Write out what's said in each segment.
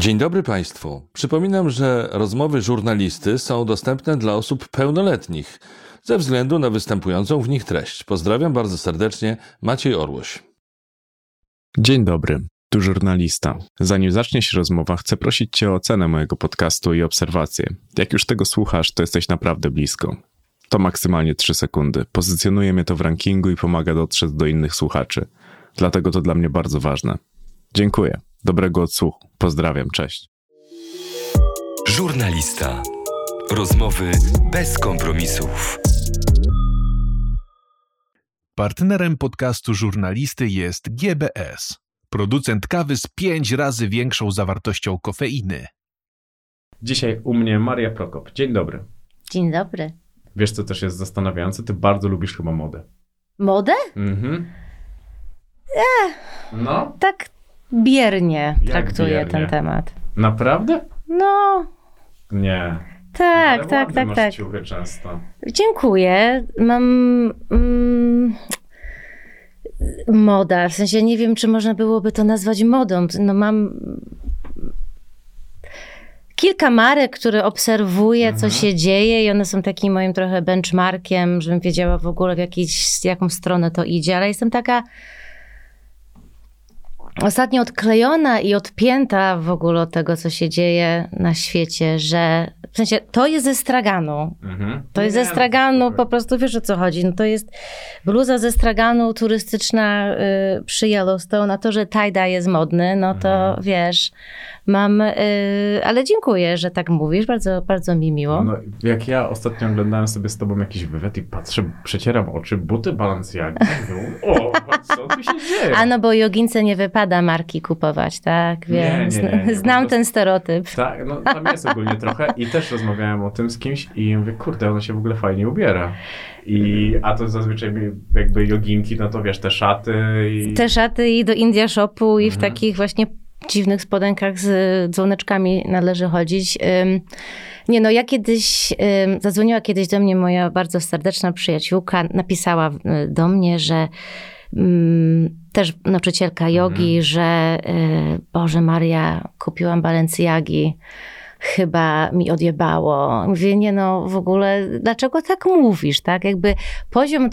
Dzień dobry Państwu. Przypominam, że rozmowy żurnalisty są dostępne dla osób pełnoletnich ze względu na występującą w nich treść. Pozdrawiam bardzo serdecznie, Maciej Orłoś. Dzień dobry, tu żurnalista. Zanim zacznie się rozmowa, chcę prosić Cię o ocenę mojego podcastu i obserwację. Jak już tego słuchasz, to jesteś naprawdę blisko. To maksymalnie 3 sekundy. Pozycjonuje mnie to w rankingu i pomaga dotrzeć do innych słuchaczy. Dlatego to dla mnie bardzo ważne. Dziękuję. Dobrego odsłuchu. Pozdrawiam, cześć. Żurnalista. Rozmowy bez kompromisów. Partnerem podcastu żurnalisty jest GBS, producent kawy z 5 razy większą zawartością kofeiny. Dzisiaj u mnie Maria Prokop. Dzień dobry. Dzień dobry. Wiesz, co też jest zastanawiające? Ty bardzo lubisz chyba modę. Modę? Mhm. No? Tak biernie Jak traktuję biernie? ten temat. Naprawdę? No, Nie. tak, Ale tak, ładne tak, masz tak. ciuchy często. Dziękuję. Mam moda, w sensie nie wiem, czy można byłoby to nazwać modą. No mam kilka marek, które obserwuję, co się dzieje i one są takim moim trochę benchmarkiem, żebym wiedziała w ogóle w jaką stronę to idzie, ale jestem taka ostatnio odklejona i odpięta w ogóle od tego, co się dzieje na świecie, że w sensie to jest ze straganu. To jest ze straganu, po prostu wiesz o co chodzi. No to jest bluza ze straganu turystyczna przy Yellowstone, a to, że tie-dye jest modny, no to wiesz, mam, ale dziękuję, że tak mówisz, bardzo, bardzo mi miło. No, jak ja ostatnio oglądałem sobie z tobą jakiś wywiad i patrzę, przecieram oczy, buty Balenciagi. O, co tu się dzieje? A no bo jogince nie wypada marki kupować, tak? Więc nie, znam po ten stereotyp. Tak, no tam jest ogólnie trochę i też rozmawiałem o tym z kimś i mówię, kurde, ona się w ogóle fajnie ubiera. A to zazwyczaj jakby joginki, no to wiesz, te szaty i... Te szaty i do India Shopu i w takich właśnie dziwnych spodenkach z dzwoneczkami należy chodzić. Nie no, zadzwoniła kiedyś do mnie moja bardzo serdeczna przyjaciółka, napisała do mnie, że też nauczycielka jogi, że Boże Maria, kupiłam Balenciagi, chyba mi odjebało. Mówię, nie no, w ogóle, dlaczego tak mówisz, tak? Jakby poziom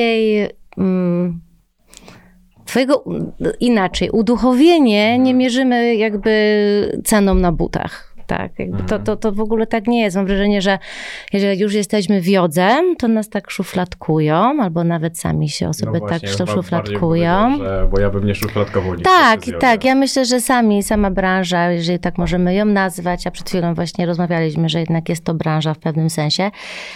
twojego inaczej, uduchowienie nie mierzymy jakby ceną na butach. Tak, jakby to w ogóle tak nie jest. Mam wrażenie, że jeżeli już jesteśmy w jodze, to nas tak szufladkują, albo nawet sami się osoby tak szufladkują. Bo ja bym nie szufladkował. Tak. Ja myślę, że sama branża, jeżeli tak możemy ją nazwać, a przed chwilą właśnie rozmawialiśmy, że jednak jest to branża w pewnym sensie.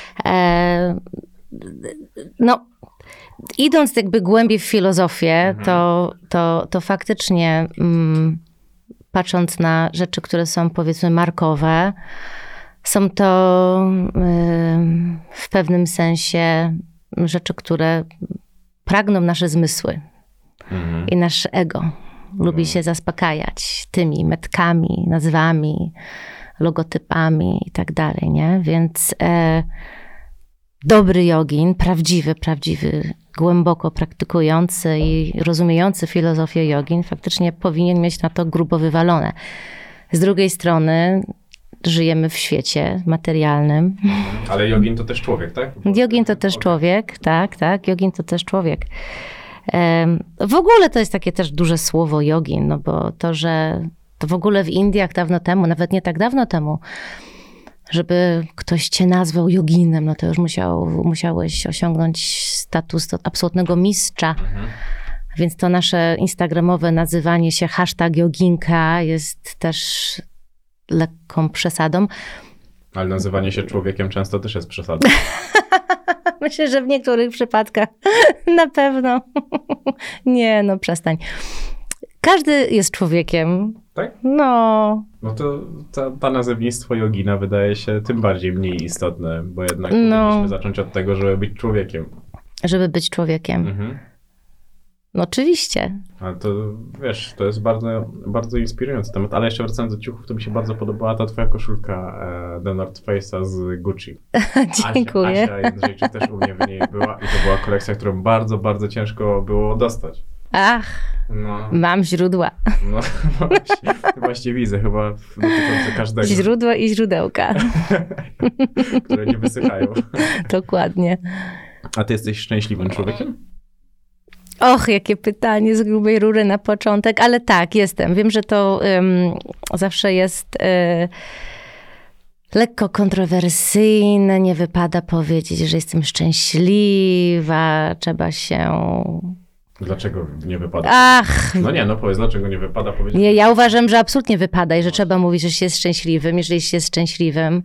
No, idąc jakby głębiej w filozofię, to faktycznie patrząc na rzeczy, które są powiedzmy markowe, są to w pewnym sensie rzeczy, które pragną nasze zmysły i nasze ego. Lubi się zaspokajać tymi metkami, nazwami, logotypami i tak dalej, nie? Więc dobry jogin, prawdziwy, głęboko praktykujący i rozumiejący filozofię jogin faktycznie powinien mieć na to grubo wywalone. Z drugiej strony żyjemy w świecie materialnym. Ale jogin to też człowiek, tak? Jogin to też człowiek, tak. Jogin to też człowiek. W ogóle to jest takie też duże słowo jogin, no bo to, że to w ogóle w Indiach dawno temu, nawet nie tak dawno temu, żeby ktoś cię nazwał joginem, no to już musiałeś osiągnąć status absolutnego mistrza. Więc to nasze instagramowe nazywanie się #joginka jest też lekką przesadą. Ale nazywanie się człowiekiem często też jest przesadą. Myślę, że w niektórych przypadkach na pewno. Nie, no przestań. Każdy jest człowiekiem. Tak? No. No to ta nazewnictwo jogina wydaje się tym bardziej mniej istotne, bo jednak powinniśmy zacząć od tego, żeby być człowiekiem. Żeby być człowiekiem. No oczywiście. Ale to wiesz, to jest bardzo, bardzo inspirujący temat. Ale jeszcze wracając do ciuchów, to mi się bardzo podobała ta twoja koszulka The North Face'a z Gucci. Dziękuję. Asia Jędrzejczyk też u mnie w niej była i to była kolekcja, którą bardzo, bardzo ciężko było dostać. Ach, mam źródła. No właśnie widzę chyba dotyczące każdego. Źródła i źródełka. Które nie wysychają. Dokładnie. A ty jesteś szczęśliwym człowiekiem? Och, jakie pytanie z grubej rury na początek, ale tak, jestem. Wiem, że to zawsze jest lekko kontrowersyjne, nie wypada powiedzieć, że jestem szczęśliwa, trzeba się... Dlaczego nie wypada? Ach! Powiedz, dlaczego nie wypada powiedzieć? Nie, ja uważam, że absolutnie wypada i że trzeba mówić, że się jest szczęśliwym, jeżeli się jest szczęśliwym.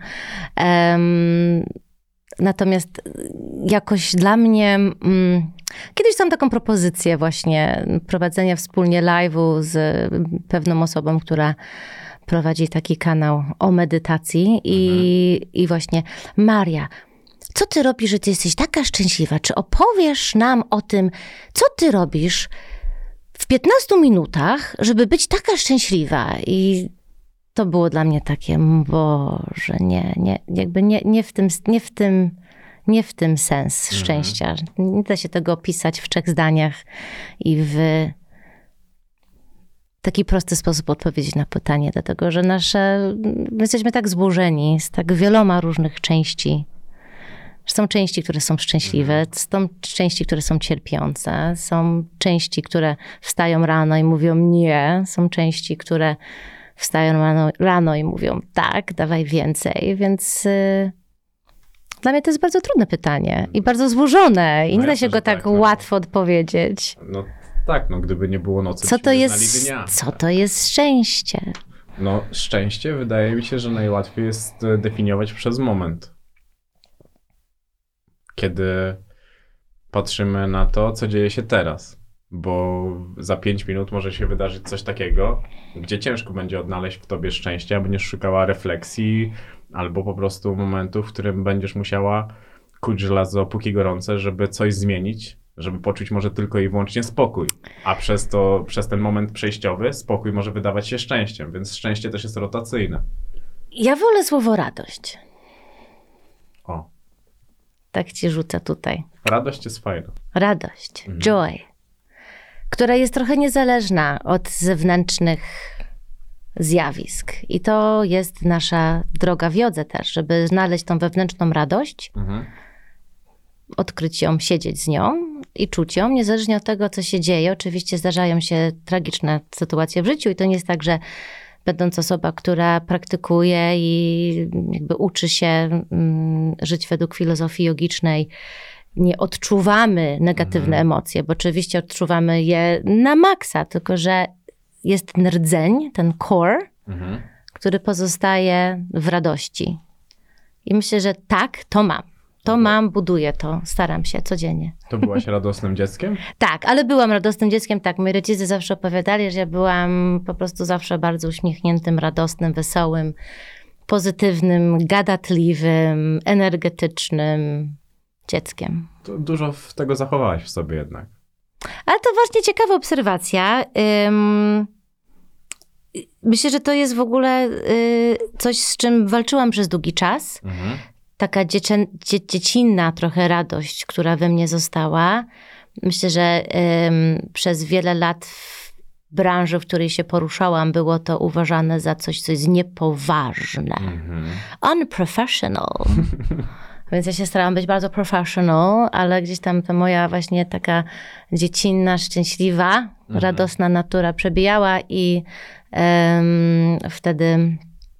Natomiast jakoś dla mnie... Kiedyś mam taką propozycję właśnie prowadzenia wspólnie live'u z pewną osobą, która prowadzi taki kanał o medytacji i właśnie Maria, co ty robisz, że ty jesteś taka szczęśliwa? Czy opowiesz nam o tym, co ty robisz w 15 minutach, żeby być taka szczęśliwa? I to było dla mnie takie, Boże, nie w tym sens szczęścia. Nie da się tego opisać w 3 zdaniach i w taki prosty sposób odpowiedzieć na pytanie, dlatego że my jesteśmy tak złożeni z tak wieloma różnych części. Są części, które są szczęśliwe, są części, które są cierpiące, są części, które wstają rano i mówią nie, są części, które wstają rano i mówią tak, dawaj więcej, więc dla mnie to jest bardzo trudne pytanie i bardzo złożone i nie da się go tak łatwo odpowiedzieć. No tak, gdyby nie było nocy, co to jest szczęście? No szczęście wydaje mi się, że najłatwiej jest definiować przez moment. Kiedy patrzymy na to, co dzieje się teraz. Bo za 5 minut może się wydarzyć coś takiego, gdzie ciężko będzie odnaleźć w tobie szczęście, a będziesz szukała refleksji albo po prostu momentu, w którym będziesz musiała kuć żelazo póki gorące, żeby coś zmienić, żeby poczuć może tylko i wyłącznie spokój. A przez ten moment przejściowy spokój może wydawać się szczęściem, więc szczęście też jest rotacyjne. Ja wolę słowo radość. O. Tak ci rzucę tutaj. Radość jest fajna. Radość, joy, która jest trochę niezależna od zewnętrznych zjawisk. I to jest nasza droga w jodze też, żeby znaleźć tą wewnętrzną radość, odkryć ją, siedzieć z nią i czuć ją, niezależnie od tego, co się dzieje. Oczywiście zdarzają się tragiczne sytuacje w życiu i to nie jest tak, że będąc osoba, która praktykuje i jakby uczy się żyć według filozofii jogicznej, nie odczuwamy negatywne emocje, bo oczywiście odczuwamy je na maksa, tylko że jest rdzeń, ten core, który pozostaje w radości. I myślę, że tak, to mam. To mam, buduję to, staram się codziennie. To byłaś radosnym dzieckiem? Tak, ale byłam radosnym dzieckiem, tak. Moi rodzice zawsze opowiadali, że ja byłam po prostu zawsze bardzo uśmiechniętym, radosnym, wesołym, pozytywnym, gadatliwym, energetycznym dzieckiem. To dużo tego zachowałaś w sobie jednak. Ale to właśnie ciekawa obserwacja. Myślę, że to jest w ogóle coś, z czym walczyłam przez długi czas. Taka dziecinna trochę radość, która we mnie została. Myślę, że przez wiele lat w branży, w której się poruszałam, było to uważane za coś, co jest niepoważne. Unprofessional. Więc ja się starałam być bardzo professional, ale gdzieś tam ta moja właśnie taka dziecinna, szczęśliwa, radosna natura przebijała i wtedy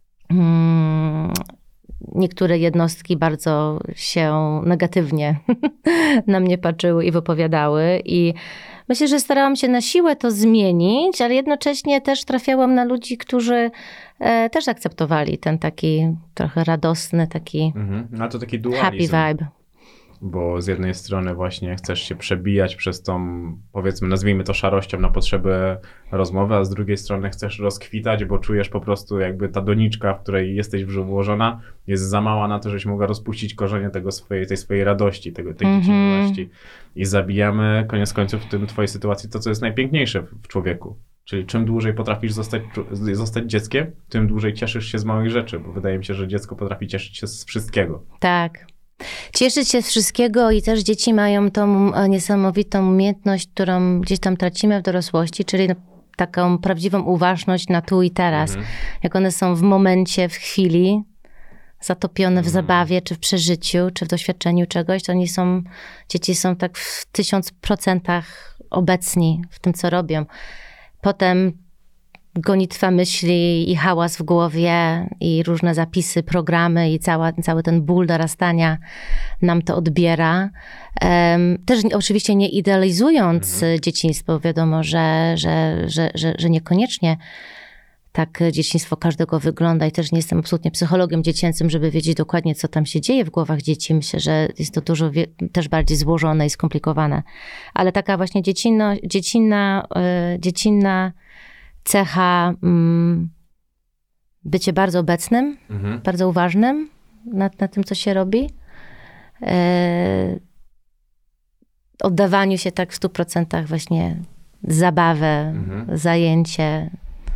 niektóre jednostki bardzo się negatywnie na mnie patrzyły i wypowiadały i myślę, że starałam się na siłę to zmienić, ale jednocześnie też trafiałam na ludzi, którzy też akceptowali ten taki trochę radosny, taki No to taki dualizm. Happy vibe. Bo z jednej strony właśnie chcesz się przebijać przez tą, powiedzmy, nazwijmy to szarością na potrzeby rozmowy, a z drugiej strony chcesz rozkwitać, bo czujesz po prostu jakby ta doniczka, w której jesteś włożona, jest za mała na to, żebyś mogła rozpuścić korzenie tej swojej radości, tej dziecinności. I zabijamy koniec końców w tym twojej sytuacji to, co jest najpiękniejsze w człowieku. Czyli czym dłużej potrafisz zostać dzieckiem, tym dłużej cieszysz się z małych rzeczy, bo wydaje mi się, że dziecko potrafi cieszyć się z wszystkiego. Tak. Cieszyć się z wszystkiego i też dzieci mają tą niesamowitą umiejętność, którą gdzieś tam tracimy w dorosłości, czyli taką prawdziwą uważność na tu i teraz. Jak one są w momencie, w chwili, zatopione w zabawie, czy w przeżyciu, czy w doświadczeniu czegoś, to dzieci są tak w 1000% obecni w tym, co robią. Potem gonitwa myśli i hałas w głowie i różne zapisy, programy i cały ten ból dorastania nam to odbiera. Też oczywiście nie idealizując dzieciństwo, wiadomo, że niekoniecznie tak dzieciństwo każdego wygląda i też nie jestem absolutnie psychologiem dziecięcym, żeby wiedzieć dokładnie, co tam się dzieje w głowach dzieci. Myślę, że jest to dużo też bardziej złożone i skomplikowane. Ale taka właśnie dziecinna cecha, bycie bardzo obecnym, bardzo uważnym na tym, co się robi. Oddawaniu się tak w 100% właśnie zabawę, zajęcie.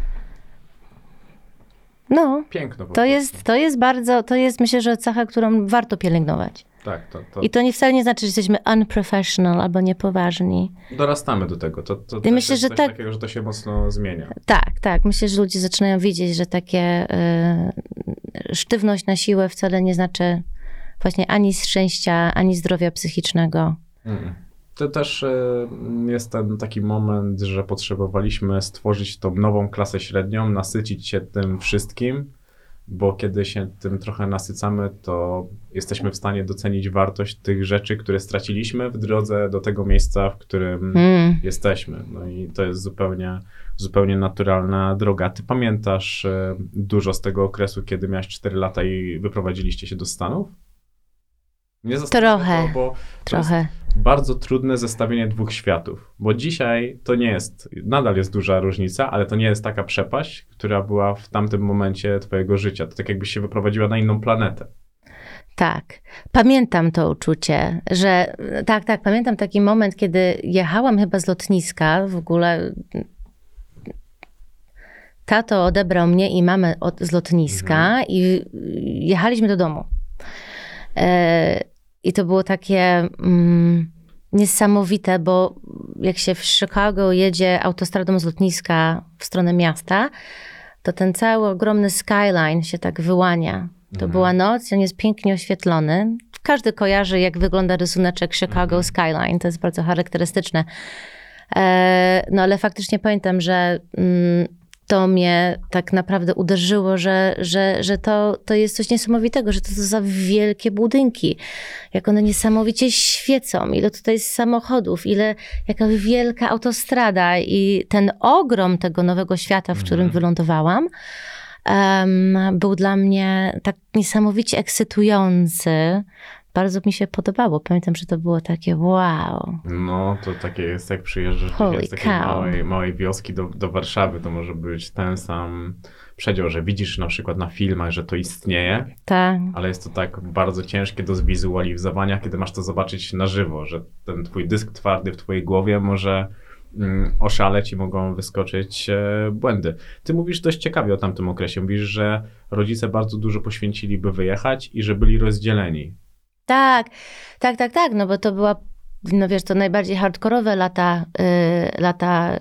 No, Piękno. To jest myślę, że cecha, którą warto pielęgnować. Tak, I to wcale nie znaczy, że jesteśmy unprofessional albo niepoważni. Dorastamy do tego. To I myślę, że coś tak, takiego, że to się mocno zmienia. Tak. Myślę, że ludzie zaczynają widzieć, że takie sztywność na siłę wcale nie znaczy właśnie ani szczęścia, ani zdrowia psychicznego. To też jest ten taki moment, że potrzebowaliśmy stworzyć tą nową klasę średnią, nasycić się tym wszystkim, bo kiedy się tym trochę nasycamy, to jesteśmy w stanie docenić wartość tych rzeczy, które straciliśmy w drodze do tego miejsca, w którym jesteśmy. No i to jest zupełnie naturalna droga. Ty pamiętasz dużo z tego okresu, kiedy miałeś 4 lata i wyprowadziliście się do Stanów? Trochę. To jest bardzo trudne zestawienie dwóch światów, bo dzisiaj to nie jest, nadal jest duża różnica, ale to nie jest taka przepaść, która była w tamtym momencie twojego życia. To tak jakbyś się wyprowadziła na inną planetę. Tak. Pamiętam to uczucie, że tak, pamiętam taki moment, kiedy jechałam chyba z lotniska, w ogóle tato odebrał mnie i mamę z lotniska i jechaliśmy do domu. I to było takie niesamowite, bo jak się w Chicago jedzie autostradą z lotniska w stronę miasta, to ten cały ogromny skyline się tak wyłania. To była noc i on jest pięknie oświetlony. Każdy kojarzy, jak wygląda rysuneczek Chicago Skyline. To jest bardzo charakterystyczne. No ale faktycznie pamiętam, że to mnie tak naprawdę uderzyło, że to jest coś niesamowitego, że to są za wielkie budynki. Jak one niesamowicie świecą, ile tutaj jest samochodów, jaka wielka autostrada i ten ogrom tego nowego świata, w którym wylądowałam, był dla mnie tak niesamowicie ekscytujący. Bardzo mi się podobało. Pamiętam, że to było takie wow. No, to takie jest, jak przyjeżdżasz z takiej małej wioski do Warszawy, to może być ten sam przedział, że widzisz na przykład na filmach, że to istnieje, tak. Ale jest to tak bardzo ciężkie do zwizualizowania, kiedy masz to zobaczyć na żywo, że ten twój dysk twardy w twojej głowie może oszaleć i mogą wyskoczyć błędy. Ty mówisz dość ciekawie o tamtym okresie. Mówisz, że rodzice bardzo dużo poświęcili, by wyjechać i że byli rozdzieleni. Tak, no bo to była, no wiesz, to najbardziej hardkorowe lata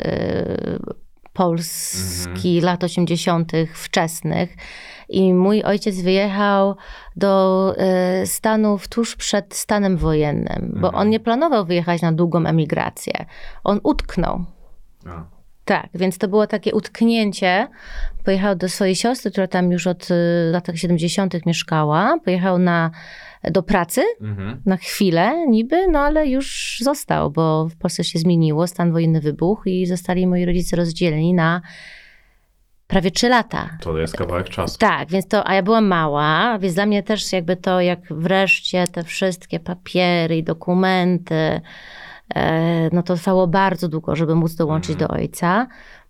Polski, lat 80. wczesnych. I mój ojciec wyjechał do Stanów tuż przed stanem wojennym, bo on nie planował wyjechać na długą emigrację. On utknął. Tak, więc to było takie utknięcie. Pojechał do swojej siostry, która tam już od lat 70. mieszkała. Pojechał do pracy na chwilę niby, no ale już został, bo w Polsce się zmieniło, stan wojenny wybuchł i zostali moi rodzice rozdzieleni na prawie 3 lata. To jest kawałek czasu. Tak, więc a ja byłam mała, więc dla mnie też jakby to, jak wreszcie te wszystkie papiery i dokumenty, no to trwało bardzo długo, żeby móc dołączyć do ojca.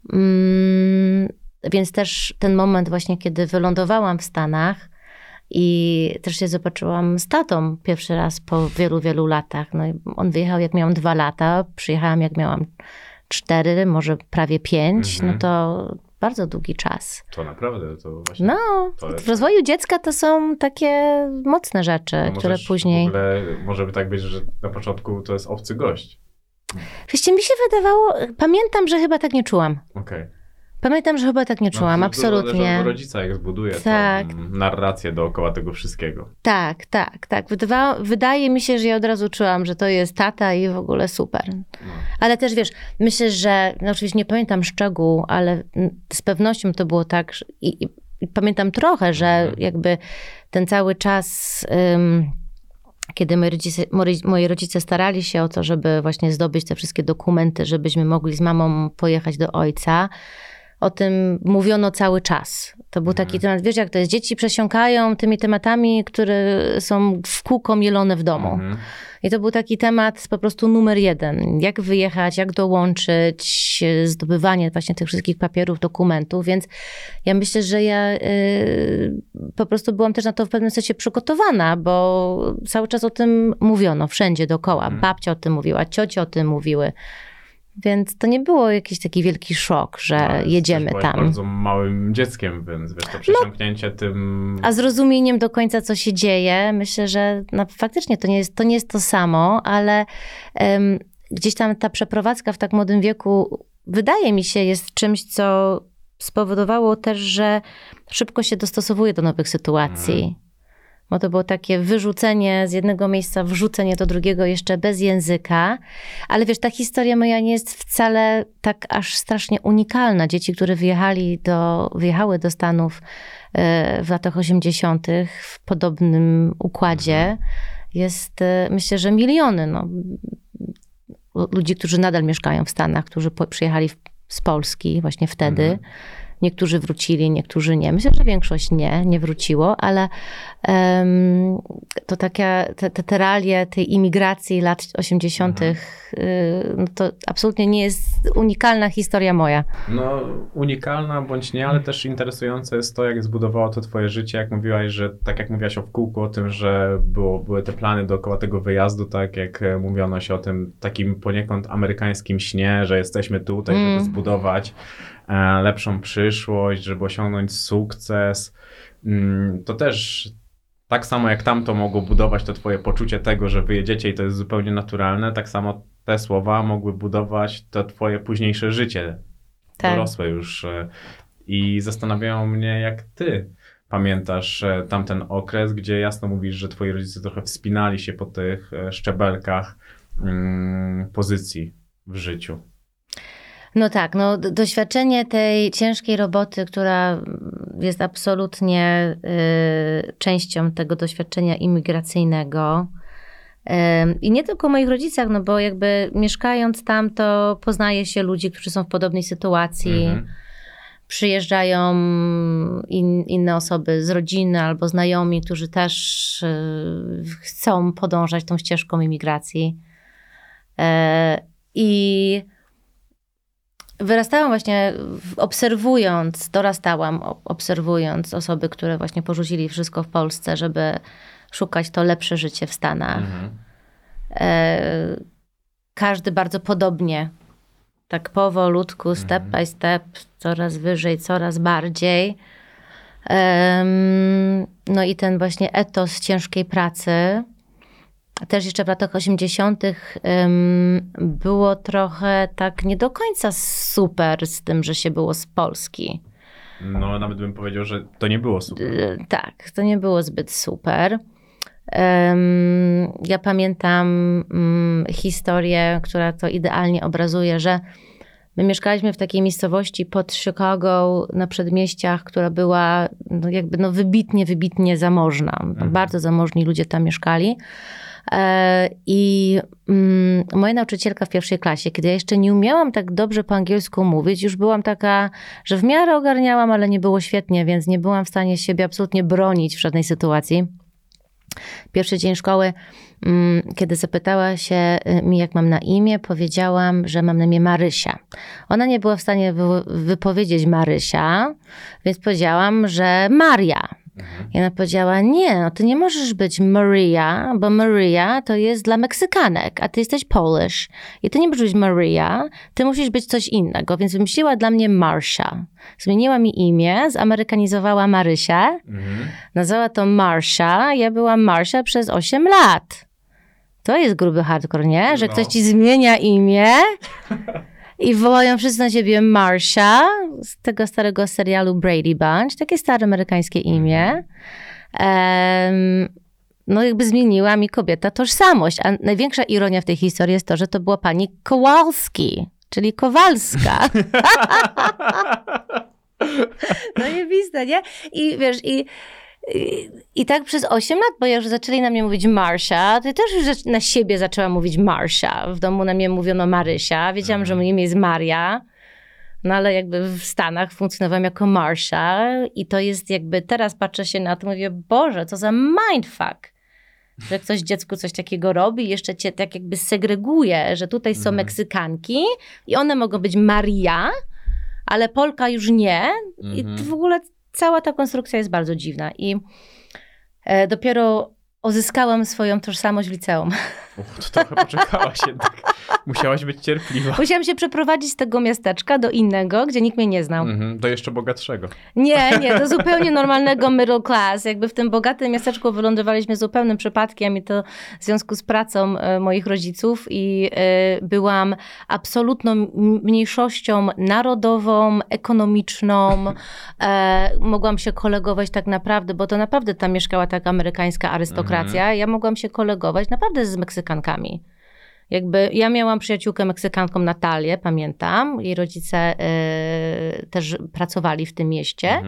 Więc też ten moment właśnie, kiedy wylądowałam w Stanach i też się zobaczyłam z tatą pierwszy raz po wielu, wielu latach. No i on wyjechał, jak miałam 2 lata, przyjechałam, jak miałam 4, może prawie 5, no to bardzo długi czas. To naprawdę, to właśnie... No, to jest... w rozwoju dziecka to są takie mocne rzeczy, które później... W ogóle może by tak być, że na początku to jest obcy gość. Wiecie, mi się wydawało, pamiętam, że chyba tak nie czułam. Okej. Pamiętam, że chyba tak nie czułam, absolutnie. Rodzica jak zbuduje tak. tą narrację dookoła tego wszystkiego. Tak. Wydaje mi się, że ja od razu czułam, że to jest tata i w ogóle super. No. Ale też wiesz, myślę, że, no oczywiście nie pamiętam szczegółu, ale z pewnością to było tak, i pamiętam trochę, że jakby ten cały czas... kiedy moi rodzice starali się o to, żeby właśnie zdobyć te wszystkie dokumenty, żebyśmy mogli z mamą pojechać do ojca, o tym mówiono cały czas. To był taki temat, wiesz jak to jest, dzieci przesiąkają tymi tematami, które są w kółko mielone w domu. I to był taki temat po prostu numer 1. Jak wyjechać, jak dołączyć, zdobywanie właśnie tych wszystkich papierów, dokumentów. Więc ja myślę, że ja po prostu byłam też na to w pewnym sensie przygotowana, bo cały czas o tym mówiono, wszędzie dookoła. Babcia o tym mówiła, ciocie o tym mówiły. Więc to nie było jakiś taki wielki szok, że jedziemy tam. Bardzo małym dzieckiem, więc wiesz, to przesiąknięcie tym... A zrozumieniem do końca, co się dzieje, myślę, że faktycznie to nie jest to samo, ale gdzieś tam ta przeprowadzka w tak młodym wieku, wydaje mi się, jest czymś, co spowodowało też, że szybko się dostosowuje do nowych sytuacji. Bo to było takie wyrzucenie z jednego miejsca, wrzucenie do drugiego jeszcze bez języka. Ale wiesz, ta historia moja nie jest wcale tak aż strasznie unikalna. Dzieci, które wyjechały do Stanów w latach 80. w podobnym układzie, jest myślę, że miliony. No, ludzi, którzy nadal mieszkają w Stanach, którzy przyjechali z Polski właśnie wtedy. Niektórzy wrócili, niektórzy nie. Myślę, że większość nie wróciło, ale to te realia tej imigracji lat 80. No to absolutnie nie jest unikalna historia moja. No unikalna bądź nie, ale też interesujące jest to, jak zbudowało to twoje życie, jak mówiłaś, że tak jak mówiłaś o wkółku, o tym, że były te plany dookoła tego wyjazdu, tak jak mówiono się o tym takim poniekąd amerykańskim śnie, że jesteśmy tutaj, żeby zbudować lepszą przyszłość, żeby osiągnąć sukces. To też tak samo jak tamto mogło budować to twoje poczucie tego, że wyjedziecie i to jest zupełnie naturalne, tak samo te słowa mogły budować to twoje późniejsze życie. Tak. Dorosłe już. I zastanawiało mnie, jak ty pamiętasz tamten okres, gdzie jasno mówisz, że twoi rodzice trochę wspinali się po tych szczebelkach pozycji w życiu. No tak, no doświadczenie tej ciężkiej roboty, która jest absolutnie częścią tego doświadczenia imigracyjnego. I nie tylko o moich rodzicach, no bo jakby mieszkając tam, to poznaje się ludzi, którzy są w podobnej sytuacji. Przyjeżdżają inne osoby z rodziny albo znajomi, którzy też chcą podążać tą ścieżką imigracji. I wyrastałam właśnie dorastałam obserwując osoby, które właśnie porzucili wszystko w Polsce, żeby szukać to lepsze życie w Stanach. Każdy bardzo podobnie, tak powolutku, step by step, coraz wyżej, coraz bardziej. No i ten właśnie etos ciężkiej pracy. Też jeszcze w latach 80. było trochę tak nie do końca super z tym, że się było z Polski. No nawet bym powiedział, że to nie było super. Tak, to nie było zbyt super. Ja pamiętam historię, która to idealnie obrazuje, że my mieszkaliśmy w takiej miejscowości pod Chicago na przedmieściach, która była wybitnie zamożna. Bardzo zamożni ludzie tam mieszkali. I moja nauczycielka w pierwszej klasie, kiedy ja jeszcze nie umiałam tak dobrze po angielsku mówić, już byłam taka, że w miarę ogarniałam, ale nie było świetnie, więc nie byłam w stanie siebie absolutnie bronić w żadnej sytuacji. Pierwszy dzień szkoły, kiedy zapytała się mi, jak mam na imię, powiedziałam, że mam na imię Marysia. Ona nie była w stanie wypowiedzieć Marysia, więc powiedziałam, że Maria. I ona powiedziała, nie, no ty nie możesz być Maria, bo Maria to jest dla Meksykanek, a ty jesteś Polish. I ty nie możesz być Maria, ty musisz być coś innego. Więc wymyśliła dla mnie Marsha. Zmieniła mi imię, zamerykanizowała Marysię, nazwała to Marsha. Ja byłam Marsha przez 8 lat. To jest gruby hardcore, nie? Że ktoś ci zmienia imię i wołają wszyscy na ciebie Marsha z tego starego serialu Brady Bunch. Takie stare amerykańskie imię. No jakby zmieniła mi kobieta tożsamość. A największa ironia w tej historii jest to, że to była pani Kowalski, czyli Kowalska. Zajebiste, nie? I wiesz, i tak przez 8 lat, bo już zaczęli na mnie mówić Marsha, to ja też już na siebie zaczęłam mówić Marsha. W domu na mnie mówiono Marysia. Wiedziałam, że moje imię jest Maria, no ale jakby w Stanach funkcjonowałam jako Marsha i to jest jakby, teraz patrzę się na to i mówię, Boże, co za mindfuck, że ktoś dziecku coś takiego robi i jeszcze cię tak jakby segreguje, że tutaj są Meksykanki i one mogą być Maria, ale Polka już nie. I w ogóle cała ta konstrukcja jest bardzo dziwna i dopiero uzyskałam swoją tożsamość w liceum. To trochę poczekałaś jednak. Musiałaś być cierpliwa. Musiałam się przeprowadzić z tego miasteczka do innego, gdzie nikt mnie nie znał. Do jeszcze bogatszego. Nie, do zupełnie normalnego middle class. Jakby w tym bogatym miasteczku wylądowaliśmy zupełnym przypadkiem i to w związku z pracą moich rodziców i byłam absolutną mniejszością narodową, ekonomiczną. Mogłam się kolegować tak naprawdę, bo to naprawdę tam mieszkała taka amerykańska arystokracja. Ja mogłam się kolegować naprawdę z Meksykankami. Jakby ja miałam przyjaciółkę Meksykanką Natalię, pamiętam. Jej rodzice też pracowali w tym mieście.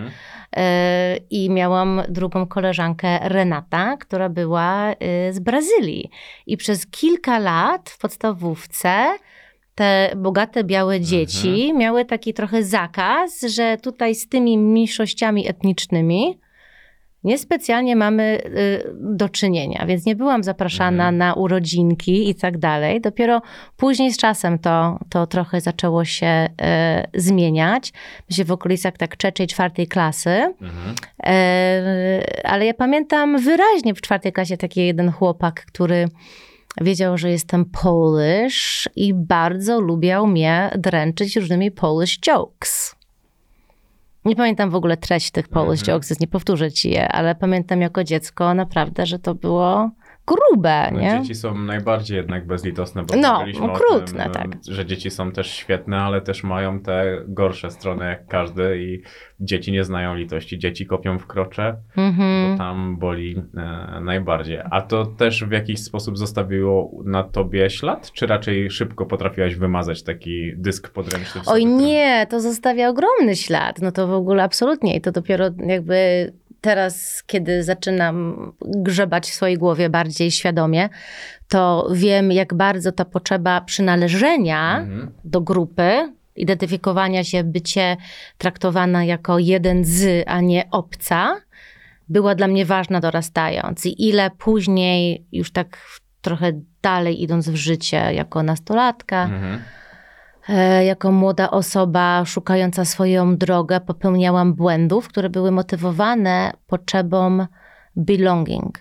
I miałam drugą koleżankę Renata, która była z Brazylii. I przez kilka lat w podstawówce te bogate, białe dzieci miały taki trochę zakaz, że tutaj z tymi mniejszościami etnicznymi niespecjalnie mamy do czynienia, więc nie byłam zapraszana na urodzinki i tak dalej. Dopiero później z czasem to trochę zaczęło się zmieniać. Myślę w okolicach tak 3-4 klasy. Ale ja pamiętam wyraźnie w 4 klasie taki jeden chłopak, który wiedział, że jestem Polish i bardzo lubiał mnie dręczyć różnymi Polish jokes. Nie pamiętam w ogóle treści tych Polish jokes, nie powtórzę ci je, ale pamiętam jako dziecko naprawdę, że to było grube, nie? Dzieci są najbardziej jednak bezlitosne, bo mówiliśmy okrutne, o tym, tak. Że dzieci są też świetne, ale też mają te gorsze strony jak każdy i dzieci nie znają litości. Dzieci kopią w krocze, bo tam boli najbardziej. A to też w jakiś sposób zostawiło na tobie ślad? Czy raczej szybko potrafiłaś wymazać taki dysk podręczny? Oj nie, to zostawia ogromny ślad. No to w ogóle absolutnie. I to dopiero jakby teraz, kiedy zaczynam grzebać w swojej głowie bardziej świadomie, to wiem, jak bardzo ta potrzeba przynależenia do grupy, identyfikowania się, bycie traktowana jako jeden z, a nie obca, była dla mnie ważna dorastając. I ile później, już tak trochę dalej idąc w życie, jako nastolatka, jako młoda osoba szukająca swoją drogę, popełniałam błędów, które były motywowane potrzebą belonging.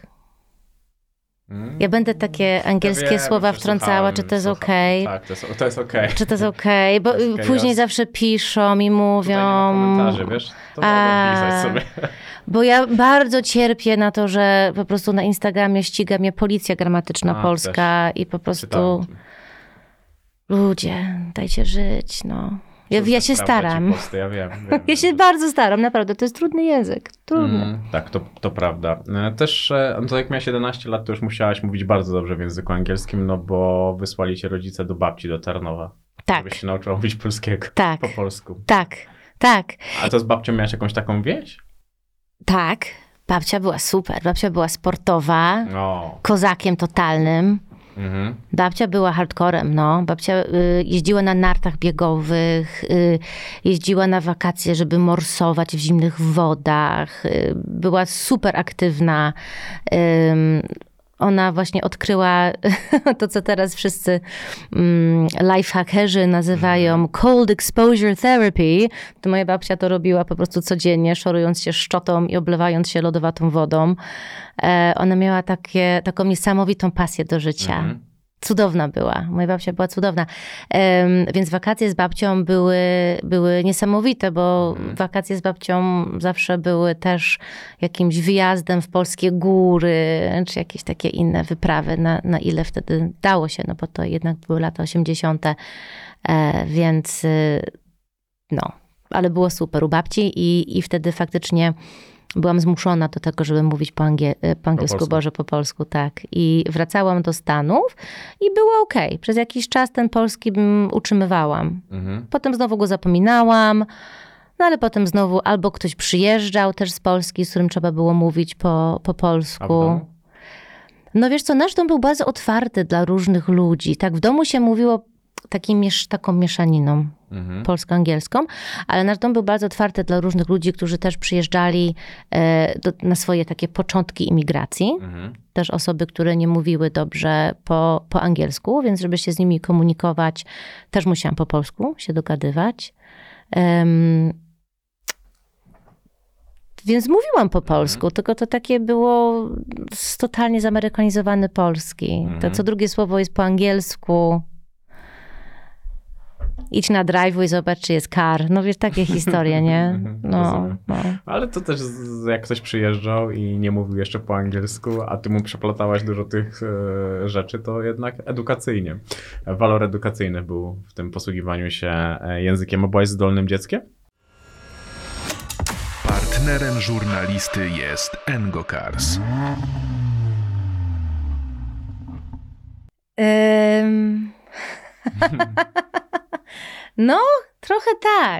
Ja będę takie angielskie słowa wtrącała, czy to jest okej? Tak, to jest okej. Czy to jest okej? Bo później zawsze piszą i mówią... Tutaj nie ma komentarzy, wiesz? To mogę pisać sobie. Bo ja bardzo cierpię na to, że po prostu na Instagramie ściga mnie policja gramatyczna polska i po prostu... Ludzie, dajcie żyć, no. Ja się staram. Ja wiem. Ja się bardzo staram, naprawdę. To jest trudny język. Trudny. Tak, to prawda. Też, to jak miałeś 11 lat, to już musiałaś mówić bardzo dobrze w języku angielskim, no bo wysłali cię rodzice do babci, do Tarnowa. Tak. Żebyś się nauczyła mówić polskiego. Tak. Po polsku. Tak. A to z babcią miałaś jakąś taką więź? Tak. Babcia była super. Babcia była sportowa. Kozakiem totalnym. Babcia była hardcorem, no. Babcia jeździła na nartach biegowych, jeździła na wakacje, żeby morsować w zimnych wodach. Była super aktywna. ona właśnie odkryła to, co teraz wszyscy lifehackerzy nazywają cold exposure therapy. To moja babcia to robiła po prostu codziennie, szorując się szczotą i oblewając się lodowatą wodą. Ona miała taką niesamowitą pasję do życia. Cudowna była. Moja babcia była cudowna. Więc wakacje z babcią były niesamowite, bo wakacje z babcią zawsze były też jakimś wyjazdem w polskie góry, czy jakieś takie inne wyprawy, na ile wtedy dało się, no bo to jednak były lata 80. Więc no, ale było super u babci i wtedy faktycznie byłam zmuszona do tego, żeby mówić po angielsku, Boże, po polsku, tak. I wracałam do Stanów i było okej. Przez jakiś czas ten polski utrzymywałam. Potem znowu go zapominałam, no ale potem znowu albo ktoś przyjeżdżał też z Polski, z którym trzeba było mówić po polsku. No wiesz co, nasz dom był bardzo otwarty dla różnych ludzi. Tak, w domu się mówiło taką mieszaniną polsko-angielską, ale nasz dom był bardzo otwarty dla różnych ludzi, którzy też przyjeżdżali na swoje takie początki imigracji. Też osoby, które nie mówiły dobrze po angielsku, więc żeby się z nimi komunikować, też musiałam po polsku się dogadywać. Więc mówiłam po polsku, tylko to takie było totalnie zamerykanizowany polski. To co drugie słowo jest po angielsku. Idź na drive'u i zobacz, czy jest car. No wiesz, takie historie, nie? No. Ale to też jak ktoś przyjeżdżał i nie mówił jeszcze po angielsku, a ty mu przeplatałaś dużo tych rzeczy, to jednak edukacyjnie. Walor edukacyjny był w tym posługiwaniu się językiem. A byłaś zdolnym dzieckiem? Partnerem żurnalisty jest Engocars. No, trochę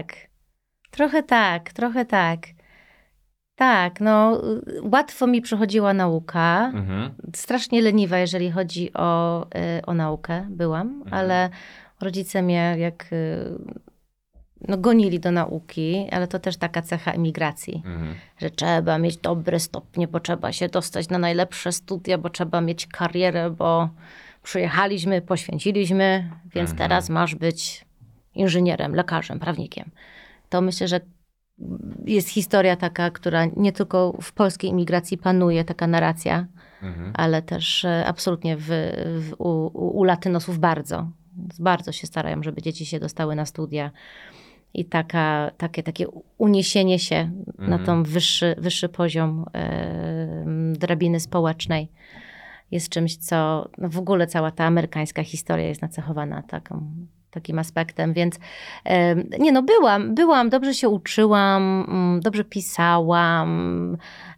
tak. Tak, no łatwo mi przychodziła nauka. Strasznie leniwa, jeżeli chodzi o naukę byłam, ale rodzice mnie gonili do nauki, ale to też taka cecha emigracji, że trzeba mieć dobre stopnie, bo trzeba się dostać na najlepsze studia, bo trzeba mieć karierę, bo przyjechaliśmy, poświęciliśmy, więc teraz masz być inżynierem, lekarzem, prawnikiem. To myślę, że jest historia taka, która nie tylko w polskiej imigracji panuje, taka narracja, ale też absolutnie u latynosów bardzo się starają, żeby dzieci się dostały na studia. I takie uniesienie się na tą wyższy poziom drabiny społecznej jest czymś, co w ogóle cała ta amerykańska historia jest nacechowana takim aspektem, więc byłam, dobrze się uczyłam, dobrze pisałam,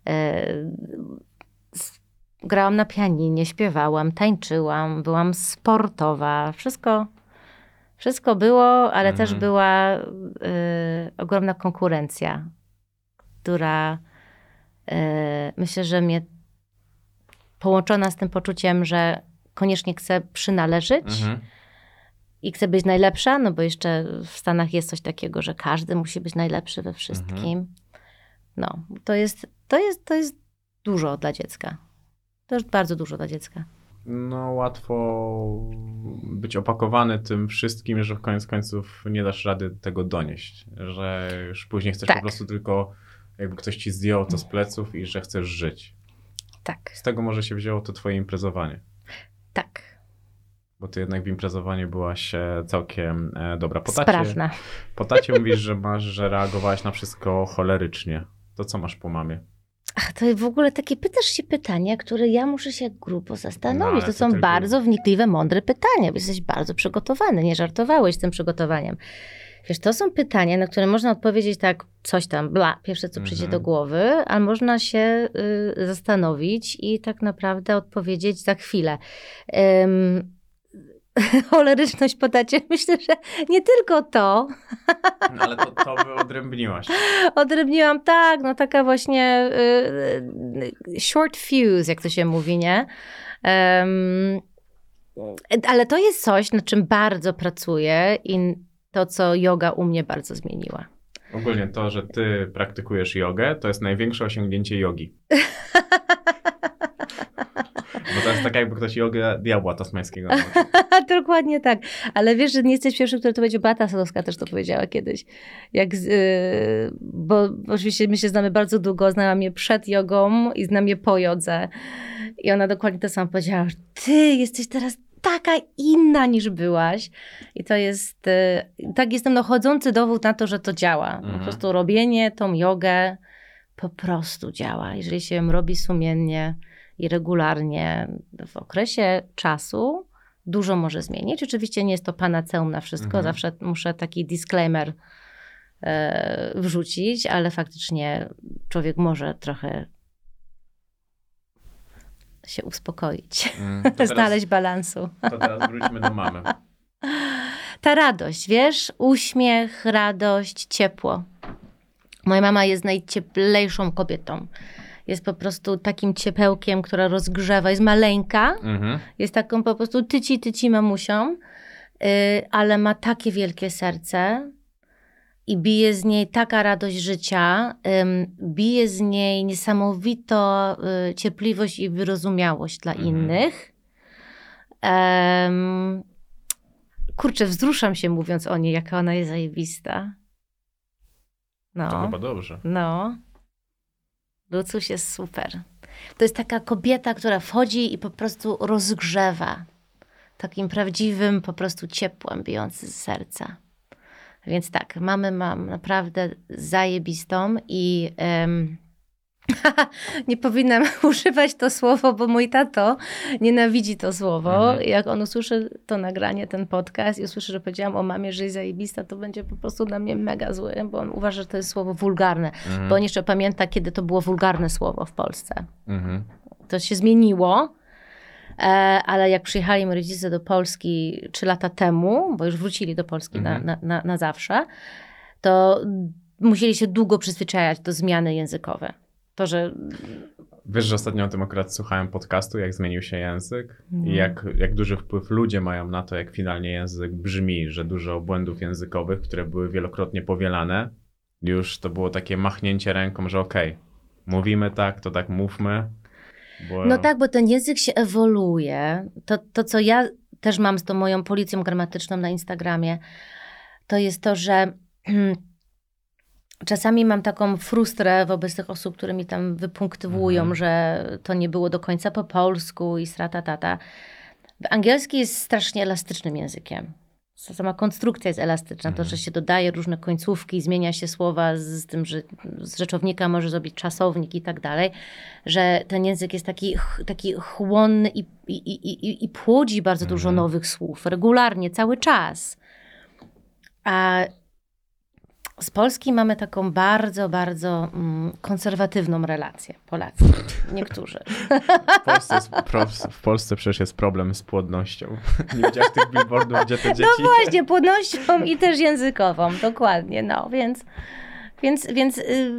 grałam na pianinie, śpiewałam, tańczyłam, byłam sportowa, wszystko było, ale też była ogromna konkurencja, która myślę, że mnie połączona z tym poczuciem, że koniecznie chcę przynależeć i chcę być najlepsza, no bo jeszcze w Stanach jest coś takiego, że każdy musi być najlepszy we wszystkim. No, to jest dużo dla dziecka. To jest bardzo dużo dla dziecka. No łatwo być opakowany tym wszystkim, że w koniec końców nie dasz rady tego donieść. Że już później chcesz po prostu tylko, jakby ktoś ci zdjął to z pleców i że chcesz żyć. Tak. Z tego może się wzięło to twoje imprezowanie. Tak. Bo ty jednak w imprezowaniu byłaś całkiem dobra. Sprawna. Po tacie mówisz, że reagowałaś na wszystko cholerycznie. To co masz po mamie? Ach, to w ogóle takie pytasz się pytania, które ja muszę się grubo zastanowić. To są tylko bardzo wnikliwe, mądre pytania. Jesteś bardzo przygotowany, nie żartowałeś z tym przygotowaniem. Wiesz, to są pytania, na które można odpowiedzieć tak, coś tam, pierwsze co przyjdzie do głowy, a można się zastanowić i tak naprawdę odpowiedzieć za chwilę. Choleryczność po tacie, myślę, że nie tylko to. No, ale to by odrębniłaś. Odrębniłam, tak, no taka właśnie short fuse, jak to się mówi, nie? Ale to jest coś, nad czym bardzo pracuję i to, co yoga u mnie bardzo zmieniła. Ogólnie to, że ty praktykujesz jogę, to jest największe osiągnięcie jogi. Bo to jest jest tak, jakby ktoś jogę diabła tasmańskiego nauczył. Dokładnie tak. Ale wiesz, że nie jesteś pierwszy, który to powiedział. Beata Sadowska też to powiedziała kiedyś. Bo oczywiście my się znamy bardzo długo. Znała mnie przed jogą i zna mnie po jodze. I ona dokładnie to samo powiedziała. Ty jesteś teraz taka inna niż byłaś. I to jest, tak jestem chodzący dowód na to, że to działa. Po prostu robienie tą jogę po prostu działa. Jeżeli się ją robi sumiennie i regularnie w okresie czasu, dużo może zmienić. Oczywiście nie jest to panaceum na wszystko. Zawsze muszę taki disclaimer wrzucić, ale faktycznie człowiek może trochę się uspokoić, znaleźć balansu. To teraz wróćmy do mamy. Ta radość, wiesz, uśmiech, radość, ciepło. Moja mama jest najcieplejszą kobietą. Jest po prostu takim ciepełkiem, która rozgrzewa. Jest maleńka, jest taką po prostu tyci mamusią, ale ma takie wielkie serce i bije z niej taka radość życia, bije z niej niesamowita cierpliwość i wyrozumiałość dla innych. Kurczę, wzruszam się mówiąc o niej, jaka ona jest zajebista. No. To chyba dobrze. No. Lucuś jest super. To jest taka kobieta, która wchodzi i po prostu rozgrzewa. Takim prawdziwym po prostu ciepłem bijącym z serca. Więc tak, mamy mam naprawdę zajebistą i nie powinnam używać to słowo, bo mój tato nienawidzi to słowo. Jak on usłyszy to nagranie, ten podcast i usłyszy, że powiedziałam o mamie, że jest zajebista, to będzie po prostu na mnie mega zły, bo on uważa, że to jest słowo wulgarne. Bo on jeszcze pamięta, kiedy to było wulgarne słowo w Polsce. To się zmieniło, ale jak przyjechali moi rodzice do Polski 3 lata temu, bo już wrócili do Polski na zawsze, to musieli się długo przyzwyczajać do zmiany językowe. To, że... Wiesz, że ostatnio o tym akurat słuchałem podcastu, jak zmienił się język i jak duży wpływ ludzie mają na to, jak finalnie język brzmi, że dużo błędów językowych, które były wielokrotnie powielane, już to było takie machnięcie ręką, że okej, mówimy tak, to tak mówmy. Bo... No tak, bo ten język się ewoluuje. To, co ja też mam z tą moją policją gramatyczną na Instagramie, to jest to, że czasami mam taką frustrę wobec tych osób, które mi tam wypunktowują, że to nie było do końca po polsku i sratatata. Angielski jest strasznie elastycznym językiem. Sama konstrukcja jest elastyczna. To, że się dodaje różne końcówki, zmienia się słowa z tym, że z rzeczownika może zrobić czasownik i tak dalej, że ten język jest taki chłonny i płodzi bardzo dużo nowych słów. Regularnie, cały czas. A z Polski mamy taką bardzo, bardzo konserwatywną relację. Polacy. Niektórzy. W Polsce przecież jest problem z płodnością. Nie widziałeś tych billboardów, gdzie te dzieci... No właśnie, płodnością i też językową. Dokładnie. No, więc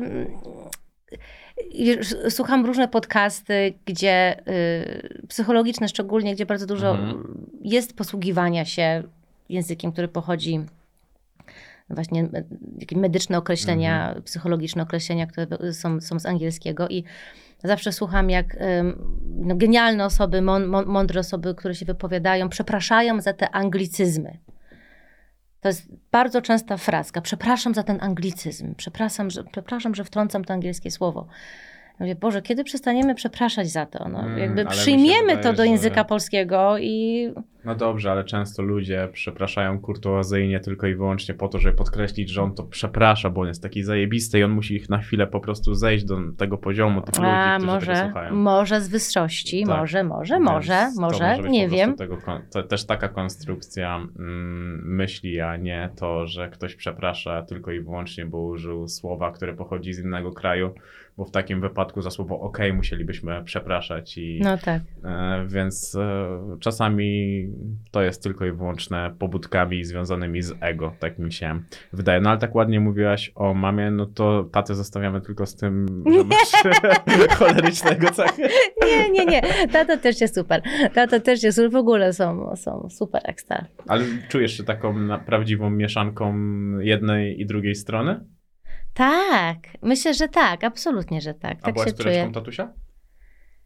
słucham różne podcasty, gdzie psychologiczne szczególnie, gdzie bardzo dużo jest posługiwania się językiem, który pochodzi właśnie jakieś medyczne określenia, psychologiczne określenia, które są z angielskiego i zawsze słucham, jak genialne osoby, mądre osoby, które się wypowiadają, przepraszają za te anglicyzmy. To jest bardzo częsta frazka. Przepraszam za ten anglicyzm. Przepraszam, że wtrącam to angielskie słowo. Ja mówię, Boże, kiedy przestaniemy przepraszać za to? No, jakby przyjmiemy to do języka polskiego i... No dobrze, ale często ludzie przepraszają kurtuazyjnie tylko i wyłącznie po to, żeby podkreślić, że on to przeprasza, bo on jest taki zajebisty i on musi ich na chwilę po prostu zejść do tego poziomu tych ludzi, którzy tego słuchają. Może z wyższości, tak. może, nie wiem. To też taka konstrukcja myśli, a nie to, że ktoś przeprasza tylko i wyłącznie, bo użył słowa, które pochodzi z innego kraju, bo w takim wypadku za słowo okej musielibyśmy przepraszać. No tak. Więc czasami to jest tylko i wyłącznie pobudkami związanymi z ego, tak mi się wydaje. No ale tak ładnie mówiłaś o mamie, no to tatę zostawiamy tylko z tym, że masz cholerycznego cechy. Nie. Tata też jest super. W ogóle są super ekstra. Ale czujesz się taką prawdziwą mieszanką jednej i drugiej strony? Tak, myślę, że tak, absolutnie, że tak. A byłaś córeczką tatusia?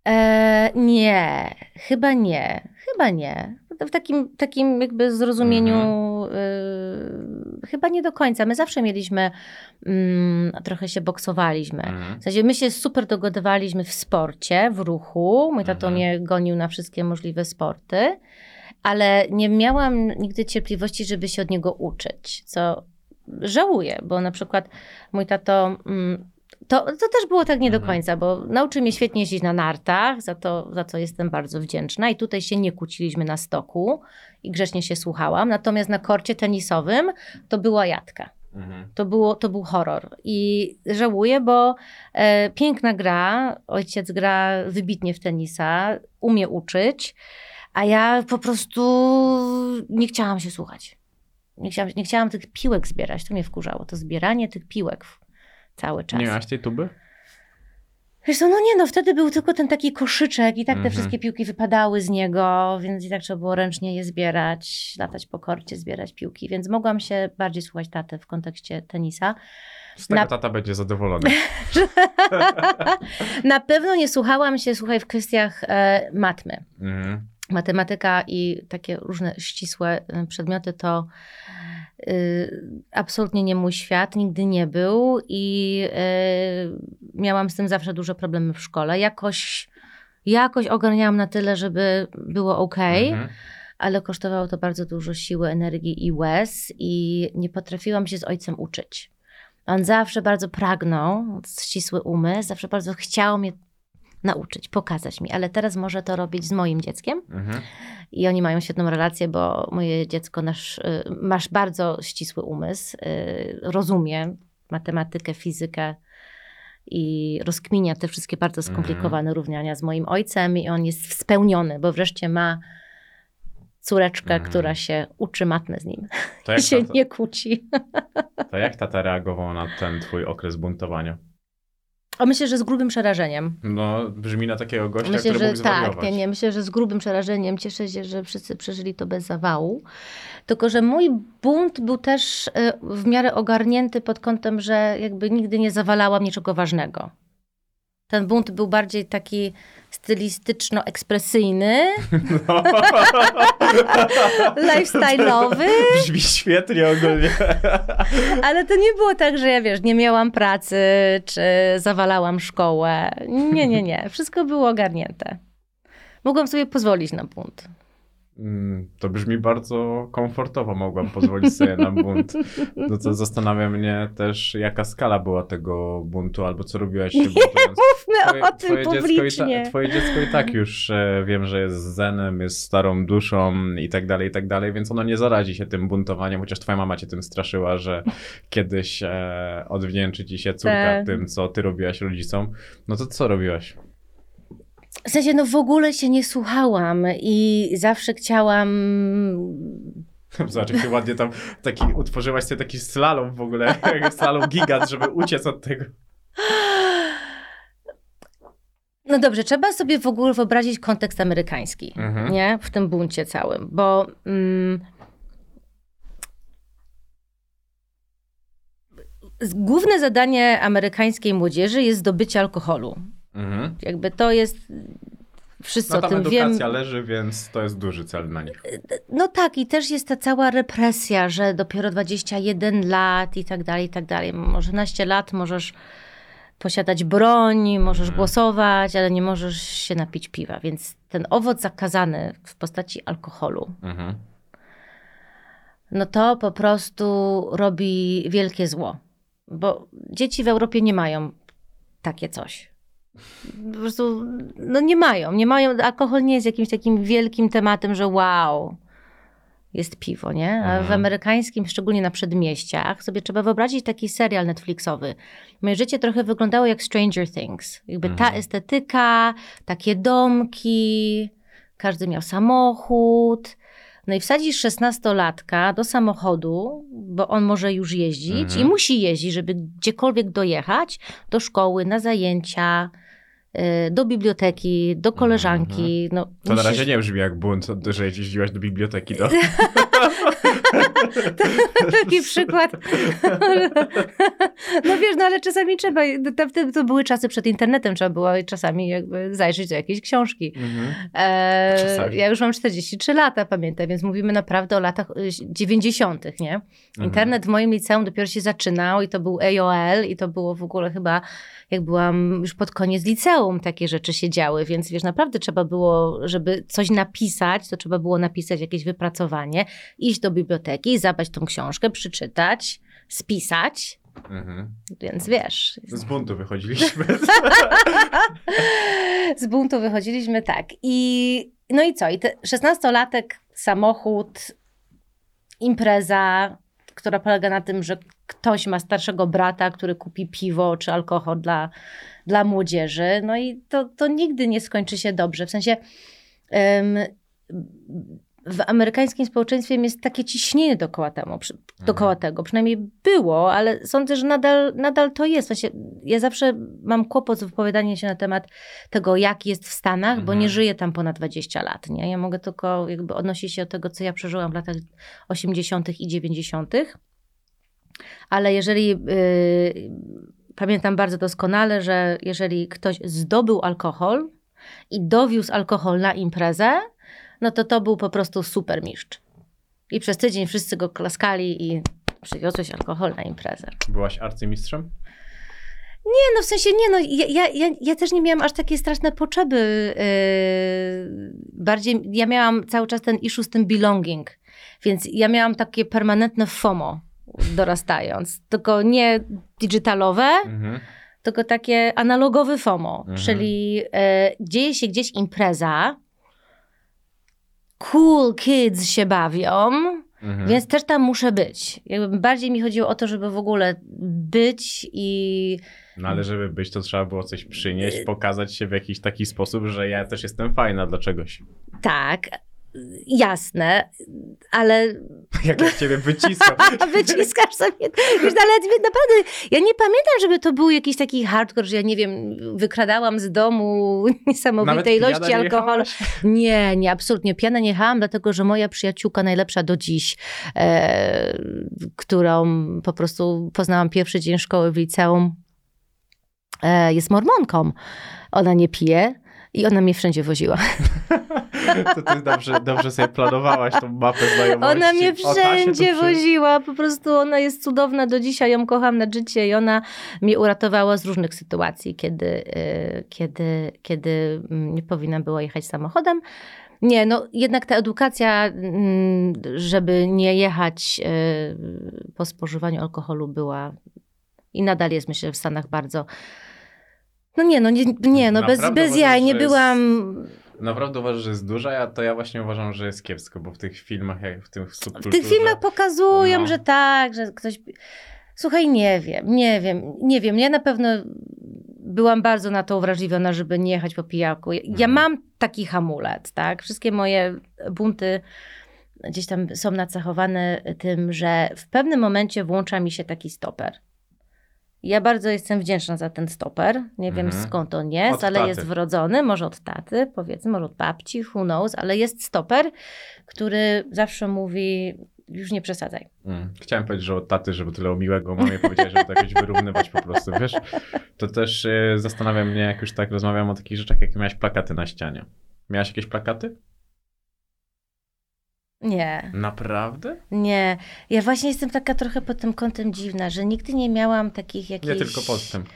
Nie, chyba nie. W takim jakby zrozumieniu chyba nie do końca. My zawsze mieliśmy, trochę się boksowaliśmy. W sensie my się super dogadywaliśmy w sporcie, w ruchu. Mój tato mnie gonił na wszystkie możliwe sporty, ale nie miałam nigdy cierpliwości, żeby się od niego uczyć, co żałuję, bo na przykład mój tato... To też było tak nie do końca, bo nauczył mnie świetnie jeździć na nartach, za co jestem bardzo wdzięczna. I tutaj się nie kłóciliśmy na stoku i grzecznie się słuchałam. Natomiast na korcie tenisowym to była jadka. To był horror. I żałuję, bo piękna gra, ojciec gra wybitnie w tenisa, umie uczyć, a ja po prostu nie chciałam się słuchać. Nie chciałam tych piłek zbierać, to mnie wkurzało, to zbieranie tych piłek cały czas. Nie miałaś tej tuby? Wiesz co, wtedy był tylko ten taki koszyczek i tak te wszystkie piłki wypadały z niego, więc i tak trzeba było ręcznie je zbierać, latać po korcie, zbierać piłki, więc mogłam się bardziej słuchać tatę w kontekście tenisa. Z tego tata będzie zadowolony. Na pewno nie słuchałam się, w kwestiach matmy. Matematyka i takie różne ścisłe przedmioty to absolutnie nie mój świat, nigdy nie był i miałam z tym zawsze duże problemy w szkole. Jakoś ogarniałam na tyle, żeby było okej, ale kosztowało to bardzo dużo siły, energii i łez i nie potrafiłam się z ojcem uczyć. On zawsze bardzo pragnął, ścisły umysł, zawsze bardzo chciał mnie nauczyć, pokazać mi, ale teraz może to robić z moim dzieckiem. I oni mają świetną relację, bo moje dziecko masz bardzo ścisły umysł, rozumie matematykę, fizykę i rozkminia te wszystkie bardzo skomplikowane równania z moim ojcem i on jest spełniony, bo wreszcie ma córeczkę, która się uczy matmy z nim i się nie kłóci. To jak tata reagował na ten twój okres buntowania? Myślę, że z grubym przerażeniem. Brzmi na takiego gościa, myślę, który mógł zwariować. Tak, myślę, że z grubym przerażeniem. Cieszę się, że wszyscy przeżyli to bez zawału. Tylko, że mój bunt był też w miarę ogarnięty pod kątem, że jakby nigdy nie zawalałam niczego ważnego. Ten bunt był bardziej taki stylistyczno-ekspresyjny, lifestyle'owy. Brzmi świetnie ogólnie. Ale to nie było tak, że ja nie miałam pracy, czy zawalałam szkołę. Nie. Wszystko było ogarnięte. Mogłam sobie pozwolić na bunt. To brzmi bardzo komfortowo, mogłam pozwolić sobie na bunt. No to zastanawia mnie też, jaka skala była tego buntu, albo co robiłaś się buntując. Mówmy o tym publicznie. Twoje dziecko i tak już wiem, że jest zenem, jest starą duszą i tak dalej, więc ono nie zarazi się tym buntowaniem, chociaż twoja mama cię tym straszyła, że kiedyś odwdzięczy ci się córka tym, co ty robiłaś rodzicom. No to co robiłaś? W sensie, w ogóle się nie słuchałam i zawsze chciałam... Zobacz, jak ty ładnie tam utworzyłaś sobie taki slalom w ogóle, slalom gigant, żeby uciec od tego. No dobrze, trzeba sobie w ogóle wyobrazić kontekst amerykański, nie? W tym buncie całym, bo... Główne zadanie amerykańskiej młodzieży jest zdobycie alkoholu. Jakby to jest, wszyscy o tym wiemy. Edukacja leży, więc to jest duży cel na nich. No tak, i też jest ta cała represja, że dopiero 21 lat i tak dalej. Może 11 lat możesz posiadać broń, możesz głosować, ale nie możesz się napić piwa. Więc ten owoc zakazany w postaci alkoholu, no to po prostu robi wielkie zło. Bo dzieci w Europie nie mają takie coś. Po prostu, nie mają. Alkohol nie jest jakimś takim wielkim tematem, że wow, jest piwo, nie? A w amerykańskim, szczególnie na przedmieściach, sobie trzeba wyobrazić taki serial Netflixowy. Moje życie trochę wyglądało jak Stranger Things. Jakby ta estetyka, takie domki, każdy miał samochód. No i wsadzisz 16-latka do samochodu, bo on może już jeździć i musi jeździć, żeby gdziekolwiek dojechać, do szkoły, na zajęcia, do biblioteki, do koleżanki. No, to na razie nie brzmi jak bunt, że jeździłaś do biblioteki. Taki przykład. No wiesz, no ale czasami trzeba, to były czasy przed internetem, trzeba było czasami jakby zajrzeć do jakiejś książki. Ja już mam 43 lata, pamiętam, więc mówimy naprawdę o latach 90., nie? Internet w moim liceum dopiero się zaczynał i to był AOL i to było w ogóle chyba, jak byłam już pod koniec liceum, takie rzeczy się działy, więc wiesz, naprawdę trzeba było, żeby coś napisać, to trzeba było napisać jakieś wypracowanie, iść do biblioteki, zabrać tą książkę, przeczytać, spisać. Więc wiesz. Z buntu wychodziliśmy. Z buntu wychodziliśmy, tak. No i co? I 16-latek, samochód, impreza, która polega na tym, że ktoś ma starszego brata, który kupi piwo czy alkohol dla młodzieży. No i to nigdy nie skończy się dobrze. W sensie w amerykańskim społeczeństwie jest takie ciśnienie dookoła tego. Przynajmniej było, ale sądzę, że nadal to jest. W sensie, ja zawsze mam kłopot z wypowiadaniem się na temat tego, jak jest w Stanach, bo nie żyję tam ponad 20 lat. Nie? Ja mogę tylko jakby odnosić się do tego, co ja przeżyłam w latach 80. i 90. Ale jeżeli pamiętam bardzo doskonale, że jeżeli ktoś zdobył alkohol i dowiózł alkohol na imprezę, no to był po prostu super mistrz. I przez tydzień wszyscy go klaskali i przywiozłeś alkohol na imprezę. Byłaś arcymistrzem? Nie, no w sensie nie, no ja też nie miałam aż takiej straszne potrzeby. Bardziej ja miałam cały czas ten issue z tym belonging. Więc ja miałam takie permanentne FOMO dorastając. Tylko nie digitalowe, tylko takie analogowe FOMO. Czyli dzieje się gdzieś impreza, cool kids się bawią, więc też tam muszę być. Jakby bardziej mi chodziło o to, żeby w ogóle być i... No ale żeby być, to trzeba było coś przynieść, pokazać się w jakiś taki sposób, że ja też jestem fajna dla czegoś. Tak, jasne, ale... Jak ja ciebie wyciskam. Wyciskasz sobie. Wiesz, ale naprawdę, ja nie pamiętam, żeby to był jakiś taki hardcore, że ja nie wiem, wykradałam z domu niesamowitej ilości alkoholu. Nie, absolutnie. Pijana nie jechałam, dlatego, że moja przyjaciółka najlepsza do dziś, którą po prostu poznałam pierwszy dzień szkoły w liceum, jest mormonką. Ona nie pije i ona mnie wszędzie woziła. To ty dobrze sobie planowałaś tą mapę znajomości. Ona mnie wszędzie woziła, po prostu ona jest cudowna do dzisiaj, ją kocham na życie i ona mnie uratowała z różnych sytuacji, kiedy nie powinnam było jechać samochodem. Nie, no jednak ta edukacja, żeby nie jechać po spożywaniu alkoholu była i nadal jest, myślę, w Stanach bardzo... bez jaj, nie byłam... Naprawdę uważasz, że jest duża, to ja właśnie uważam, że jest kiepsko, bo w tych filmach, jak w tym subkulturze... W tych filmach pokazują, że tak, że ktoś... Słuchaj, nie wiem. Ja na pewno byłam bardzo na to uwrażliwiona, żeby nie jechać po pijaku. Ja mam taki hamulec, tak? Wszystkie moje bunty gdzieś tam są nacechowane tym, że w pewnym momencie włącza mi się taki stoper. Ja bardzo jestem wdzięczna za ten stoper. Nie wiem skąd on jest, ale jest wrodzony. Może od taty, powiedzmy, może od babci, who knows, ale jest stoper, który zawsze mówi, już nie przesadzaj. Chciałem powiedzieć, że od taty, żeby tyle miłego mamie powiedziałeś, żeby to jakoś wyrównywać po prostu, wiesz. To też zastanawia mnie, jak już tak rozmawiam o takich rzeczach, jakie miałaś plakaty na ścianie. Miałaś jakieś plakaty? Nie. Naprawdę? Nie. Ja właśnie jestem taka trochę pod tym kątem dziwna, że nigdy nie miałam takich jakichś... Nie tylko pod tym.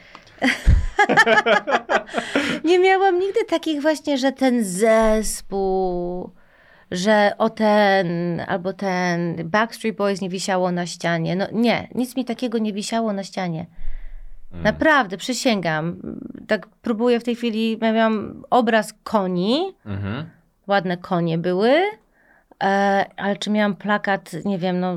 Nie miałam nigdy takich właśnie, że ten zespół, że ten albo ten Backstreet Boys nie wisiało na ścianie. No nie, nic mi takiego nie wisiało na ścianie. Naprawdę, przysięgam. Tak próbuję w tej chwili, miałam obraz koni, ładne konie były, ale czy miałam plakat, nie wiem, no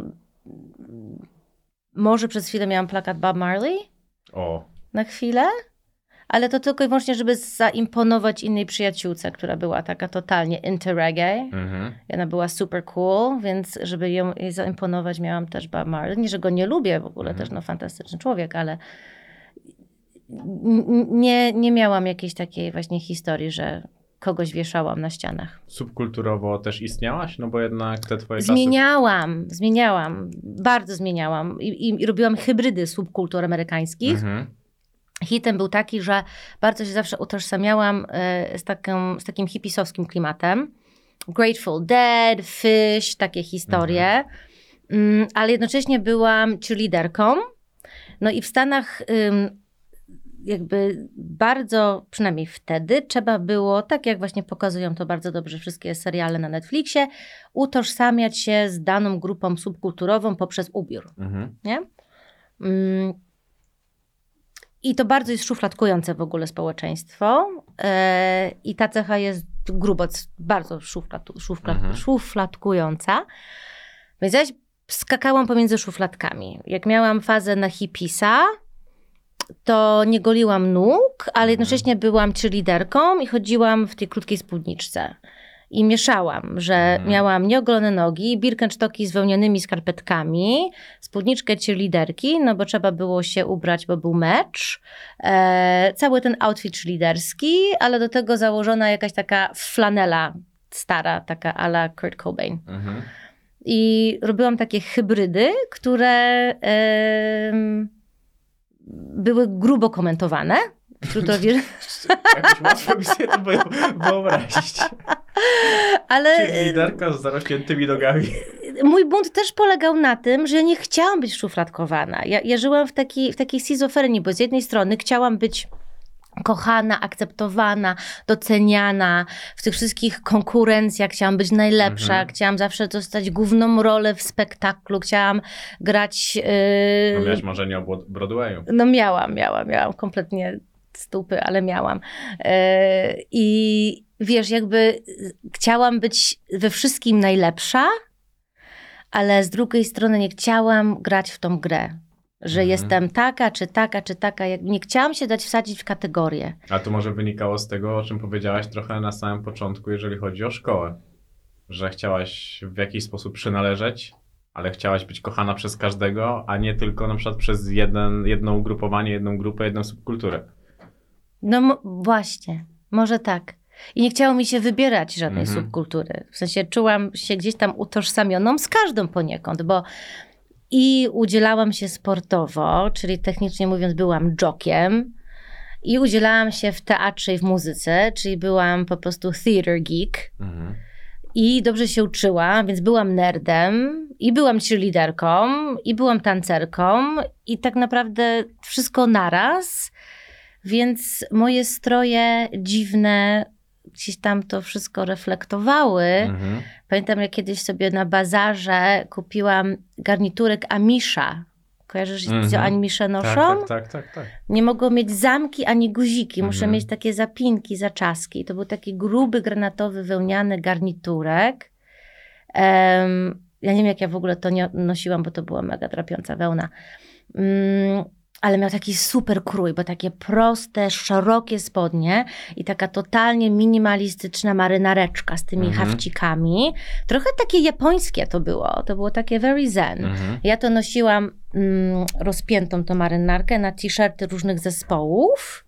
może przez chwilę miałam plakat Bob Marley? O. Na chwilę? Ale to tylko i wyłącznie, żeby zaimponować innej przyjaciółce, która była taka totalnie into reggae. I ona była super cool, więc żeby jej zaimponować miałam też Bob Marley. Nie, że go nie lubię w ogóle, też no fantastyczny człowiek, ale nie miałam jakiejś takiej właśnie historii, że kogoś wieszałam na ścianach. Subkulturowo też istniałaś? No bo jednak te twoje Zmieniałam. Bardzo zmieniałam. I robiłam hybrydy subkultur amerykańskich. Hitem był taki, że bardzo się zawsze utożsamiałam z takim hipisowskim klimatem. Grateful Dead, Fish, takie historie. Ale jednocześnie byłam cheerleaderką. No i w Stanach jakby bardzo, przynajmniej wtedy, trzeba było, tak jak właśnie pokazują to bardzo dobrze wszystkie seriale na Netflixie, utożsamiać się z daną grupą subkulturową poprzez ubiór. Nie? I to bardzo jest szufladkujące w ogóle społeczeństwo. I ta cecha jest bardzo szufladkująca. Więc ja skakałam pomiędzy szufladkami. Jak miałam fazę na hipisa, to nie goliłam nóg, ale jednocześnie byłam cheerleaderką i chodziłam w tej krótkiej spódniczce. I mieszałam, że miałam nieogolone nogi, birkenstocki z wełnianymi skarpetkami, spódniczkę cheerleaderki, no bo trzeba było się ubrać, bo był mecz. Cały ten outfit cheerleaderski, ale do tego założona jakaś taka flanela stara, taka a la Kurt Cobain. I robiłam takie hybrydy, które były grubo komentowane. Jakoś łatwo mi sobie to wyobrazić. Ale liderka z zarośniętymi nogami. Mój bunt też polegał na tym, że ja nie chciałam być szufladkowana. Ja żyłam w takiej schizofrenii, bo z jednej strony chciałam być kochana, akceptowana, doceniana w tych wszystkich konkurencjach. Chciałam być najlepsza, chciałam zawsze dostać główną rolę w spektaklu, chciałam grać... No miałaś marzenie o Broadwayu. No miałam kompletnie stupy, ale miałam. I wiesz, jakby chciałam być we wszystkim najlepsza, ale z drugiej strony nie chciałam grać w tą grę. Że jestem taka, czy taka. Nie chciałam się dać wsadzić w kategorię. A to może wynikało z tego, o czym powiedziałaś trochę na samym początku, jeżeli chodzi o szkołę. Że chciałaś w jakiś sposób przynależeć, ale chciałaś być kochana przez każdego, a nie tylko na przykład przez jedno ugrupowanie, jedną grupę, jedną subkulturę. No właśnie, może tak. I nie chciało mi się wybierać żadnej subkultury. W sensie czułam się gdzieś tam utożsamioną z każdą poniekąd, bo i udzielałam się sportowo, czyli technicznie mówiąc byłam jokiem, i udzielałam się w teatrze i w muzyce, czyli byłam po prostu theater geek. I dobrze się uczyłam, więc byłam nerdem i byłam cheerleaderką i byłam tancerką i tak naprawdę wszystko naraz, więc moje stroje dziwne gdzieś tam to wszystko reflektowały. Pamiętam, jak kiedyś sobie na bazarze kupiłam garniturek Amisha. Kojarzysz, co Amisze noszą? Tak. Nie mogą mieć zamki ani guziki. Muszę mieć takie zapinki, zaczaski. I to był taki gruby, granatowy, wełniany garniturek. Ja nie wiem, jak ja w ogóle to nosiłam, bo to była mega drapiąca wełna. Ale miał taki super krój, bo takie proste, szerokie spodnie i taka totalnie minimalistyczna marynareczka z tymi hafcikami. Trochę takie japońskie to było. To było takie very zen. Ja to nosiłam rozpiętą tą marynarkę na t-shirty różnych zespołów.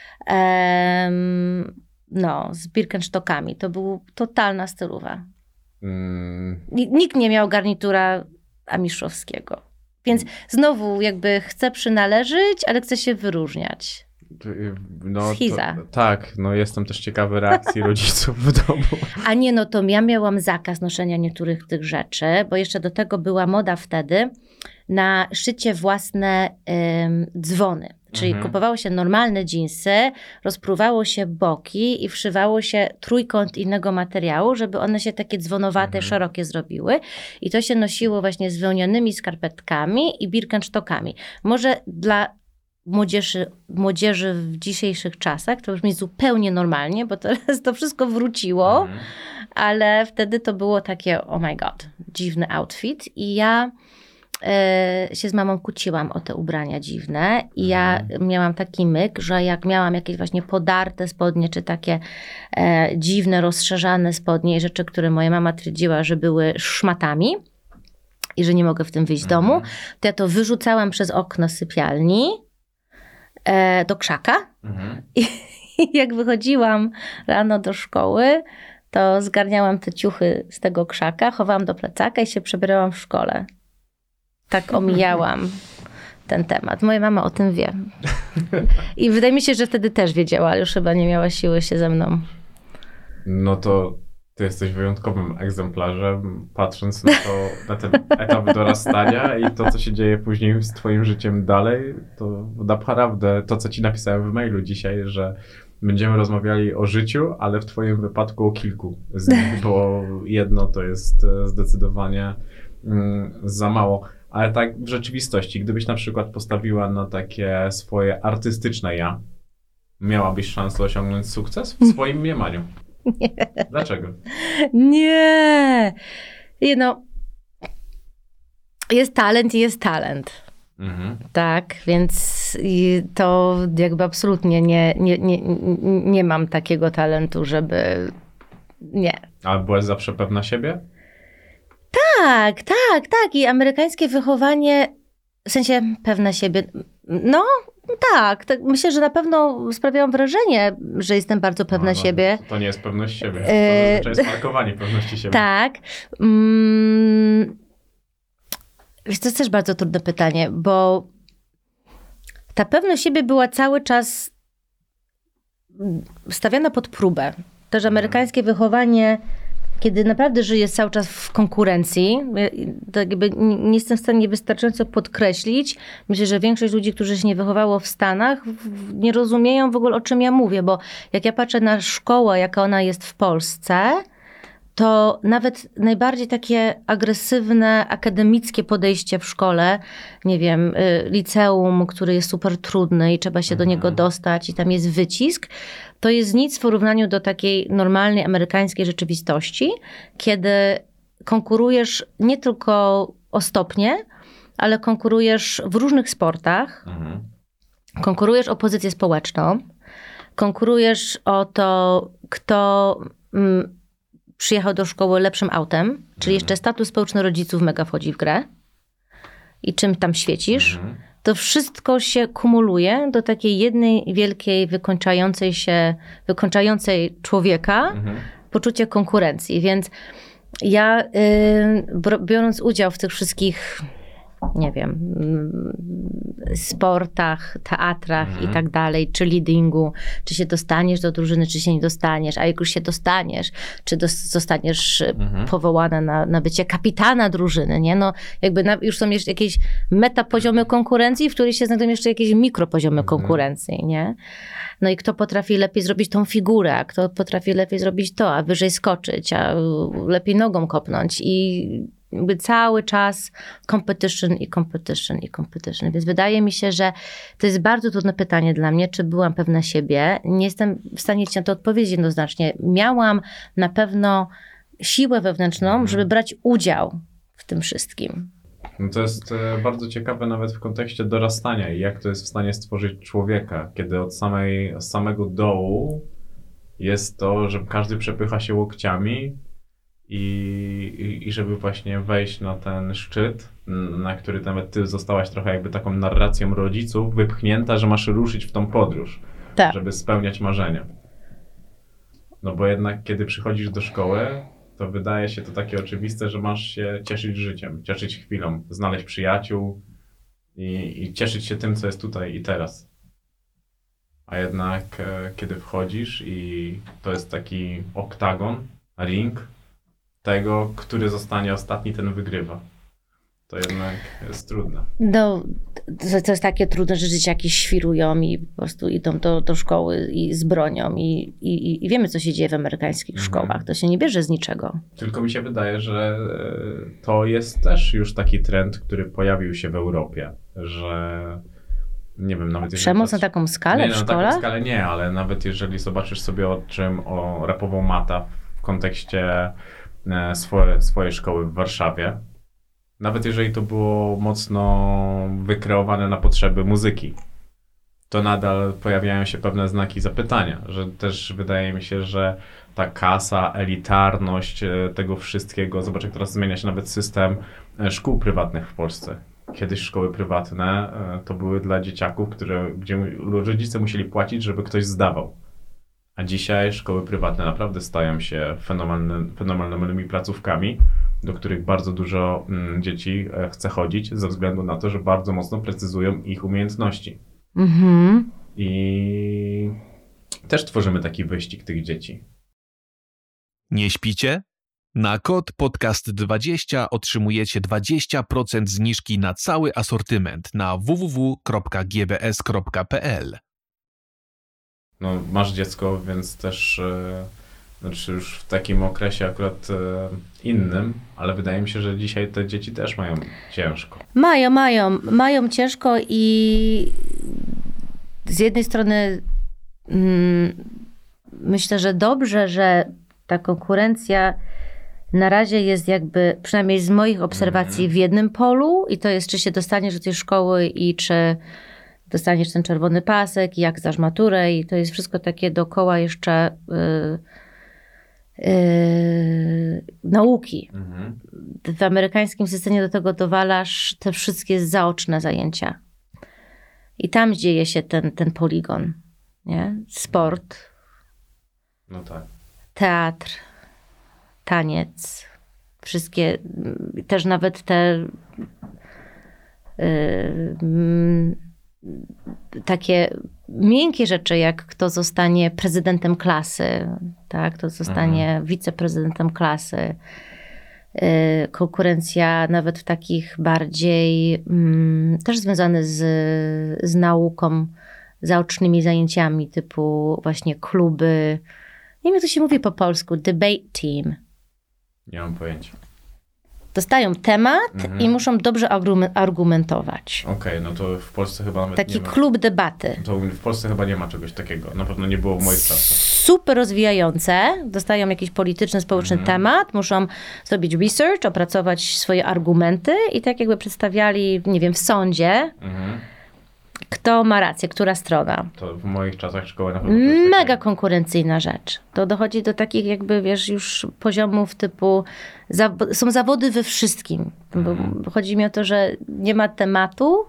Z birkenstockami. To była totalna stylowa. Nikt nie miał garnitura amiszowskiego. Więc znowu jakby chcę przynależeć, ale chcę się wyróżniać. Schiza. Tak, jestem też ciekawy reakcji rodziców w domu. A nie, to ja miałam zakaz noszenia niektórych tych rzeczy, bo jeszcze do tego była moda wtedy na szycie własne dzwony. Czyli kupowało się normalne dżinsy, rozpruwało się boki i wszywało się trójkąt innego materiału, żeby one się takie dzwonowate, szerokie zrobiły. I to się nosiło właśnie z wełnianymi skarpetkami i birkenstockami. Może dla młodzieży w dzisiejszych czasach to brzmi zupełnie normalnie, bo teraz to wszystko wróciło, ale wtedy to było takie, oh my god, dziwny outfit. I ja się z mamą kłóciłam o te ubrania dziwne i ja miałam taki myk, że jak miałam jakieś właśnie podarte spodnie, czy takie dziwne, rozszerzane spodnie i rzeczy, które moja mama twierdziła, że były szmatami i że nie mogę w tym wyjść z domu, to ja to wyrzucałam przez okno sypialni do krzaka jak wychodziłam rano do szkoły, to zgarniałam te ciuchy z tego krzaka, chowałam do plecaka i się przebierałam w szkole. Tak omijałam ten temat. Moja mama o tym wie. I wydaje mi się, że wtedy też wiedziała, ale już chyba nie miała siły się ze mną. No to ty jesteś wyjątkowym egzemplarzem, patrząc na ten etap dorastania i to, co się dzieje później z twoim życiem dalej, to naprawdę to, co ci napisałem w mailu dzisiaj, że będziemy rozmawiali o życiu, ale w twoim wypadku o kilku z nich, bo jedno to jest zdecydowanie za mało. Ale tak w rzeczywistości, gdybyś na przykład postawiła na takie swoje artystyczne ja, miałabyś szansę osiągnąć sukces w swoim mniemaniu? Nie. Dlaczego? Nie. Jest talent i jest talent. Tak, więc to jakby absolutnie nie mam takiego talentu, żeby... Nie. A byłaś zawsze pewna siebie? Tak. I amerykańskie wychowanie, w sensie pewna siebie, tak. Myślę, że na pewno sprawiałam wrażenie, że jestem bardzo pewna siebie. To nie jest pewność siebie, to zazwyczaj jest markowanie pewności siebie. Tak. To jest też bardzo trudne pytanie, bo ta pewność siebie była cały czas stawiana pod próbę. Też amerykańskie wychowanie, kiedy naprawdę żyjesz cały czas w konkurencji, to jakby nie jestem w stanie wystarczająco podkreślić. Myślę, że większość ludzi, którzy się nie wychowało w Stanach, nie rozumieją w ogóle, o czym ja mówię, bo jak ja patrzę na szkołę, jaka ona jest w Polsce, to nawet najbardziej takie agresywne, akademickie podejście w szkole, nie wiem, liceum, który jest super trudny i trzeba się do niego dostać i tam jest wycisk, to jest nic w porównaniu do takiej normalnej amerykańskiej rzeczywistości, kiedy konkurujesz nie tylko o stopnie, ale konkurujesz w różnych sportach, konkurujesz o pozycję społeczną, konkurujesz o to, kto przyjechał do szkoły lepszym autem, czyli jeszcze status społeczny rodziców mega wchodzi w grę i czym tam świecisz. To wszystko się kumuluje do takiej jednej wielkiej, wykończającej człowieka poczucie konkurencji. Więc ja biorąc udział w tych wszystkich, nie wiem, sportach, teatrach i tak dalej, czy leadingu, czy się dostaniesz do drużyny, czy się nie dostaniesz, a jak już się dostaniesz, czy zostaniesz powołana na bycie kapitana drużyny, nie? No jakby już są jeszcze jakieś metapoziomy konkurencji, w których się znajdują jeszcze jakieś mikropoziomy konkurencji, nie? No i kto potrafi lepiej zrobić tą figurę, a kto potrafi lepiej zrobić to, a wyżej skoczyć, a lepiej nogą kopnąć i jakby cały czas competition. Więc wydaje mi się, że to jest bardzo trudne pytanie dla mnie, czy byłam pewna siebie. Nie jestem w stanie ci na to odpowiedzieć jednoznacznie. Miałam na pewno siłę wewnętrzną, żeby brać udział w tym wszystkim. No to jest bardzo ciekawe nawet w kontekście dorastania i jak to jest w stanie stworzyć człowieka, kiedy od samego dołu jest to, że każdy przepycha się łokciami i żeby właśnie wejść na ten szczyt, na który nawet ty zostałaś trochę jakby taką narracją rodziców wypchnięta, że masz ruszyć w tą podróż, tak, żeby spełniać marzenia. No bo jednak kiedy przychodzisz do szkoły, to wydaje się to takie oczywiste, że masz się cieszyć życiem, cieszyć chwilą, znaleźć przyjaciół i cieszyć się tym, co jest tutaj i teraz. A jednak kiedy wchodzisz i to jest taki oktagon, ring, tego, który zostanie ostatni, ten wygrywa. To jednak jest trudne. No, to jest takie trudne, że dzieciaki świrują i po prostu idą do szkoły i z bronią i wiemy, co się dzieje w amerykańskich szkołach. To się nie bierze z niczego. Tylko mi się wydaje, że to jest też już taki trend, który pojawił się w Europie, że nie wiem, nawet przemoc na taką skalę w szkole? Na taką skalę nie, ale nawet jeżeli zobaczysz sobie o rapową Mata w kontekście swojej szkoły w Warszawie, nawet jeżeli to było mocno wykreowane na potrzeby muzyki, to nadal pojawiają się pewne znaki zapytania, że też wydaje mi się, że ta kasa, elitarność tego wszystkiego, zobacz jak teraz zmienia się nawet system szkół prywatnych w Polsce. Kiedyś szkoły prywatne to były dla dzieciaków, gdzie rodzice musieli płacić, żeby ktoś zdawał. A dzisiaj szkoły prywatne naprawdę stają się fenomenalnymi placówkami, do których bardzo dużo dzieci chce chodzić ze względu na to, że bardzo mocno precyzują ich umiejętności. I też tworzymy taki wyścig tych dzieci. Nie śpicie? Na kod podcast20 otrzymujecie 20% zniżki na cały asortyment na www.gbs.pl. No, masz dziecko, więc też znaczy już w takim okresie akurat innym, ale wydaje mi się, że dzisiaj te dzieci też mają ciężko. Mają ciężko i z jednej strony myślę, że dobrze, że ta konkurencja na razie jest jakby, przynajmniej z moich obserwacji, w jednym polu i to jest, czy się dostaniesz do tej szkoły i czy dostaniesz ten czerwony pasek, jak zdasz maturę i to jest wszystko takie dookoła jeszcze nauki. W amerykańskim systemie do tego dowalasz te wszystkie zaoczne zajęcia. I tam dzieje się ten poligon, nie? Sport. No tak. Teatr, taniec, wszystkie, też nawet te takie miękkie rzeczy, jak kto zostanie prezydentem klasy, tak? Kto zostanie wiceprezydentem klasy. Konkurencja nawet w takich bardziej też związane z nauką, zaocznymi zajęciami typu właśnie kluby. Nie wiem, jak to się mówi po polsku. Debate team. Nie mam pojęcia. Dostają temat i muszą dobrze argumentować. Okej, no to w Polsce chyba nawet Taki nie ma. klub debaty. To w Polsce chyba nie ma czegoś takiego. Na pewno nie było w moich czasach. Super rozwijające. Dostają jakiś polityczny, społeczny temat. Muszą zrobić research, opracować swoje argumenty i tak jakby przedstawiali, nie wiem, w sądzie, kto ma rację, która strona. To w moich czasach szkoły na pewno Mega konkurencyjna rzecz. To dochodzi do takich jakby, wiesz, już poziomów typu są zawody we wszystkim. Bo chodzi mi o to, że nie ma tematu,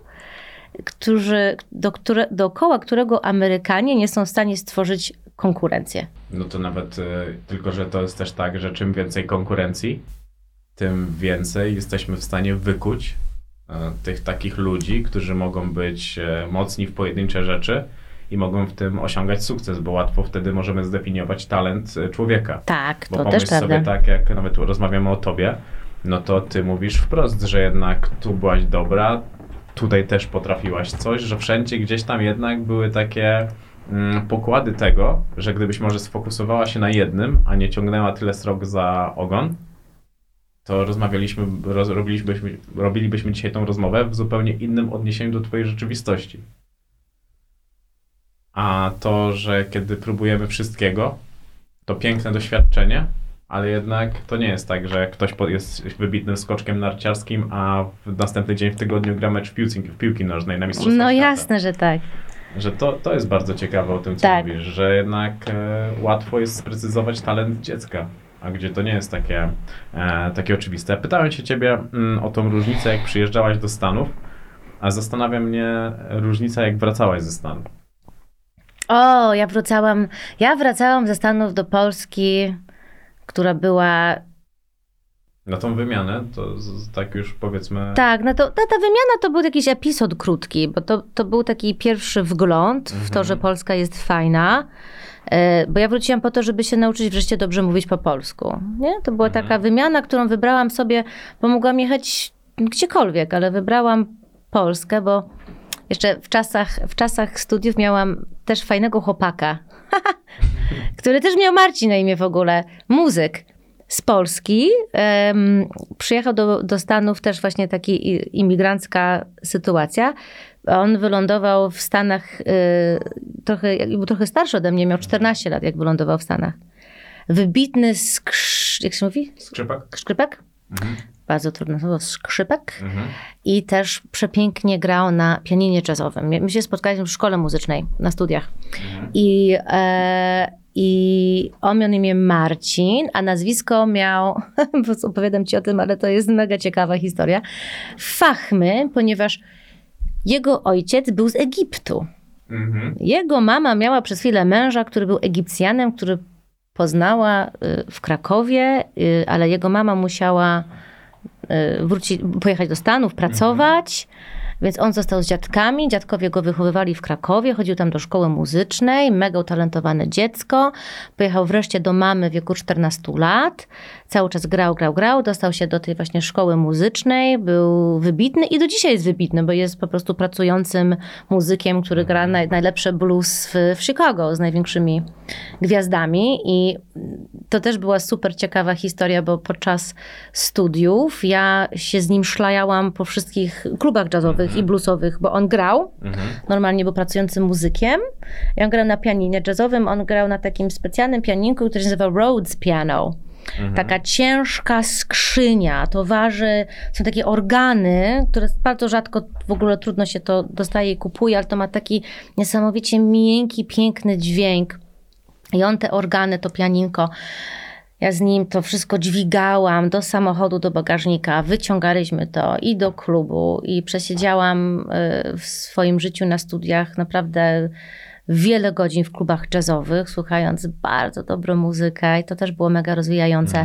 dookoła którego Amerykanie nie są w stanie stworzyć konkurencję. No to nawet tylko, że to jest też tak, że czym więcej konkurencji, tym więcej jesteśmy w stanie wykuć tych takich ludzi, którzy mogą być mocni w pojedyncze rzeczy i mogą w tym osiągać sukces, bo łatwo wtedy możemy zdefiniować talent człowieka. Tak, bo to pomyśl też prawda. sobie tak, jak nawet rozmawiamy o tobie, no to ty mówisz wprost, że jednak tu byłaś dobra, tutaj też potrafiłaś coś, że wszędzie gdzieś tam jednak były takie pokłady tego, że gdybyś może sfokusowała się na jednym, a nie ciągnęła tyle srok za ogon, to robilibyśmy dzisiaj tą rozmowę w zupełnie innym odniesieniu do twojej rzeczywistości. A to, że kiedy próbujemy wszystkiego, to piękne doświadczenie, ale jednak to nie jest tak, że ktoś jest wybitnym skoczkiem narciarskim, a w następny dzień w tygodniu gra mecz w piłki nożnej na Mistrzostwach No Świata. jasne, że tak. Że to jest bardzo ciekawe o tym, co Tak. mówisz, że jednak łatwo jest sprecyzować talent dziecka, a gdzie to nie jest takie oczywiste. Pytałem się ciebie o tą różnicę, jak przyjeżdżałaś do Stanów, a zastanawia mnie różnica, jak wracałaś ze Stanów. O, ja wracałam ze Stanów do Polski, która była... Na tą wymianę, to tak już powiedzmy... Tak, no to ta wymiana to był jakiś epizod krótki, bo to był taki pierwszy wgląd w to, że Polska jest fajna. Bo ja wróciłam po to, żeby się nauczyć wreszcie dobrze mówić po polsku. Nie? To była taka wymiana, którą wybrałam sobie, bo mogłam jechać gdziekolwiek, ale wybrałam Polskę, bo jeszcze w czasach studiów miałam też fajnego chłopaka, który też miał Marcin na imię w ogóle, muzyk z Polski. Przyjechał do Stanów, też właśnie taka imigrancka sytuacja. On wylądował w Stanach, był trochę starszy ode mnie, miał 14 lat, jak wylądował w Stanach. Wybitny jak się mówi? Skrzypek? Bardzo trudne słowo, skrzypek. I też przepięknie grał na pianinie jazzowym. My się spotkaliśmy w szkole muzycznej, na studiach. I on miał na imię Marcin, a nazwisko miał, opowiadam ci o tym, ale to jest mega ciekawa historia, Fahmy, ponieważ jego ojciec był z Egiptu. Jego mama miała przez chwilę męża, który był Egipcjanem, który poznała w Krakowie, ale jego mama musiała pojechać do Stanów, pracować. Więc on został z dziadkami, dziadkowie go wychowywali w Krakowie, chodził tam do szkoły muzycznej, mega utalentowane dziecko. Pojechał wreszcie do mamy w wieku 14 lat, cały czas grał, dostał się do tej właśnie szkoły muzycznej, był wybitny i do dzisiaj jest wybitny, bo jest po prostu pracującym muzykiem, który gra najlepsze blues w Chicago z największymi gwiazdami. I to też była super ciekawa historia, bo podczas studiów ja się z nim szlajałam po wszystkich klubach jazzowych i bluesowych, bo on grał, normalnie był pracującym muzykiem. I on grał na pianinie jazzowym, on grał na takim specjalnym pianinku, który się nazywa Rhodes Piano. Taka ciężka skrzynia, są takie organy, które bardzo rzadko w ogóle trudno się to dostaje i kupuje, ale to ma taki niesamowicie miękki, piękny dźwięk. I on te organy, to pianinko, ja z nim to wszystko dźwigałam do samochodu, do bagażnika, wyciągaliśmy to i do klubu i przesiedziałam w swoim życiu na studiach naprawdę wiele godzin w klubach jazzowych, słuchając bardzo dobrą muzykę i to też było mega rozwijające.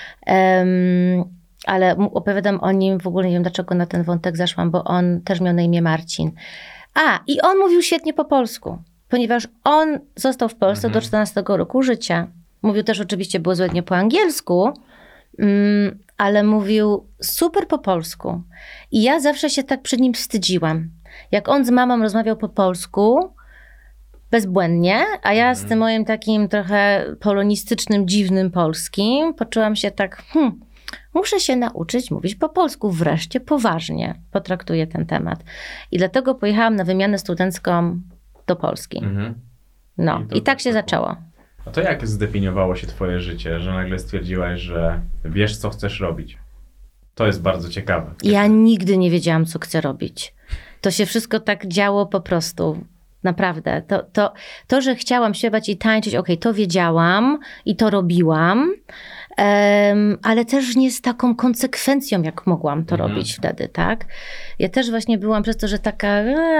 Ale opowiadam o nim, w ogóle nie wiem dlaczego na ten wątek zaszłam, bo on też miał na imię Marcin. I on mówił świetnie po polsku, ponieważ on został w Polsce do 14 roku życia. Mówił też oczywiście bezbłędnie po angielsku, ale mówił super po polsku. I ja zawsze się tak przed nim wstydziłam. Jak on z mamą rozmawiał po polsku, bezbłędnie, a ja z tym moim takim trochę polonistycznym, dziwnym polskim poczułam się tak, muszę się nauczyć mówić po polsku, wreszcie poważnie potraktuję ten temat. I dlatego pojechałam na wymianę studencką do Polski. No i tak się zaczęło. A to jak zdefiniowało się twoje życie, że nagle stwierdziłaś, że wiesz, co chcesz robić? To jest bardzo ciekawe. Ja nigdy nie wiedziałam, co chcę robić. To się wszystko tak działo po prostu. Naprawdę. To, że chciałam śpiewać i tańczyć, to wiedziałam i to robiłam, ale też nie z taką konsekwencją, jak mogłam to robić wtedy, tak? Ja też właśnie byłam przez to, że taka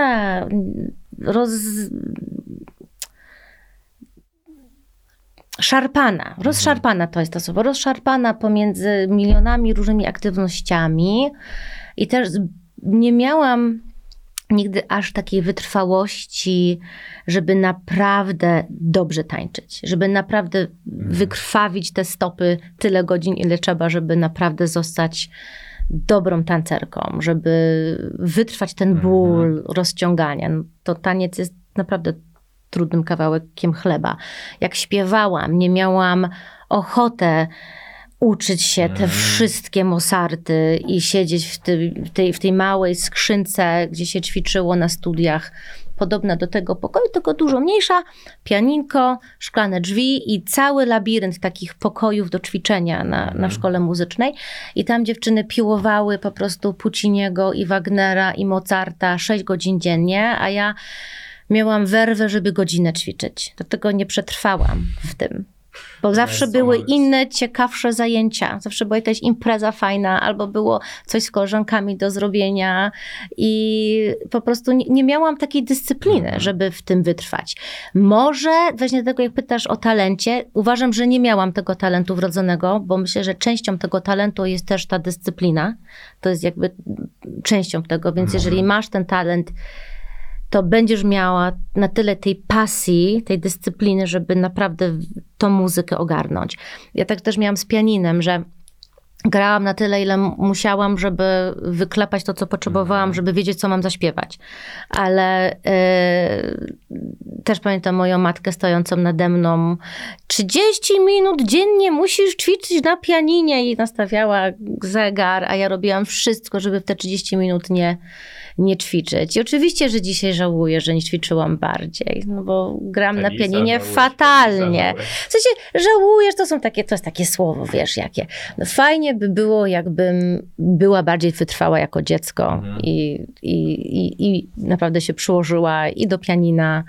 rozszarpana to jest to słowo, rozszarpana pomiędzy milionami różnymi aktywnościami i też nie miałam nigdy aż takiej wytrwałości, żeby naprawdę dobrze tańczyć, żeby naprawdę wykrwawić te stopy tyle godzin, ile trzeba, żeby naprawdę zostać dobrą tancerką, żeby wytrwać ten ból rozciągania. No, to taniec jest naprawdę trudnym kawałkiem chleba. Jak śpiewałam, nie miałam ochoty uczyć się te wszystkie Mozarty i siedzieć w tej małej skrzynce, gdzie się ćwiczyło na studiach, podobna do tego pokoju, tylko dużo mniejsza, pianinko, szklane drzwi i cały labirynt takich pokojów do ćwiczenia na szkole muzycznej. I tam dziewczyny piłowały po prostu Pucciniego i Wagnera i Mozarta 6 godzin dziennie, a ja miałam werwę, żeby godzinę ćwiczyć. Dlatego nie przetrwałam w tym. Bo zawsze były inne, ciekawsze zajęcia. Zawsze była jakaś impreza fajna, albo było coś z koleżankami do zrobienia i po prostu nie miałam takiej dyscypliny, żeby w tym wytrwać. Może, właśnie dlatego jak pytasz o talencie, uważam, że nie miałam tego talentu wrodzonego, bo myślę, że częścią tego talentu jest też ta dyscyplina. To jest jakby częścią tego, więc jeżeli masz ten talent, to będziesz miała na tyle tej pasji, tej dyscypliny, żeby naprawdę tą muzykę ogarnąć. Ja tak też miałam z pianinem, że grałam na tyle, ile musiałam, żeby wyklepać to, co potrzebowałam, żeby wiedzieć, co mam zaśpiewać. Ale też pamiętam moją matkę stojącą nade mną. 30 minut dziennie musisz ćwiczyć na pianinie. I nastawiała zegar, a ja robiłam wszystko, żeby w te 30 minut nie ćwiczyć. I oczywiście, że dzisiaj żałuję, że nie ćwiczyłam bardziej, no bo gram na pianinie fatalnie. W sensie żałujesz, to jest takie słowo, wiesz jakie. No fajnie by było, jakbym była bardziej wytrwała jako dziecko i naprawdę się przyłożyła i do pianina.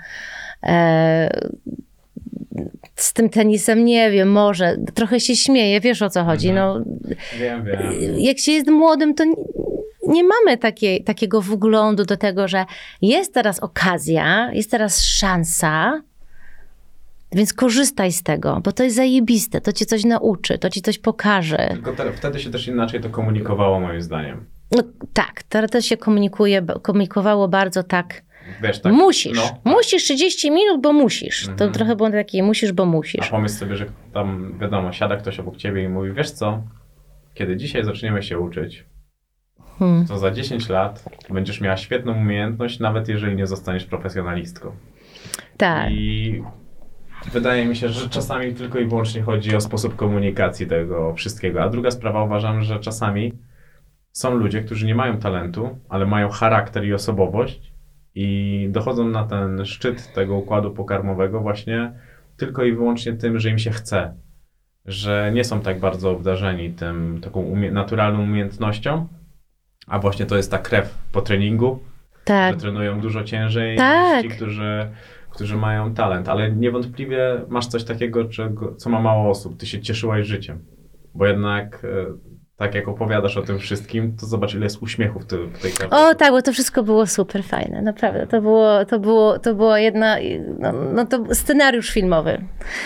Z tym tenisem nie wiem, może trochę się śmieję, wiesz o co chodzi. No, Wiem. Jak się jest młodym, to nie mamy takiego wglądu do tego, że jest teraz okazja, jest teraz szansa, więc korzystaj z tego, bo to jest zajebiste, to cię coś nauczy, to ci coś pokaże. Tylko wtedy się też inaczej to komunikowało, moim zdaniem. No tak, teraz się komunikowało bardzo tak, Wiesz, tak musisz, tak. Musisz 30 minut, bo musisz. To trochę było takie, musisz, bo musisz. A pomyśl sobie, że tam, wiadomo, siada ktoś obok ciebie i mówi, wiesz co, kiedy dzisiaj zaczniemy się uczyć, to za 10 lat będziesz miała świetną umiejętność, nawet jeżeli nie zostaniesz profesjonalistką. Tak. I wydaje mi się, że czasami tylko i wyłącznie chodzi o sposób komunikacji tego wszystkiego. A druga sprawa, uważam, że czasami są ludzie, którzy nie mają talentu, ale mają charakter i osobowość i dochodzą na ten szczyt tego układu pokarmowego właśnie tylko i wyłącznie tym, że im się chce. Że nie są tak bardzo obdarzeni tym taką naturalną umiejętnością, a właśnie to jest ta krew po treningu, Tak. że trenują dużo ciężej Tak. niż ci, którzy mają talent. Ale niewątpliwie masz coś takiego, co ma mało osób. Ty się cieszyłaś życiem. Bo jednak tak jak opowiadasz o tym wszystkim, to zobacz, ile jest uśmiechów w tej karcie. O tak, bo to wszystko było super fajne, naprawdę. To było jedna, to scenariusz filmowy.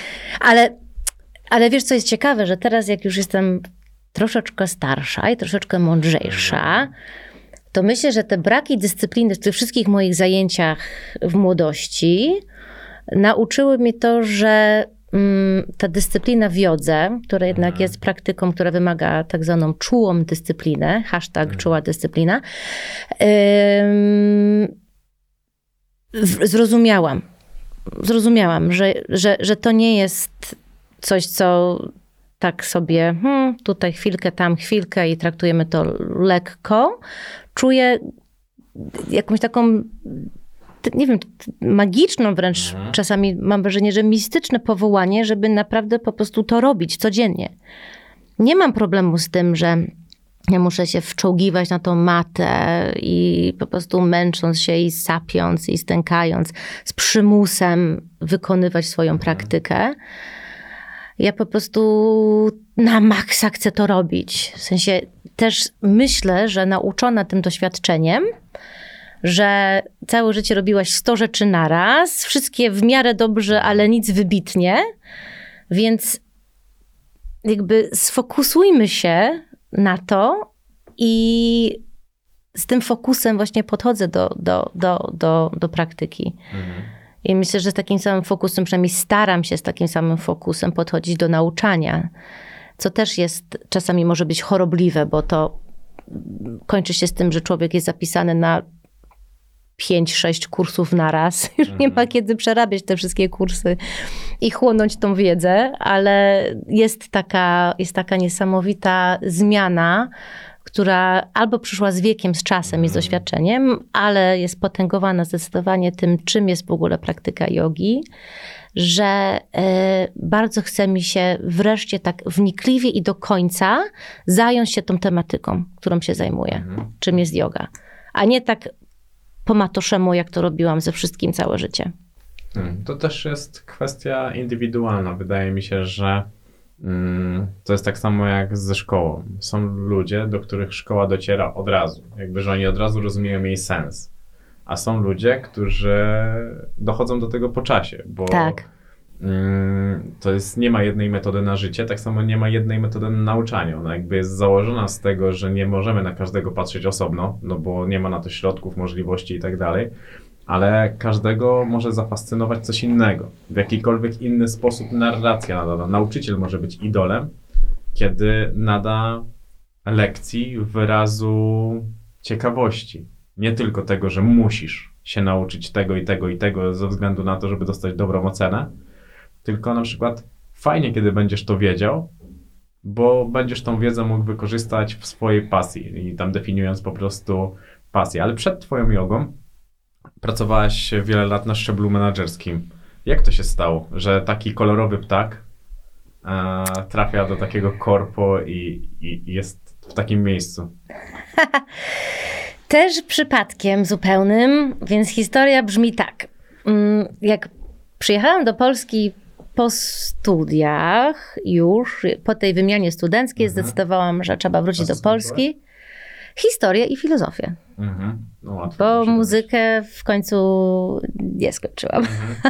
Ale wiesz, co jest ciekawe, że teraz jak już jestem troszeczkę starsza i troszeczkę mądrzejsza, to myślę, że te braki dyscypliny w tych wszystkich moich zajęciach w młodości nauczyły mnie to, że ta dyscyplina w jodze, która jednak jest praktyką, która wymaga tak zwaną czułą dyscyplinę, hashtag czuła dyscyplina, zrozumiałam, że to nie jest coś, co tak sobie tutaj chwilkę, tam chwilkę i traktujemy to lekko. Czuję jakąś taką, nie wiem, magiczną wręcz czasami mam wrażenie, że mistyczne powołanie, żeby naprawdę po prostu to robić codziennie. Nie mam problemu z tym, że ja muszę się wczołgiwać na tą matę i po prostu męcząc się i sapiąc i stękając, z przymusem wykonywać swoją praktykę. Ja po prostu na maksa chcę to robić. W sensie też myślę, że nauczona tym doświadczeniem, że całe życie robiłaś 100 rzeczy naraz, wszystkie w miarę dobrze, ale nic wybitnie, więc jakby sfokusujmy się na to i z tym fokusem właśnie podchodzę do praktyki. I myślę, że z takim samym fokusem, przynajmniej staram się z takim samym fokusem podchodzić do nauczania, co też jest, czasami może być chorobliwe, bo to kończy się z tym, że człowiek jest zapisany na 5-6 kursów naraz. Już nie ma kiedy przerabiać te wszystkie kursy i chłonąć tą wiedzę, ale jest taka niesamowita zmiana, która albo przyszła z wiekiem, z czasem i z doświadczeniem, ale jest potęgowana zdecydowanie tym, czym jest w ogóle praktyka jogi, że bardzo chce mi się wreszcie tak wnikliwie i do końca zająć się tą tematyką, którą się zajmuję, czym jest joga. A nie tak po macoszemu, jak to robiłam ze wszystkim całe życie. To też jest kwestia indywidualna. Wydaje mi się, że to jest tak samo jak ze szkołą. Są ludzie, do których szkoła dociera od razu. Jakby, że oni od razu rozumieją jej sens. A są ludzie, którzy dochodzą do tego po czasie, bo to jest, nie ma jednej metody na życie, tak samo nie ma jednej metody na nauczanie. Ona jakby jest założona z tego, że nie możemy na każdego patrzeć osobno, no bo nie ma na to środków, możliwości i tak dalej, ale każdego może zafascynować coś innego. W jakikolwiek inny sposób narracja nada. Nauczyciel może być idolem, kiedy nada lekcji wyrazu ciekawości. Nie tylko tego, że musisz się nauczyć tego i tego i tego ze względu na to, żeby dostać dobrą ocenę, tylko na przykład fajnie, kiedy będziesz to wiedział, bo będziesz tą wiedzę mógł wykorzystać w swojej pasji i tam definiując po prostu pasję. Ale przed twoją jogą pracowałaś wiele lat na szczeblu menedżerskim. Jak to się stało, że taki kolorowy ptak trafia do takiego korpo i jest w takim miejscu? Też przypadkiem zupełnym, więc historia brzmi tak. Jak przyjechałam do Polski po studiach już, po tej wymianie studenckiej zdecydowałam, że trzeba wrócić do Polski. historię i filozofię. No łatwo bo muzykę w końcu nie skończyłam.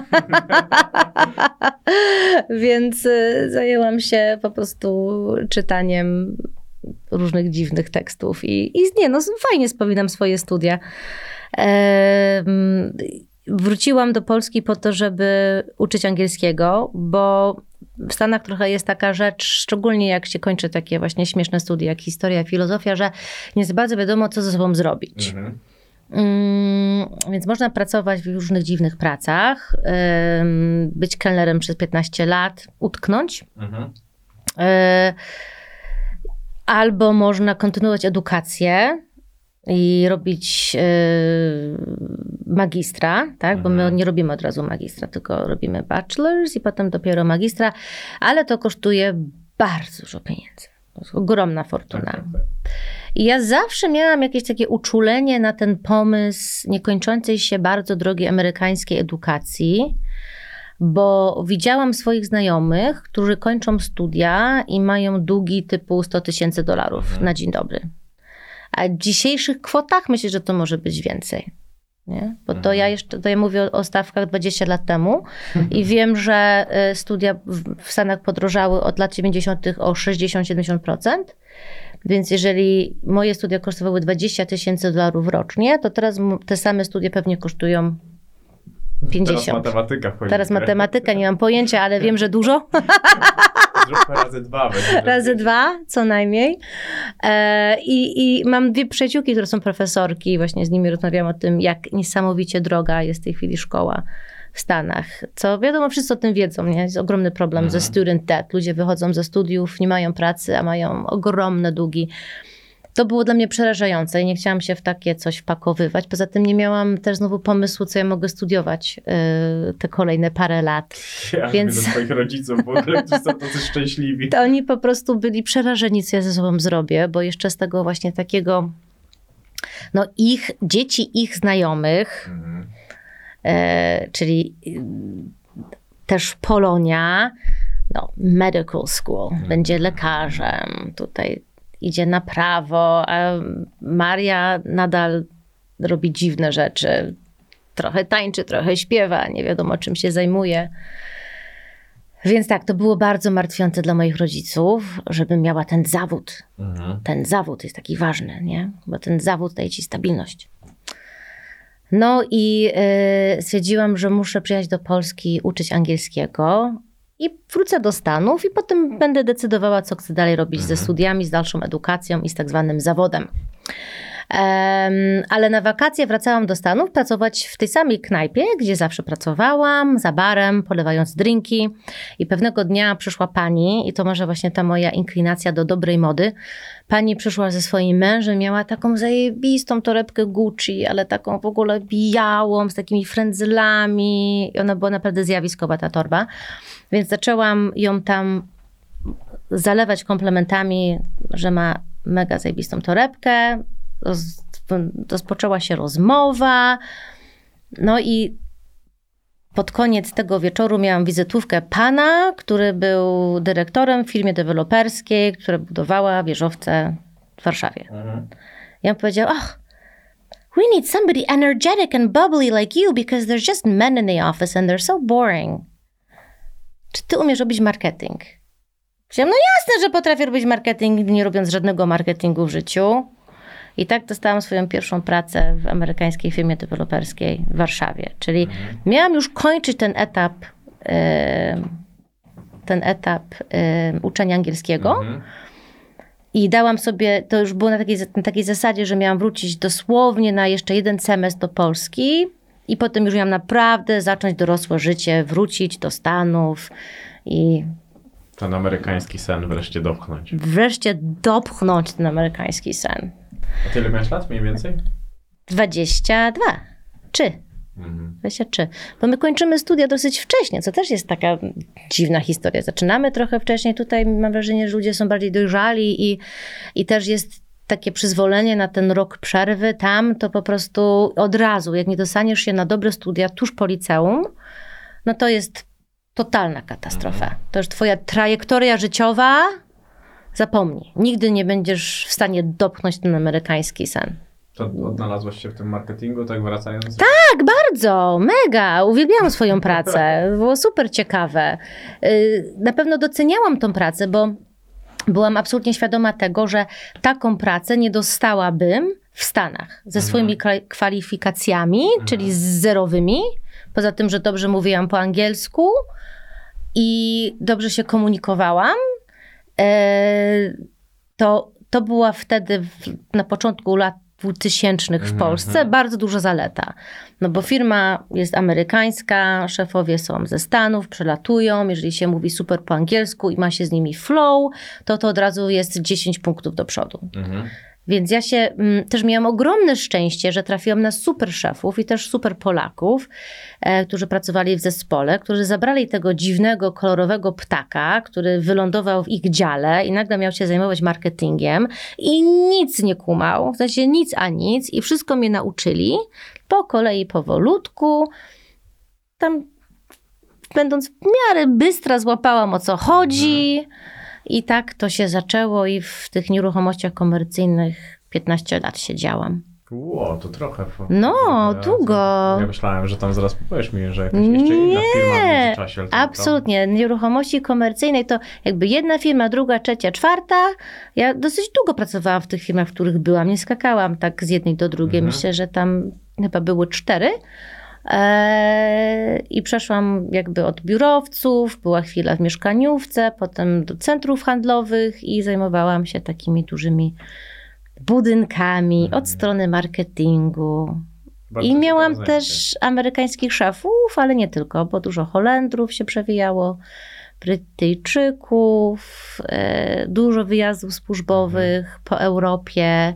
Więc zajęłam się po prostu czytaniem różnych dziwnych tekstów i fajnie wspominam swoje studia. Wróciłam do Polski po to, żeby uczyć angielskiego, bo w Stanach trochę jest taka rzecz, szczególnie jak się kończy takie właśnie śmieszne studia, jak historia, filozofia, że nie za bardzo wiadomo, co ze sobą zrobić. Więc można pracować w różnych dziwnych pracach, być kelnerem przez 15 lat, utknąć. Albo można kontynuować edukację i robić magistra, tak? Bo my nie robimy od razu magistra, tylko robimy bachelor's i potem dopiero magistra, ale to kosztuje bardzo dużo pieniędzy. To jest ogromna fortuna. Tak. I ja zawsze miałam jakieś takie uczulenie na ten pomysł niekończącej się bardzo drogiej amerykańskiej edukacji, bo widziałam swoich znajomych, którzy kończą studia i mają długi typu $100,000 na dzień dobry. A w dzisiejszych kwotach myślę, że to może być więcej. Nie? Bo to ja mówię o stawkach 20 lat temu i wiem, że studia w Stanach podrożały od lat 90. o 60-70%. Więc jeżeli moje studia kosztowały $20,000 rocznie, to teraz te same studia pewnie kosztują 50. Teraz matematyka wchodzi. Teraz matematyka, nie mam pojęcia, ale wiem, że dużo. Razy 2. Razy 2, co najmniej. I mam 2 przyjaciółki, które są profesorki. Właśnie z nimi rozmawiam o tym, jak niesamowicie droga jest w tej chwili szkoła w Stanach. Co wiadomo, wszyscy o tym wiedzą, nie? Jest ogromny problem ze student debt. Ludzie wychodzą ze studiów, nie mają pracy, a mają ogromne długi. To było dla mnie przerażające i nie chciałam się w takie coś wpakowywać. Poza tym nie miałam też znowu pomysłu, co ja mogę studiować te kolejne parę lat. Więc do swoich rodziców, bo są tacy szczęśliwi. To oni po prostu byli przerażeni, co ja ze sobą zrobię, bo jeszcze z tego właśnie takiego, ich dzieci, ich znajomych, czyli też Polonia, medical school, będzie lekarzem, tutaj idzie na prawo, a Maria nadal robi dziwne rzeczy. Trochę tańczy, trochę śpiewa, nie wiadomo czym się zajmuje. Więc tak, to było bardzo martwiące dla moich rodziców, żebym miała ten zawód. Ten zawód jest taki ważny, nie? Bo ten zawód daje ci stabilność. No i stwierdziłam, że muszę przyjechać do Polski, uczyć angielskiego i wrócę do Stanów i potem będę decydowała, co chcę dalej robić ze studiami, z dalszą edukacją i z tak zwanym zawodem. Ale na wakacje wracałam do Stanów pracować w tej samej knajpie, gdzie zawsze pracowałam, za barem, polewając drinki. I pewnego dnia przyszła pani, i to może właśnie ta moja inklinacja do dobrej mody. Pani przyszła ze swoim mężem, miała taką zajebistą torebkę Gucci, ale taką w ogóle białą, z takimi frędzlami. I ona była naprawdę zjawiskowa, ta torba. Więc zaczęłam ją tam zalewać komplementami, że ma mega zajebistą torebkę. Rozpoczęła się rozmowa. No i pod koniec tego wieczoru miałam wizytówkę pana, który był dyrektorem w firmie deweloperskiej, która budowała wieżowce w Warszawie. I on powiedział, we need somebody energetic and bubbly like you because there's just men in the office and they're so boring. Czy ty umiesz robić marketing? Powiedziałam, jasne, że potrafię robić marketing, nie robiąc żadnego marketingu w życiu. I tak dostałam swoją pierwszą pracę w amerykańskiej firmie deweloperskiej w Warszawie. Czyli miałam już kończyć ten etap uczenia angielskiego. I dałam sobie, to już było na takiej zasadzie, że miałam wrócić dosłownie na jeszcze 1 semestr do Polski i potem już miałam naprawdę zacząć dorosłe życie, wrócić do Stanów i ten amerykański sen wreszcie dopchnąć. Wreszcie dopchnąć ten amerykański sen. A tyle miałeś lat mniej więcej? 22. 23. Bo my kończymy studia dosyć wcześnie, co też jest taka dziwna historia. Zaczynamy trochę wcześniej. Tutaj mam wrażenie, że ludzie są bardziej dojrzali i też jest takie przyzwolenie na ten rok przerwy. Tam to po prostu od razu, jak nie dostaniesz się na dobre studia tuż po liceum, to jest totalna katastrofa. To już twoja trajektoria życiowa zapomnij. Nigdy nie będziesz w stanie dopchnąć ten amerykański sen. To odnalazłaś się w tym marketingu, tak wracając? Tak, bardzo, mega. Uwielbiałam swoją pracę. Było super ciekawe. Na pewno doceniałam tą pracę, bo byłam absolutnie świadoma tego, że taką pracę nie dostałabym w Stanach ze swoimi kwalifikacjami, czyli z zerowymi. Poza tym, że dobrze mówiłam po angielsku i dobrze się komunikowałam. To była wtedy na początku lat 2000 w Polsce bardzo duża zaleta. No bo firma jest amerykańska, szefowie są ze Stanów, przelatują, jeżeli się mówi super po angielsku i ma się z nimi flow, to od razu jest 10 punktów do przodu. Więc ja się też miałam ogromne szczęście, że trafiłam na super szefów i też super Polaków, którzy pracowali w zespole, którzy zabrali tego dziwnego, kolorowego ptaka, który wylądował w ich dziale i nagle miał się zajmować marketingiem i nic nie kumał, w sensie nic a nic i wszystko mnie nauczyli po kolei powolutku. Tam będąc w miarę bystra złapałam o co chodzi. I tak to się zaczęło i w tych nieruchomościach komercyjnych 15 lat siedziałam. To trochę. No, długo. Ja myślałem, że tam zaraz powiesz mi, że jakaś jeszcze inna firma w międzyczasie. Absolutnie. Nieruchomości komercyjnej to jakby jedna firma, druga, trzecia, czwarta. Ja dosyć długo pracowałam w tych firmach, w których byłam. Nie skakałam tak z jednej do drugiej. Myślę, że tam chyba były 4. I przeszłam jakby od biurowców, była chwila w mieszkaniówce, potem do centrów handlowych i zajmowałam się takimi dużymi budynkami od strony marketingu. I miałam też amerykańskich szefów, ale nie tylko, bo dużo Holendrów się przewijało, Brytyjczyków, dużo wyjazdów służbowych po Europie.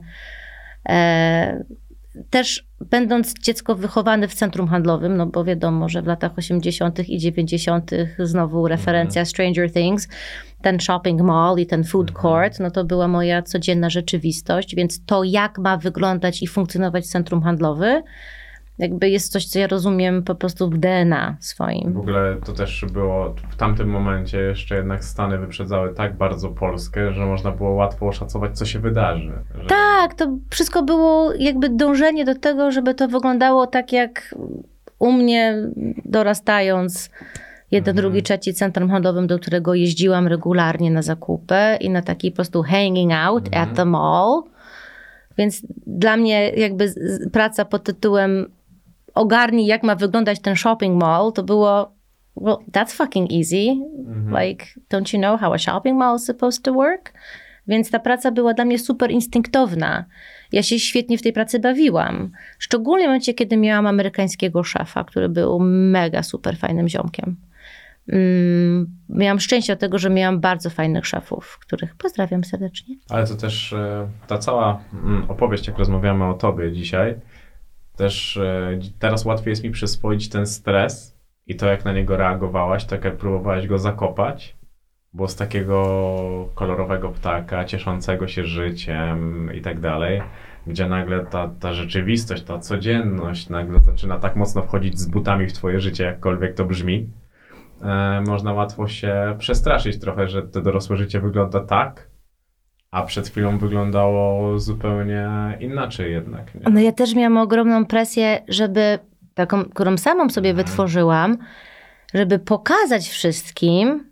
Też będąc dziecko wychowane w centrum handlowym, no bo wiadomo, że w latach 80. i 90. znowu referencja Stranger Things, ten shopping mall i ten food court, no to była moja codzienna rzeczywistość, więc to jak ma wyglądać i funkcjonować centrum handlowy, jakby jest coś, co ja rozumiem po prostu w DNA swoim. W ogóle to też było w tamtym momencie jeszcze jednak Stany wyprzedzały tak bardzo Polskę, że można było łatwo oszacować, co się wydarzy. Tak, to wszystko było jakby dążenie do tego, żeby to wyglądało tak jak u mnie dorastając. Jeden, drugi, trzeci centrum handlowym, do którego jeździłam regularnie na zakupy i na taki po prostu hanging out at the mall. Więc dla mnie jakby praca pod tytułem ogarnij, jak ma wyglądać ten shopping mall, to było, well, that's fucking easy. Like, don't you know how a shopping mall is supposed to work? Więc ta praca była dla mnie super instynktowna. Ja się świetnie w tej pracy bawiłam. Szczególnie w momencie, kiedy miałam amerykańskiego szefa, który był mega super fajnym ziomkiem. Miałam szczęście do tego, że miałam bardzo fajnych szefów, których pozdrawiam serdecznie. Ale to też ta cała opowieść, jak rozmawiamy o tobie dzisiaj, też teraz łatwiej jest mi przyswoić ten stres i to, jak na niego reagowałaś, tak jak próbowałaś go zakopać, bo z takiego kolorowego ptaka, cieszącego się życiem i tak dalej, gdzie nagle ta rzeczywistość, ta codzienność nagle zaczyna tak mocno wchodzić z butami w twoje życie, jakkolwiek to brzmi, można łatwo się przestraszyć trochę, że to dorosłe życie wygląda tak, a przed chwilą wyglądało zupełnie inaczej jednak. Nie? No ja też miałam ogromną presję, żeby taką, którą samą sobie wytworzyłam, żeby pokazać wszystkim,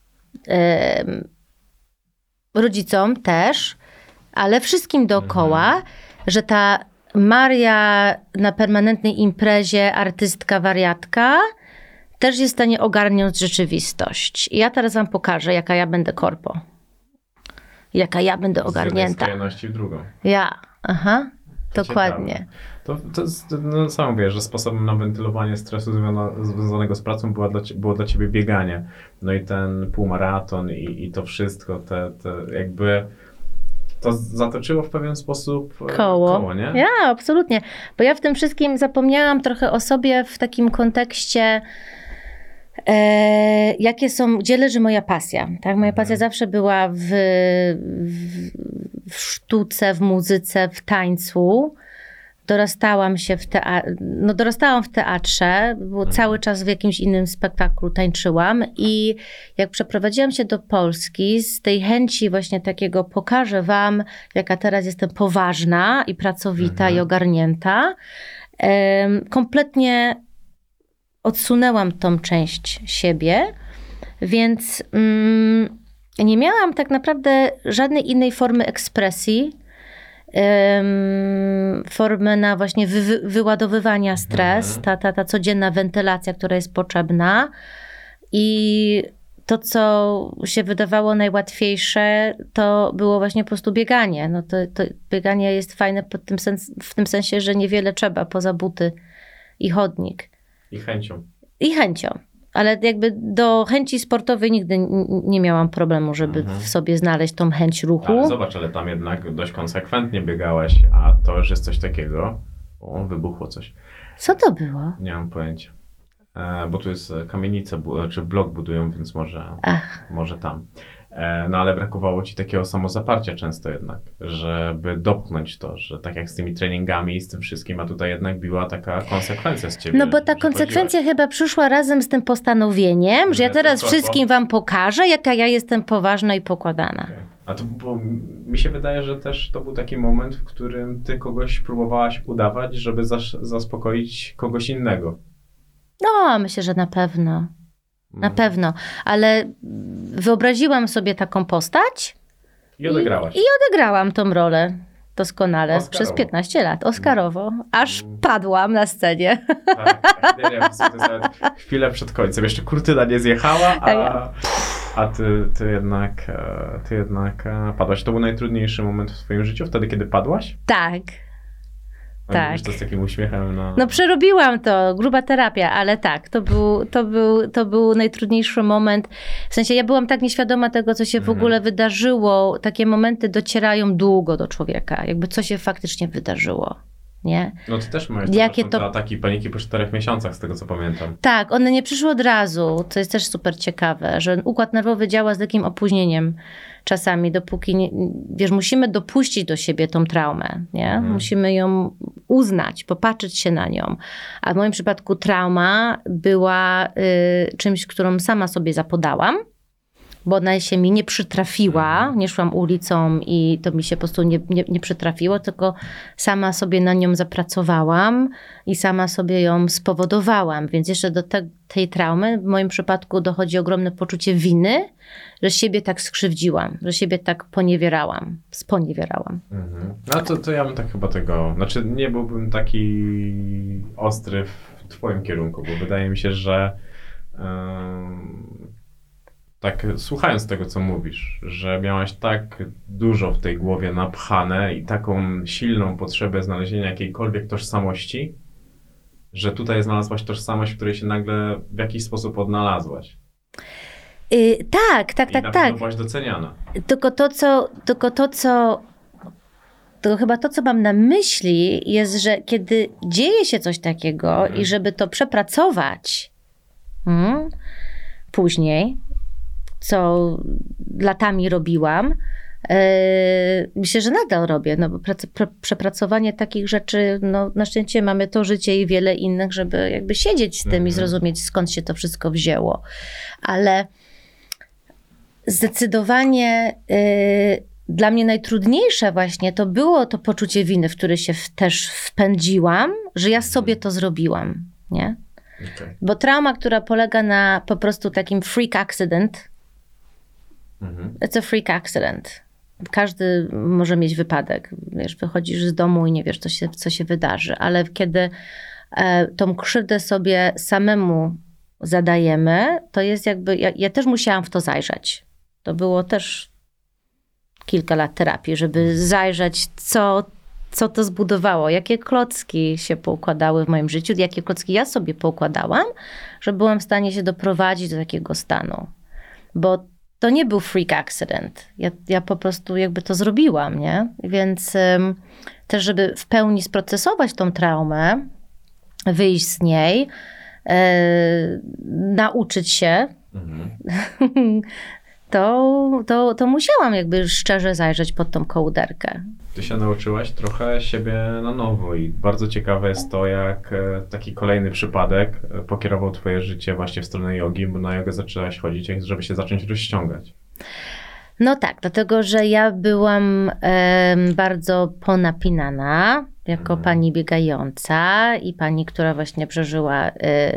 rodzicom też, ale wszystkim dookoła, że ta Maria na permanentnej imprezie, artystka, wariatka, też jest w stanie ogarnąć rzeczywistość. I ja teraz wam pokażę, jaka ja będę korpo. Jaka ja będę ogarnięta. Z jednej skrajności w drugą. Ja, dokładnie. To jest, no sam wiesz, że sposobem na wentylowanie stresu związanego z pracą było dla ciebie bieganie. No i ten półmaraton i to wszystko, te jakby... To zatoczyło w pewien sposób koło, nie? Ja, absolutnie. Bo ja w tym wszystkim zapomniałam trochę o sobie w takim kontekście, gdzie leży moja pasja. Tak? Moja pasja zawsze była w sztuce, w muzyce, w tańcu. dorastałam w teatrze, bo cały czas w jakimś innym spektaklu tańczyłam i jak przeprowadziłam się do Polski z tej chęci właśnie takiego pokażę wam, jaka teraz jestem poważna i pracowita i ogarnięta, kompletnie odsunęłam tą część siebie, więc nie miałam tak naprawdę żadnej innej formy ekspresji, formy na właśnie wyładowywania stres, ta codzienna wentylacja, która jest potrzebna i to, co się wydawało najłatwiejsze, to było właśnie po prostu bieganie. No to bieganie jest fajne w tym sensie, że niewiele trzeba poza buty i chodnik. I chęcią. Ale jakby do chęci sportowej nigdy nie miałam problemu, żeby w sobie znaleźć tą chęć ruchu. Ale zobacz, ale tam jednak dość konsekwentnie biegałaś, a to już jest coś takiego. O, wybuchło coś. Co to było? Nie mam pojęcia. Bo tu jest kamienica, czy blok budują, więc może tam. No ale brakowało ci takiego samozaparcia często jednak, żeby dopchnąć to, że tak jak z tymi treningami i z tym wszystkim, a tutaj jednak była taka konsekwencja z ciebie. No bo ta konsekwencja chyba przyszła razem z tym postanowieniem, że ja teraz wszystkim wam pokażę, jaka ja jestem poważna i pokładana. Okay. A to bo mi się wydaje, że też to był taki moment, w którym ty kogoś próbowałaś udawać, żeby zaspokoić kogoś innego. No, myślę, że na pewno. Na pewno, ale wyobraziłam sobie taką postać i odegrałaś. I odegrałam tą rolę doskonale Oscarowo. Przez 15 lat, Oscarowo, aż padłam na scenie. Tak. To jest nawet chwilę przed końcem. Jeszcze kurtyna nie zjechała, a ty jednak padłaś. To był najtrudniejszy moment w twoim życiu, wtedy kiedy padłaś? Tak. Tak. To z takim uśmiechem na... No przerobiłam to, gruba terapia, ale tak, to był najtrudniejszy moment. W sensie ja byłam tak nieświadoma tego, co się w ogóle wydarzyło. Takie momenty docierają długo do człowieka, jakby co się faktycznie wydarzyło. Nie? No ty też miałeś ataki paniki po 4 miesiącach, z tego co pamiętam. Tak, one nie przyszły od razu, co jest też super ciekawe, że układ nerwowy działa z takim opóźnieniem czasami, dopóki, musimy dopuścić do siebie tą traumę, nie? Musimy ją uznać, popatrzeć się na nią. A w moim przypadku trauma była czymś, którą sama sobie zapodałam, bo ona się mi nie przytrafiła, nie szłam ulicą i to mi się po prostu nie przytrafiło, tylko sama sobie na nią zapracowałam i sama sobie ją spowodowałam. Więc jeszcze do tej traumy w moim przypadku dochodzi ogromne poczucie winy, że siebie tak skrzywdziłam, że siebie tak sponiewierałam. No to ja bym tak chyba tego, znaczy nie byłbym taki ostry w twoim kierunku, bo wydaje mi się, że tak słuchając tego, co mówisz, że miałaś tak dużo w tej głowie napchane i taką silną potrzebę znalezienia jakiejkolwiek tożsamości, że tutaj znalazłaś tożsamość, w której się nagle w jakiś sposób odnalazłaś. Tak. I na pewno byłaś doceniana. To chyba to, co mam na myśli, jest, że kiedy dzieje się coś takiego i żeby to przepracować później, co latami robiłam, myślę, że nadal robię, no bo przepracowanie takich rzeczy, no na szczęście mamy to życie i wiele innych, żeby jakby siedzieć z tym i zrozumieć, skąd się to wszystko wzięło. Ale zdecydowanie dla mnie najtrudniejsze właśnie to było to poczucie winy, w które się też wpędziłam, że ja sobie to zrobiłam, nie? Okay. Bo trauma, która polega na po prostu takim freak accident, it's a freak accident. Każdy może mieć wypadek. Wychodzisz z domu i nie wiesz, co się wydarzy. Ale kiedy tą krzywdę sobie samemu zadajemy, to jest jakby... Ja też musiałam w to zajrzeć. To było też kilka lat terapii, żeby zajrzeć, co to zbudowało, jakie klocki się poukładały w moim życiu, jakie klocki ja sobie poukładałam, że byłam w stanie się doprowadzić do takiego stanu. Bo to nie był freak accident. Ja po prostu jakby to zrobiłam, nie? Więc też, żeby w pełni sprocesować tą traumę, wyjść z niej, nauczyć się, to musiałam jakby szczerze zajrzeć pod tą kołderkę. Ty się nauczyłaś trochę siebie na nowo i bardzo ciekawe jest to, jak taki kolejny przypadek pokierował twoje życie właśnie w stronę jogi, bo na jogę zaczęłaś chodzić, żeby się zacząć rozciągać. No tak, dlatego że ja byłam bardzo ponapinana jako pani biegająca i pani, która właśnie przeżyła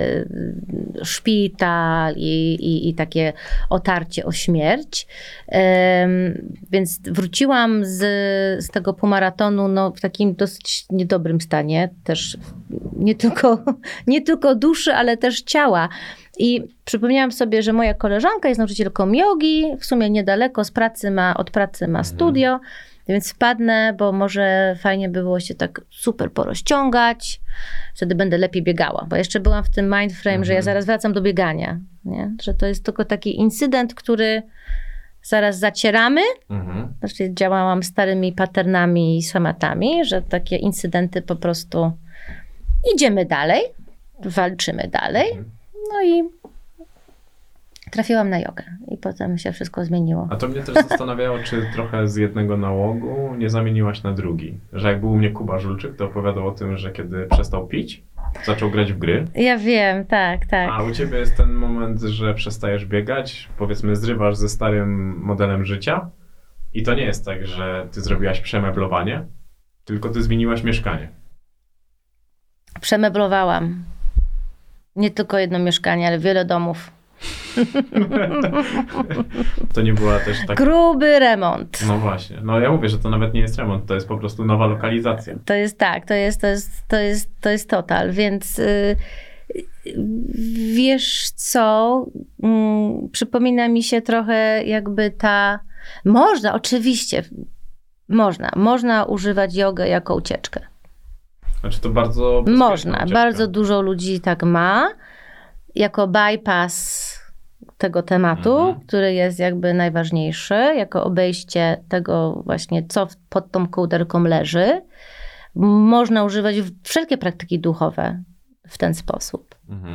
szpital i takie otarcie o śmierć. Więc wróciłam z tego półmaratonu w takim dosyć niedobrym stanie, też nie tylko duszy, ale też ciała. I przypomniałam sobie, że moja koleżanka jest nauczycielką jogi, w sumie niedaleko od pracy ma studio, więc wpadnę, bo może fajnie by było się tak super porozciągać, wtedy będę lepiej biegała, bo jeszcze byłam w tym mindframe, że ja zaraz wracam do biegania, nie? Że to jest tylko taki incydent, który zaraz zacieramy, znaczy działałam starymi patternami i schematami, że takie incydenty po prostu idziemy dalej, walczymy dalej. No i trafiłam na jogę i potem się wszystko zmieniło. A to mnie też zastanawiało, czy trochę z jednego nałogu nie zamieniłaś na drugi. Że jak był u mnie Kuba Żulczyk, to opowiadał o tym, że kiedy przestał pić, zaczął grać w gry. Ja wiem, tak. A u ciebie jest ten moment, że przestajesz biegać, powiedzmy zrywasz ze starym modelem życia i to nie jest tak, że ty zrobiłaś przemeblowanie, tylko ty zmieniłaś mieszkanie. Przemeblowałam. Nie tylko jedno mieszkanie, ale wiele domów. To nie była też tak... Gruby remont. No właśnie. No ja mówię, że to nawet nie jest remont, to jest po prostu nowa lokalizacja. To jest tak, to jest total, więc wiesz co, przypomina mi się trochę jakby można używać jogę jako ucieczkę. Znaczy to bardzo Bardzo dużo ludzi tak ma, jako bypass tego tematu, który jest jakby najważniejszy, jako obejście tego właśnie, co pod tą kołderką leży. Można używać wszelkie praktyki duchowe w ten sposób.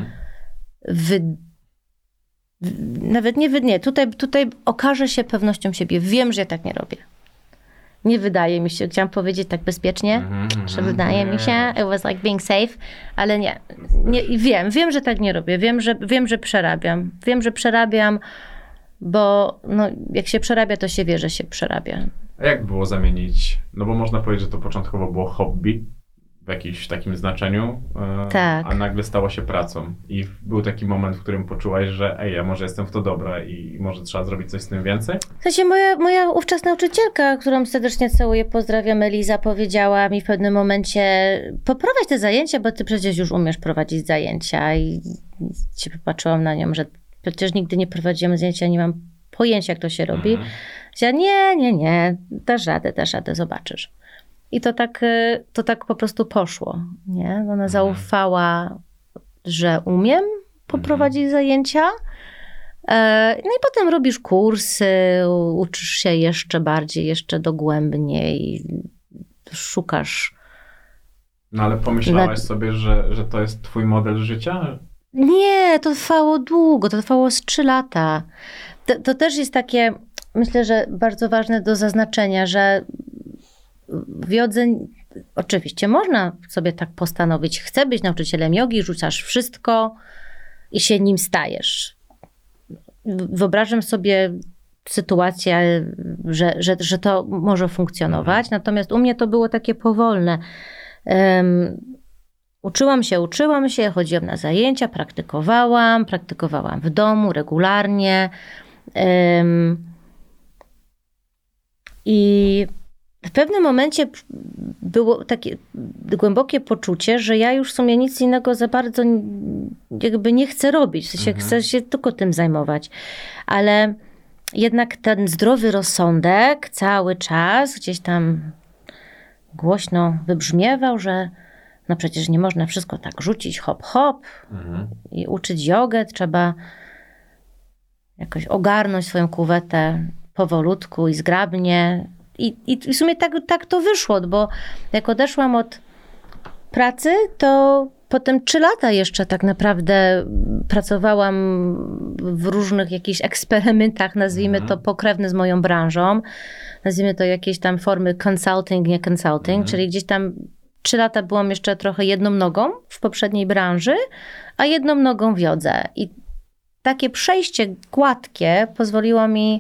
Tutaj okaże się pewnością siebie. Wiem, że ja tak nie robię. Nie wydaje mi się, chciałam powiedzieć tak bezpiecznie, że wydaje mi się, it was like being safe, ale nie wiem, że tak nie robię, wiem, że przerabiam. Wiem, że przerabiam, bo jak się przerabia, to się wie, że się przerabia. A jak było zamienić, no bo można powiedzieć, że to początkowo było hobby w jakimś takim znaczeniu, tak. A nagle stało się pracą i był taki moment, w którym poczułaś, że ja może jestem w to dobra i może trzeba zrobić coś z tym więcej? W sensie moja ówczesna nauczycielka, którą serdecznie całuję, pozdrawiam, Eliza, powiedziała mi w pewnym momencie: poprowadź te zajęcia, bo ty przecież już umiesz prowadzić zajęcia. I się popatrzyłam na nią, że przecież nigdy nie prowadziłam zajęcia, nie mam pojęcia, jak to się robi. Ja nie, dasz radę, zobaczysz. I to tak po prostu poszło, nie? Ona zaufała, że umiem poprowadzić zajęcia. No i potem robisz kursy, uczysz się jeszcze bardziej, jeszcze dogłębniej, szukasz. No ale pomyślałaś sobie, że to jest twój model życia? Nie, to trwało długo, to trwało z 3 lata. To też jest takie, myślę, że bardzo ważne do zaznaczenia, że w jodze oczywiście można sobie tak postanowić, chcę być nauczycielem jogi, rzucasz wszystko i się nim stajesz. Wyobrażam sobie sytuację, że to może funkcjonować, natomiast u mnie to było takie powolne. Uczyłam się, chodziłam na zajęcia, praktykowałam w domu regularnie i w pewnym momencie było takie głębokie poczucie, że ja już w sumie nic innego za bardzo jakby nie chcę robić. W sensie chcę się tylko tym zajmować. Ale jednak ten zdrowy rozsądek cały czas gdzieś tam głośno wybrzmiewał, że no przecież nie można wszystko tak rzucić hop i uczyć jogę. Trzeba jakoś ogarnąć swoją kuwetę powolutku i zgrabnie. I w sumie tak to wyszło, bo jak odeszłam od pracy, to potem 3 lata jeszcze tak naprawdę pracowałam w różnych jakichś eksperymentach, nazwijmy to pokrewne z moją branżą. Nazwijmy to jakieś tam formy consulting, nie consulting, czyli gdzieś tam 3 lata byłam jeszcze trochę jedną nogą w poprzedniej branży, a jedną nogą w jodze. I takie przejście gładkie pozwoliło mi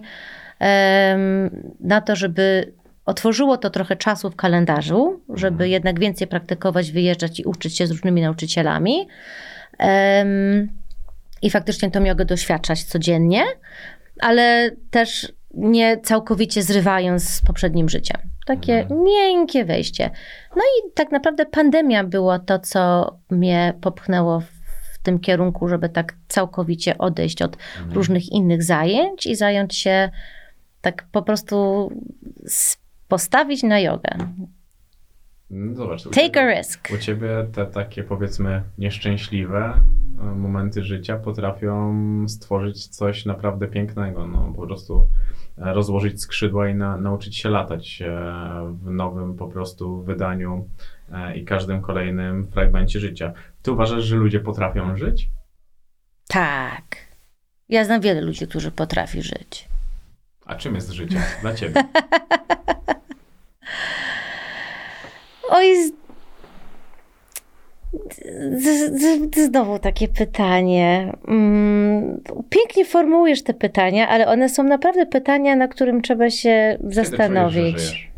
na to, żeby otworzyło to trochę czasu w kalendarzu, żeby jednak więcej praktykować, wyjeżdżać i uczyć się z różnymi nauczycielami. I faktycznie to mogę doświadczać codziennie, ale też nie całkowicie zrywając z poprzednim życiem. Takie miękkie wejście. No i tak naprawdę pandemia było to, co mnie popchnęło w tym kierunku, żeby tak całkowicie odejść od różnych innych zajęć i zająć się tak po prostu postawić na jogę. Zobacz, Take a risk. U ciebie te takie, powiedzmy, nieszczęśliwe momenty życia potrafią stworzyć coś naprawdę pięknego. No, po prostu rozłożyć skrzydła i nauczyć się latać w nowym po prostu wydaniu i każdym kolejnym fragmencie życia. Ty uważasz, że ludzie potrafią żyć? Tak. Ja znam wiele ludzi, którzy potrafią żyć. A czym jest życie dla ciebie? Oj, znowu takie pytanie. Pięknie formułujesz te pytania, ale one są naprawdę pytania, na którym trzeba się zastanowić. Czujesz,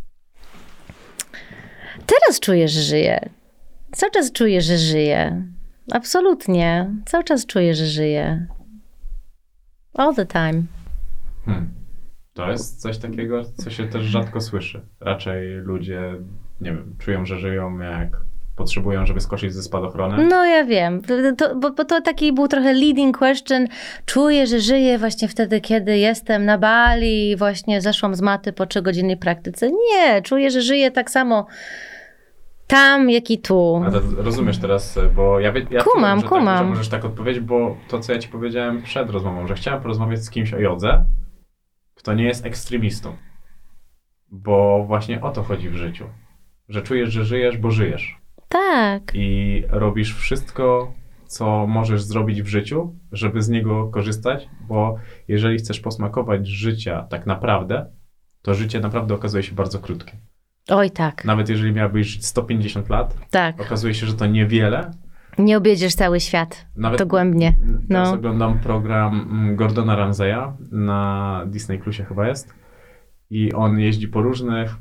Teraz czuję, że żyję. Cały czas czuję, że żyję. Absolutnie. Cały czas czuję, że żyję. All the time. To jest coś takiego, co się też rzadko słyszy. Raczej ludzie, nie wiem, czują, że żyją, jak potrzebują, żeby skoczyć ze spadochronem. No ja wiem, bo to taki był trochę leading question. Czuję, że żyję właśnie wtedy, kiedy jestem na Bali i właśnie zeszłam z maty po 3-godzinnej praktyce. Nie, czuję, że żyję tak samo tam, jak i tu. A to rozumiesz teraz, bo ja Kumam. Tak, że możesz tak odpowiedzieć, bo to, co ja ci powiedziałem przed rozmową, że chciałem porozmawiać z kimś o jodze, kto nie jest ekstremistą. Bo właśnie o to chodzi w życiu. Że czujesz, że żyjesz, bo żyjesz. Tak. I robisz wszystko, co możesz zrobić w życiu, żeby z niego korzystać, bo jeżeli chcesz posmakować życia tak naprawdę, to życie naprawdę okazuje się bardzo krótkie. Oj tak. Nawet jeżeli miałbyś żyć 150 lat, Tak. okazuje się, że to niewiele. Nie objedziesz cały świat. Nawet dogłębnie. Teraz No. oglądam program Gordona Ramsaya na Disney Plusie chyba jest i on jeździ po różnych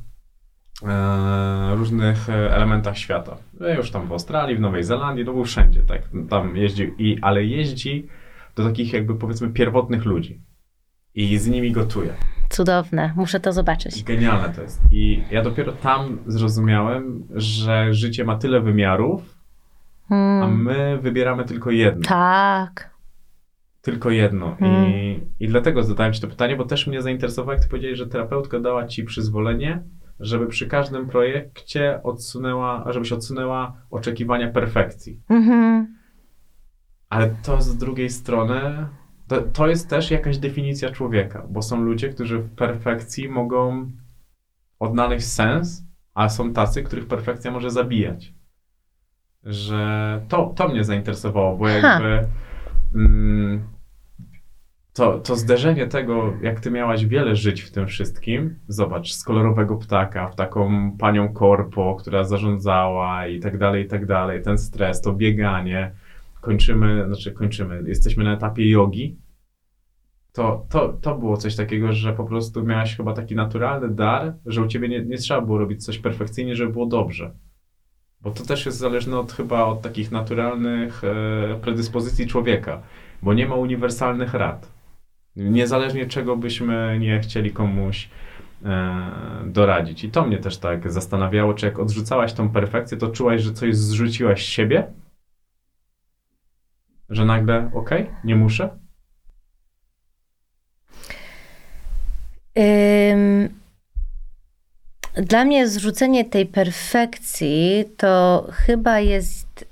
elementach świata. Już tam w Australii, w Nowej Zelandii, no był wszędzie, tak, tam jeździł, ale jeździ do takich jakby powiedzmy pierwotnych ludzi i z nimi gotuje. Cudowne, muszę to zobaczyć. Genialne to jest. I ja dopiero tam zrozumiałem, że życie ma tyle wymiarów, a my wybieramy tylko jedno. Tak. Tylko jedno. I dlatego zadałem ci to pytanie, bo też mnie zainteresowało, jak ty powiedziałeś, że terapeutka dała ci przyzwolenie, żeby przy każdym projekcie żebyś odsunęła oczekiwania perfekcji. Ale to z drugiej strony, to jest też jakaś definicja człowieka, bo są ludzie, którzy w perfekcji mogą odnaleźć sens, a są tacy, których perfekcja może zabijać. Że to mnie zainteresowało, bo jakby to zderzenie tego, jak ty miałaś wiele żyć w tym wszystkim, zobacz, z kolorowego ptaka w taką panią korpo, która zarządzała i tak dalej, ten stres, to bieganie, jesteśmy na etapie jogi, to było coś takiego, że po prostu miałaś chyba taki naturalny dar, że u ciebie nie trzeba było robić coś perfekcyjnie, żeby było dobrze. Bo to też jest zależne chyba od takich naturalnych predyspozycji człowieka, bo nie ma uniwersalnych rad. Niezależnie czego byśmy nie chcieli komuś doradzić. I to mnie też tak zastanawiało, czy jak odrzucałaś tą perfekcję, to czułaś, że coś zrzuciłaś z siebie? Że nagle, nie muszę? Dla mnie zrzucenie tej perfekcji to chyba jest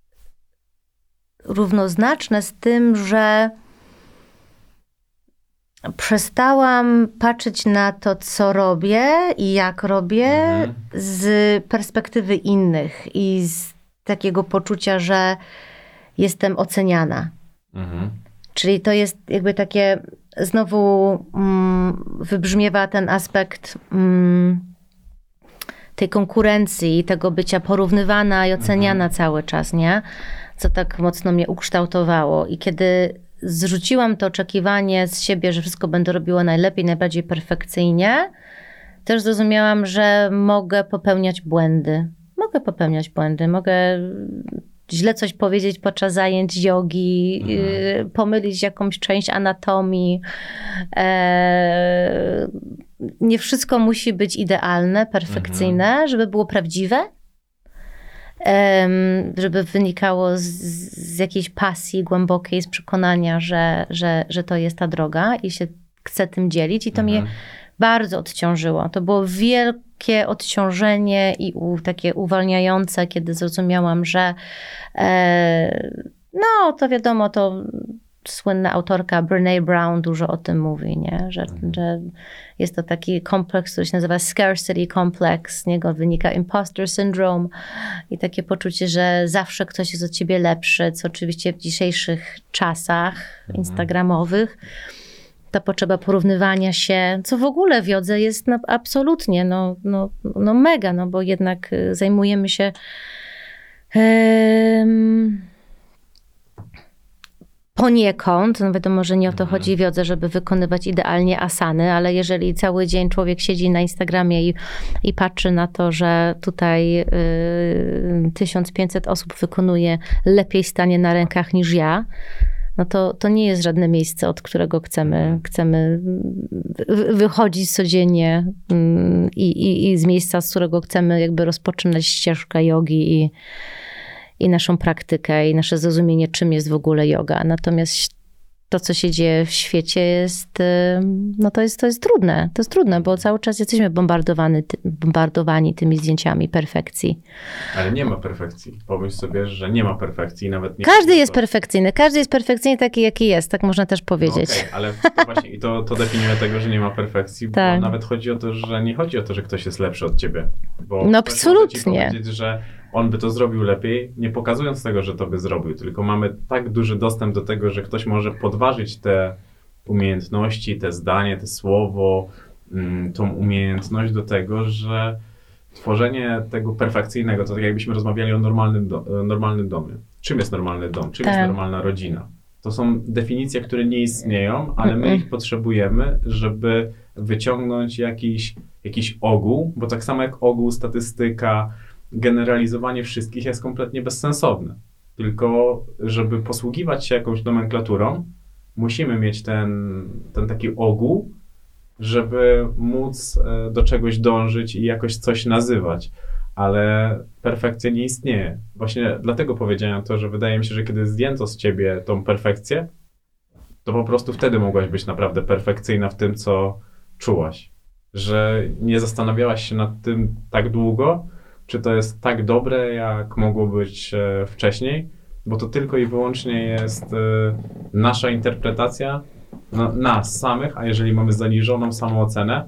równoznaczne z tym, że przestałam patrzeć na to, co robię i jak robię z perspektywy innych i z takiego poczucia, że jestem oceniana. Czyli to jest jakby takie, znowu wybrzmiewa ten aspekt tej konkurencji, tego bycia porównywana i oceniana cały czas, nie? Co tak mocno mnie ukształtowało. I kiedy zrzuciłam to oczekiwanie z siebie, że wszystko będę robiła najlepiej, najbardziej perfekcyjnie, też zrozumiałam, że mogę popełniać błędy. Mogę źle coś powiedzieć podczas zajęć jogi, pomylić jakąś część anatomii. Nie wszystko musi być idealne, perfekcyjne, żeby było prawdziwe. Żeby wynikało z jakiejś pasji głębokiej, z przekonania, że to jest ta droga i się chcę tym dzielić. I to mnie bardzo odciążyło. To było wielkie odciążenie i takie uwalniające, kiedy zrozumiałam, że no to wiadomo, to słynna autorka Brené Brown dużo o tym mówi, nie? Że jest to taki kompleks, który się nazywa scarcity complex, z niego wynika imposter syndrome i takie poczucie, że zawsze ktoś jest od ciebie lepszy, co oczywiście w dzisiejszych czasach instagramowych, ta potrzeba porównywania się, co w ogóle w jodze jest absolutnie mega, no bo jednak zajmujemy się poniekąd, no wiadomo, że nie o to chodzi w jodze, żeby wykonywać idealnie asany, ale jeżeli cały dzień człowiek siedzi na Instagramie i patrzy na to, że tutaj 1500 osób wykonuje lepiej stanie na rękach niż ja, no to nie jest żadne miejsce, od którego chcemy wychodzić codziennie i z miejsca, z którego chcemy jakby rozpoczynać ścieżkę jogi i naszą praktykę i nasze zrozumienie, czym jest w ogóle joga. Natomiast to, co się dzieje w świecie jest, to jest trudne. To jest trudne, bo cały czas jesteśmy bombardowani tymi zdjęciami perfekcji. Ale nie ma perfekcji. Pomyśl sobie, że nie ma perfekcji. Nawet nie każdy jest perfekcyjny. Każdy jest perfekcyjny taki, jaki jest. Tak można też powiedzieć. No ale to właśnie i to definiuje tego, że nie ma perfekcji. Tak. Bo nawet chodzi o to, że nie chodzi o to, że ktoś jest lepszy od ciebie. Bo no absolutnie. Ktoś może ci powiedzieć, że on by to zrobił lepiej, nie pokazując tego, że to by zrobił, tylko mamy tak duży dostęp do tego, że ktoś może podważyć te umiejętności, te zdanie, te słowo, tą umiejętność do tego, że tworzenie tego perfekcyjnego, to tak jakbyśmy rozmawiali o normalnym domie. Czym jest normalny dom? Czym jest normalna rodzina? To są definicje, które nie istnieją, ale my ich potrzebujemy, żeby wyciągnąć jakiś ogół, bo tak samo jak ogół, statystyka, generalizowanie wszystkich jest kompletnie bezsensowne. Tylko, żeby posługiwać się jakąś nomenklaturą, musimy mieć ten taki ogół, żeby móc do czegoś dążyć i jakoś coś nazywać. Ale perfekcja nie istnieje. Właśnie dlatego powiedziałem to, że wydaje mi się, że kiedy zdjęto z ciebie tą perfekcję, to po prostu wtedy mogłaś być naprawdę perfekcyjna w tym, co czułaś. Że nie zastanawiałaś się nad tym tak długo, czy to jest tak dobre, jak mogło być wcześniej, bo to tylko i wyłącznie jest nasza interpretacja nas samych, a jeżeli mamy zaniżoną samoocenę,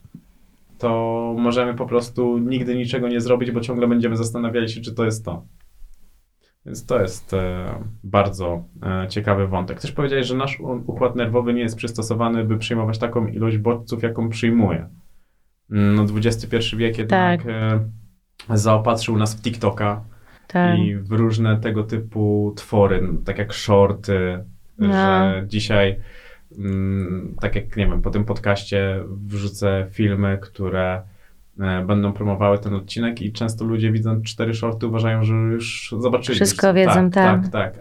to możemy po prostu nigdy niczego nie zrobić, bo ciągle będziemy zastanawiali się, czy to jest to. Więc to jest bardzo ciekawy wątek. Też powiedziałeś, że nasz układ nerwowy nie jest przystosowany, by przyjmować taką ilość bodźców, jaką przyjmuje. No XXI wiek jednak zaopatrzył nas w TikToka i w różne tego typu twory, tak jak shorty, że dzisiaj, tak jak, nie wiem, po tym podcaście wrzucę filmy, które będą promowały ten odcinek i często ludzie widząc 4 shorty uważają, że już zobaczyli. Wszystko wiedzą, tak.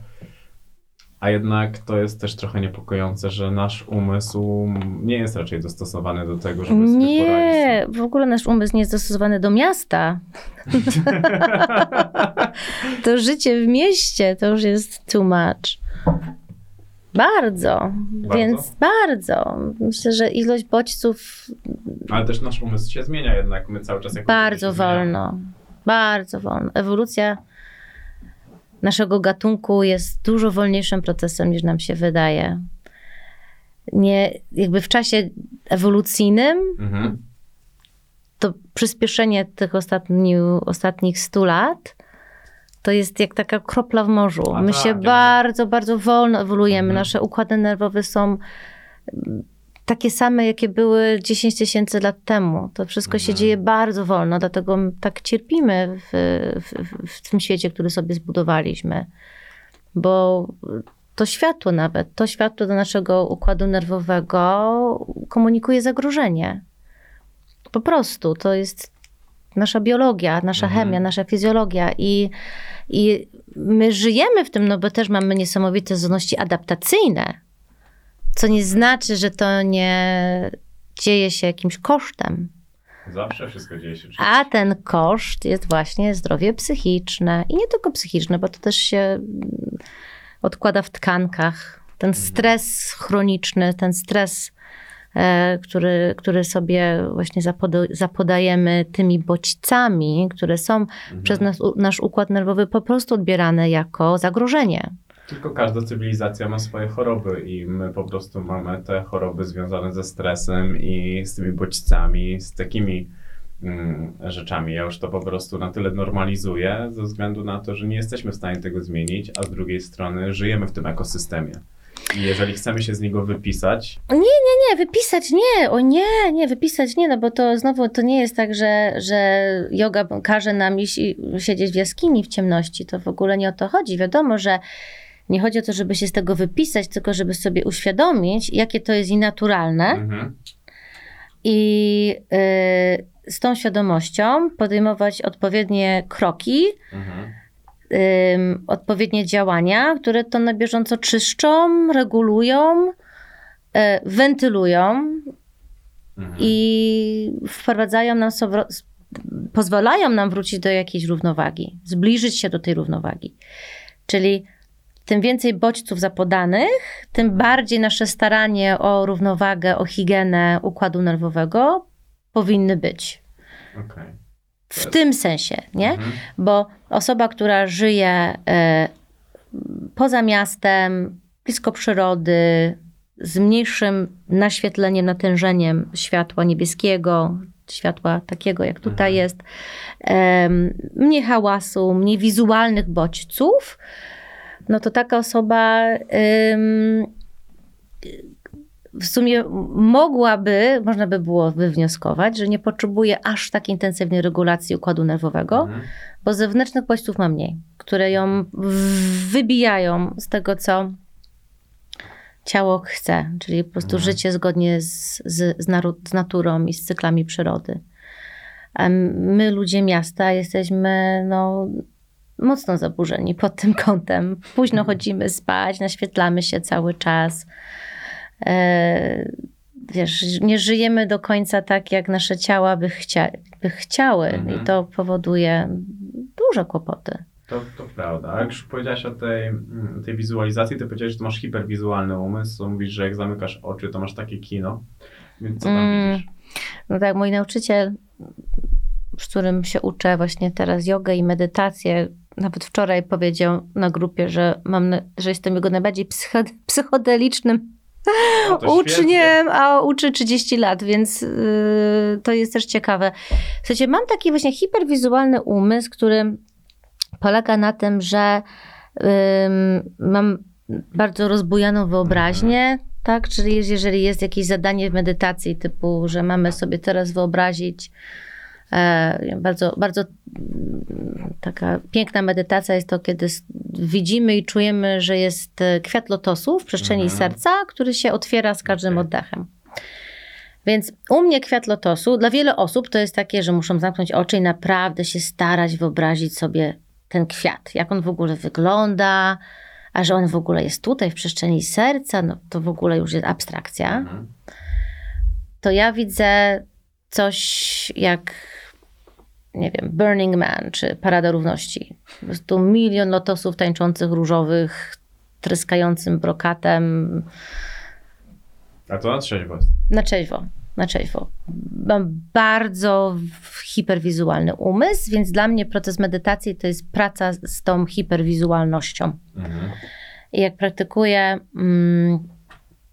A jednak to jest też trochę niepokojące, że nasz umysł nie jest raczej dostosowany do tego, żeby sobie poradzić. Nie, w ogóle nasz umysł nie jest dostosowany do miasta. To życie w mieście to już jest too much. Bardzo? Więc bardzo. Myślę, że ilość bodźców... Ale też nasz umysł się zmienia jednak, my cały czas... Bardzo wolno. Ewolucja naszego gatunku jest dużo wolniejszym procesem, niż nam się wydaje. jakby w czasie ewolucyjnym to przyspieszenie tych ostatnich 100 lat to jest jak taka kropla w morzu. My się bardzo, bardzo wolno ewoluujemy. Nasze układy nerwowe są takie same, jakie były 10 000 lat temu. To wszystko się dzieje bardzo wolno, dlatego tak cierpimy w tym świecie, który sobie zbudowaliśmy. Bo to światło do naszego układu nerwowego komunikuje zagrożenie. Po prostu. To jest nasza biologia, nasza chemia, nasza fizjologia i my żyjemy w tym, no bo też mamy niesamowite zdolności adaptacyjne, co nie znaczy, że to nie dzieje się jakimś kosztem. Zawsze wszystko dzieje się. A ten koszt jest właśnie zdrowie psychiczne i nie tylko psychiczne, bo to też się odkłada w tkankach. Ten stres chroniczny, ten stres, który sobie właśnie zapodajemy tymi bodźcami, które są przez nasz układ nerwowy po prostu odbierane jako zagrożenie. Tylko każda cywilizacja ma swoje choroby i my po prostu mamy te choroby związane ze stresem i z tymi bodźcami, z takimi rzeczami. Ja już to po prostu na tyle normalizuję ze względu na to, że nie jesteśmy w stanie tego zmienić, a z drugiej strony żyjemy w tym ekosystemie. I jeżeli chcemy się z niego wypisać... Wypisać nie, no bo to znowu to nie jest tak, że joga każe nam iść i siedzieć w jaskini w ciemności. To w ogóle nie o to chodzi. Wiadomo, że nie chodzi o to, żeby się z tego wypisać, tylko żeby sobie uświadomić, jakie to jest nienaturalne. I z tą świadomością podejmować odpowiednie kroki, odpowiednie działania, które to na bieżąco czyszczą, regulują, wentylują i wprowadzają nam pozwalają nam wrócić do jakiejś równowagi, zbliżyć się do tej równowagi. Czyli tym więcej bodźców zapodanych, tym bardziej nasze staranie o równowagę, o higienę układu nerwowego powinny być. W tym sensie, nie? Bo osoba, która żyje poza miastem, blisko przyrody, z mniejszym naświetleniem, natężeniem światła niebieskiego, światła takiego, jak tutaj jest, mniej hałasu, mniej wizualnych bodźców, no to taka osoba w sumie można by było wywnioskować, że nie potrzebuje aż tak intensywnej regulacji układu nerwowego, bo zewnętrznych bodźców ma mniej, które ją wybijają z tego, co ciało chce, czyli po prostu życie zgodnie z naturą i z cyklami przyrody. A my, ludzie miasta, jesteśmy mocno zaburzeni pod tym kątem. Późno chodzimy spać, naświetlamy się cały czas. Nie żyjemy do końca tak, jak nasze ciała by chciały i to powoduje duże kłopoty. To prawda. A jak już powiedziałaś o tej wizualizacji, to powiedziałaś, że to masz hiperwizualny umysł. Mówisz, że jak zamykasz oczy, to masz takie kino. Więc co tam widzisz? No tak, mój nauczyciel, z którym się uczę właśnie teraz jogę i medytację, nawet wczoraj powiedział na grupie, że jestem jego najbardziej psychodelicznym uczniem, a uczy 30 lat, więc to jest też ciekawe. Słuchajcie, mam taki właśnie hiperwizualny umysł, który polega na tym, że mam bardzo rozbujaną wyobraźnię, tak? Czyli jeżeli jest jakieś zadanie w medytacji typu, że mamy sobie teraz wyobrazić, bardzo, bardzo taka piękna medytacja jest to, kiedy widzimy i czujemy, że jest kwiat lotosu w przestrzeni serca, który się otwiera z każdym oddechem. Więc u mnie kwiat lotosu, dla wielu osób to jest takie, że muszą zamknąć oczy i naprawdę się starać wyobrazić sobie ten kwiat, jak on w ogóle wygląda, a że on w ogóle jest tutaj w przestrzeni serca, no to w ogóle już jest abstrakcja. To ja widzę coś jak, nie wiem, Burning Man, czy Parada Równości. Po prostu 1 000 000 lotosów tańczących różowych, tryskającym brokatem. A to na trzeźwo? Na trzeźwo. Mam bardzo hiperwizualny umysł, więc dla mnie proces medytacji to jest praca z tą hiperwizualnością. I jak praktykuję w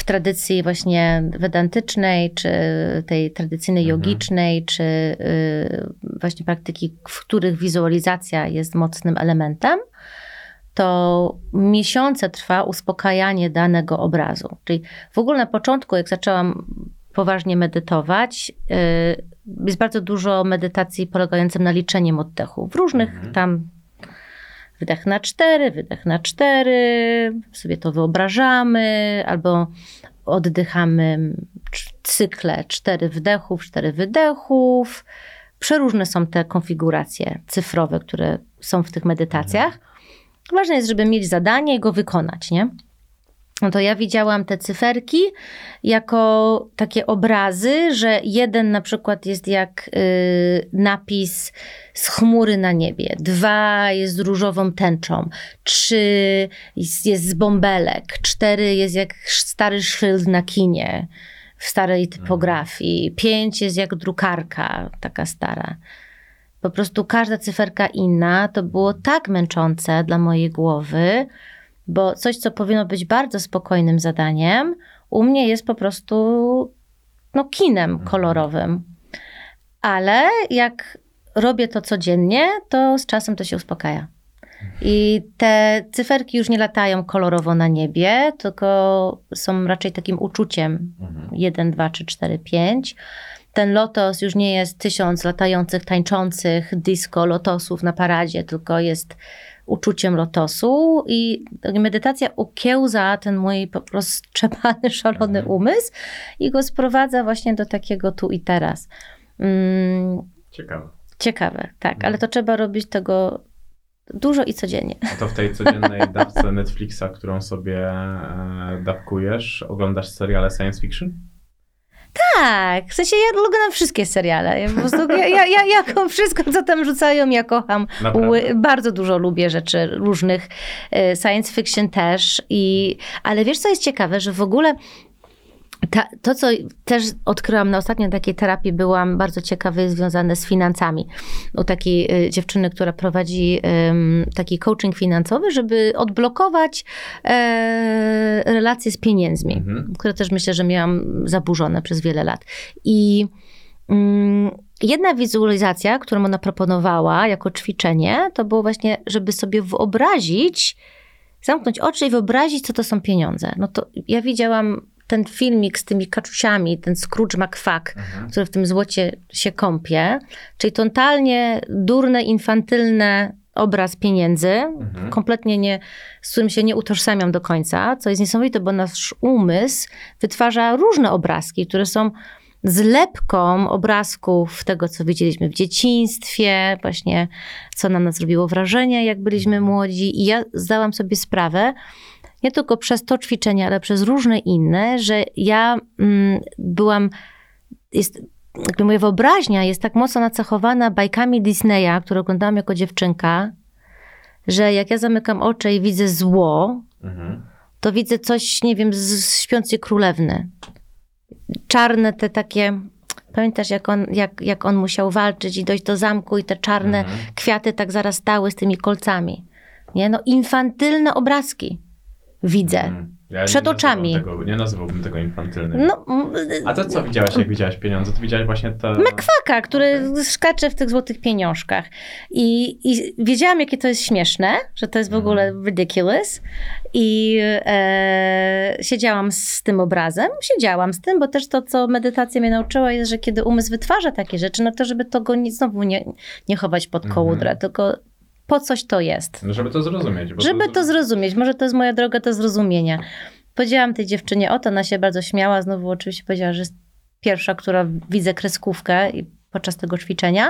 tradycji właśnie wedantycznej, czy tej tradycyjnej jogicznej, czy właśnie praktyki, w których wizualizacja jest mocnym elementem, to miesiące trwa uspokajanie danego obrazu. Czyli w ogóle na początku, jak zaczęłam poważnie medytować, jest bardzo dużo medytacji polegających na liczeniu oddechu. W różnych tam wydech na 4, wydech na 4, sobie to wyobrażamy, albo oddychamy cykle 4 wdechów, 4 wydechów. Przeróżne są te konfiguracje cyfrowe, które są w tych medytacjach. Ważne jest, żeby mieć zadanie i go wykonać, nie? No to ja widziałam te cyferki jako takie obrazy, że 1 na przykład jest jak napis z chmury na niebie, 2 jest z różową tęczą, 3 jest z bąbelek, 4 jest jak stary szyld na kinie w starej typografii, 5 jest jak drukarka taka stara. Po prostu każda cyferka inna, to było tak męczące dla mojej głowy, bo coś, co powinno być bardzo spokojnym zadaniem, u mnie jest po prostu kinem kolorowym. Ale jak robię to codziennie, to z czasem to się uspokaja. I te cyferki już nie latają kolorowo na niebie, tylko są raczej takim uczuciem. 1, 2, 3, 4, 5. Ten lotos już nie jest 1000 latających, tańczących disco lotosów na paradzie, tylko jest uczuciem lotosu i medytacja ukiełza ten mój po prostu strzepany, szalony umysł i go sprowadza właśnie do takiego tu i teraz. Ciekawe, tak, ale to trzeba robić tego dużo i codziennie. A to w tej codziennej dawce Netflixa, którą sobie dawkujesz, oglądasz seriale science fiction? Tak, w sensie ja oglądam wszystkie seriale. Ja po prostu, ja wszystko, co tam rzucają, ja kocham. Bardzo dużo lubię rzeczy różnych, science fiction też. Ale wiesz, co jest ciekawe, że w ogóle to, co też odkryłam na ostatniej takiej terapii, byłam bardzo ciekawa, jest związane z finansami. U takiej dziewczyny, która prowadzi taki coaching finansowy, żeby odblokować relacje z pieniędzmi, które też myślę, że miałam zaburzone przez wiele lat. I jedna wizualizacja, którą ona proponowała jako ćwiczenie, to było właśnie, żeby sobie wyobrazić, zamknąć oczy i wyobrazić, co to są pieniądze. No to ja widziałam ten filmik z tymi kaczusiami, ten Scrooge McFuck, który w tym złocie się kąpie, czyli totalnie durne, infantylne obraz pieniędzy, kompletnie z którym się nie utożsamiam do końca, co jest niesamowite, bo nasz umysł wytwarza różne obrazki, które są zlepką obrazków tego, co widzieliśmy w dzieciństwie, właśnie co na nas zrobiło wrażenie, jak byliśmy młodzi. I ja zdałam sobie sprawę, nie tylko przez to ćwiczenie, ale przez różne inne, że ja jakby moja wyobraźnia jest tak mocno nacechowana bajkami Disneya, które oglądałam jako dziewczynka, że jak ja zamykam oczy i widzę zło, to widzę coś, nie wiem, z Śpiącej Królewny. Czarne te takie, pamiętasz jak on musiał walczyć i dojść do zamku i te czarne kwiaty tak zarastały z tymi kolcami. Nie? No infantylne obrazki widzę. Ja przed oczami. Nie nazywałbym tego infantylnym. A to co widziałaś, jak widziałaś pieniądze? To widziałaś właśnie to... McFucka, który skacze w tych złotych pieniążkach. I wiedziałam, jakie to jest śmieszne, że to jest w ogóle ridiculous. I siedziałam z tym obrazem. Siedziałam z tym, bo też to, co medytacja mnie nauczyła, jest, że kiedy umysł wytwarza takie rzeczy, no to żeby to go znowu nie chować pod kołdrę, tylko po coś to jest. No, żeby to zrozumieć. Żeby to zrozumieć. Może to jest moja droga do zrozumienia. Powiedziałam tej dziewczynie o to, ona się bardzo śmiała. Znowu oczywiście powiedziała, że jest pierwsza, która widzę kreskówkę podczas tego ćwiczenia.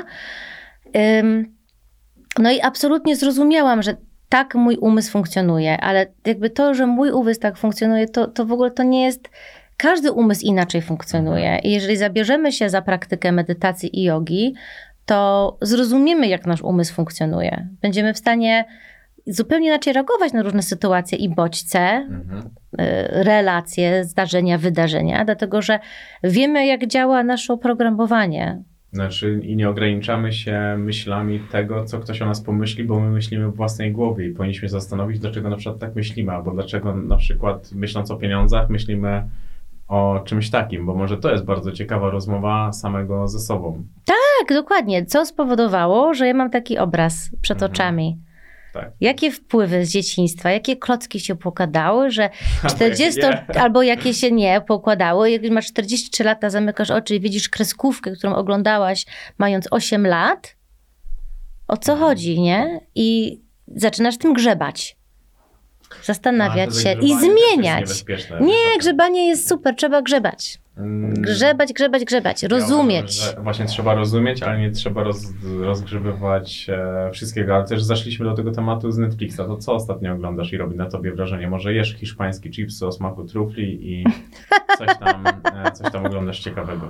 No i absolutnie zrozumiałam, że tak mój umysł funkcjonuje, ale jakby to, że mój umysł tak funkcjonuje, to w ogóle to nie jest... Każdy umysł inaczej funkcjonuje. I jeżeli zabierzemy się za praktykę medytacji i jogi, to zrozumiemy, jak nasz umysł funkcjonuje. Będziemy w stanie zupełnie inaczej reagować na różne sytuacje i bodźce, relacje, zdarzenia, wydarzenia, dlatego że wiemy, jak działa nasze oprogramowanie. Znaczy i nie ograniczamy się myślami tego, co ktoś o nas pomyśli, bo my myślimy w własnej głowie i powinniśmy zastanowić, dlaczego na przykład tak myślimy, albo dlaczego na przykład myśląc o pieniądzach myślimy o czymś takim, bo może to jest bardzo ciekawa rozmowa samego ze sobą. Tak, dokładnie. Co spowodowało, że ja mam taki obraz przed oczami? Tak. Jakie wpływy z dzieciństwa, jakie klocki się pokładały, że 40 albo jakie się nie pokładały. Jak masz 43 lata, zamykasz oczy i widzisz kreskówkę, którą oglądałaś mając 8 lat, o co chodzi, nie? I zaczynasz tym grzebać. Zastanawiać się i zmieniać. Nie, grzebanie jest super, trzeba grzebać. Grzebać, rozumieć. Ja uważam, że właśnie trzeba rozumieć, ale nie trzeba rozgrzebywać wszystkiego. Ale też zaszliśmy do tego tematu z Netflixa. To co ostatnio oglądasz i robi na tobie wrażenie? Może jesz hiszpański chipsy o smaku trufli i coś tam oglądasz ciekawego?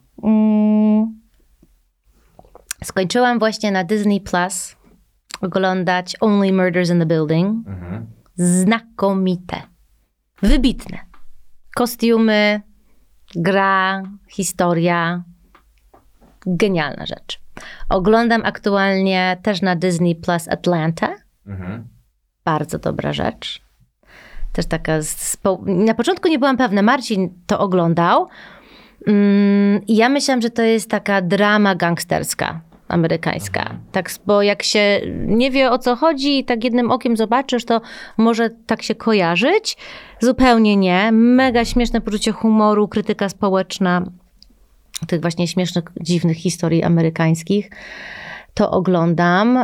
Skończyłam właśnie na Disney Plus oglądać Only Murders in the Building. Znakomite. Wybitne. Kostiumy, gra, historia. Genialna rzecz. Oglądam aktualnie też na Disney Plus Atlanta. Bardzo dobra rzecz. Też taka... Na początku nie byłam pewna. Marcin to oglądał. I ja myślałam, że to jest taka drama gangsterska. Amerykańska. Tak, bo jak się nie wie, o co chodzi i tak jednym okiem zobaczysz, to może tak się kojarzyć. Zupełnie nie. Mega śmieszne poczucie humoru, krytyka społeczna tych właśnie śmiesznych, dziwnych historii amerykańskich. To oglądam.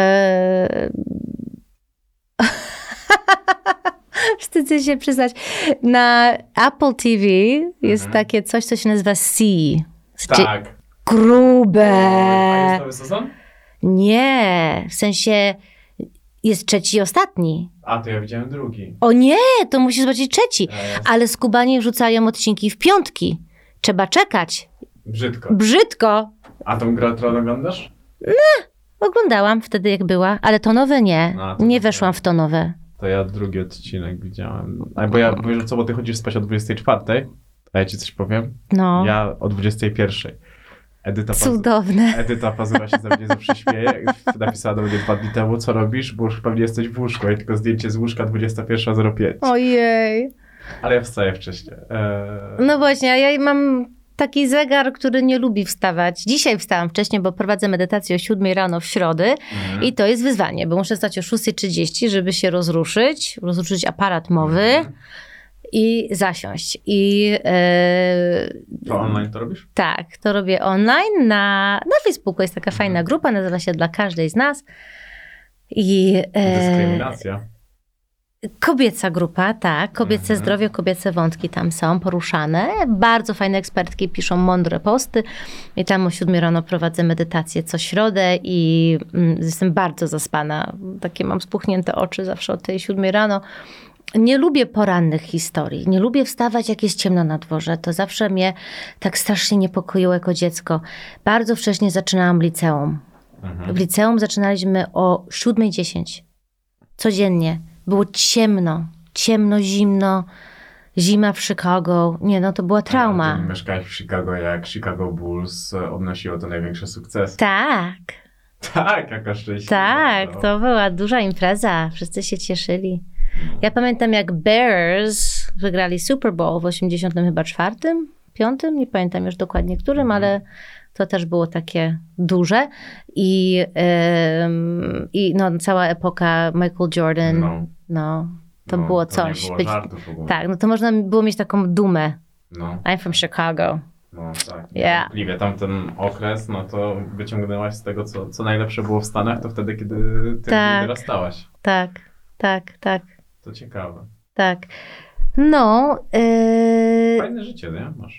Wstydzę się przyznać. Na Apple TV jest takie coś, co się nazywa C. Tak. Grube. A jest nowy sezon? Nie, w sensie jest trzeci i ostatni. A, to ja widziałem drugi. O nie, to musisz zobaczyć trzeci. Ale skubanie wrzucają odcinki w piątki. Trzeba czekać. Brzydko. A tą grę Tron oglądasz? Oglądałam wtedy, jak była, ale to nowe nie. Nie weszłam w to nowe. To ja drugi odcinek widziałem. Bo ty chodzisz spać o 24, a ja ci coś powiem? No. Ja o 21. Cudowne. Edyta Pazura się ze mnie zawsze śmieje. Napisała do mnie 2 dni temu, co robisz, bo już pewnie jesteś w łóżku. I tylko zdjęcie z łóżka 21:05. Ojej. Ale ja wstaję wcześniej. No właśnie, a ja mam taki zegar, który nie lubi wstawać. Dzisiaj wstałam wcześniej, bo prowadzę medytację o 7 rano w środę i to jest wyzwanie, bo muszę wstać o 6:30, żeby się rozruszyć aparat mowy i zasiąść. To online to robisz? Tak, to robię online. Na Facebooku jest taka fajna grupa, nazywa się Dla każdej z nas. Dyskryminacja. Kobieca grupa, tak. Kobiece zdrowie, kobiece wątki tam są poruszane. Bardzo fajne ekspertki piszą mądre posty. I tam o 7 rano prowadzę medytację co środę i jestem bardzo zaspana. Takie mam spuchnięte oczy zawsze o tej 7 rano. Nie lubię porannych historii. Nie lubię wstawać, jak jest ciemno na dworze. To zawsze mnie tak strasznie niepokoiło jako dziecko. Bardzo wcześnie zaczynałam liceum. W liceum zaczynaliśmy o 7:10. Codziennie. Było ciemno, zimno, zima w Chicago. Nie, no to była trauma. Ty mieszkałeś w Chicago, jak Chicago Bulls odnosiło to największe sukcesy. Tak. Tak, jaka szczęśliwa. Tak, to była duża impreza. Wszyscy się cieszyli. Ja pamiętam, jak Bears wygrali Super Bowl w 84, 5, nie pamiętam już dokładnie którym, ale to też było takie duże. I no, cała epoka Michael Jordan, to było coś. Nie było żartów w ogóle. Tak, no to można było mieć taką dumę. No. I'm from Chicago. No tak, Yeah. Tamten okres, no to wyciągnęłaś z tego, co najlepsze było w Stanach, to wtedy, kiedy ty wyrastałaś. Tak. To ciekawe. Tak. No. Fajne życie, nie? Masz.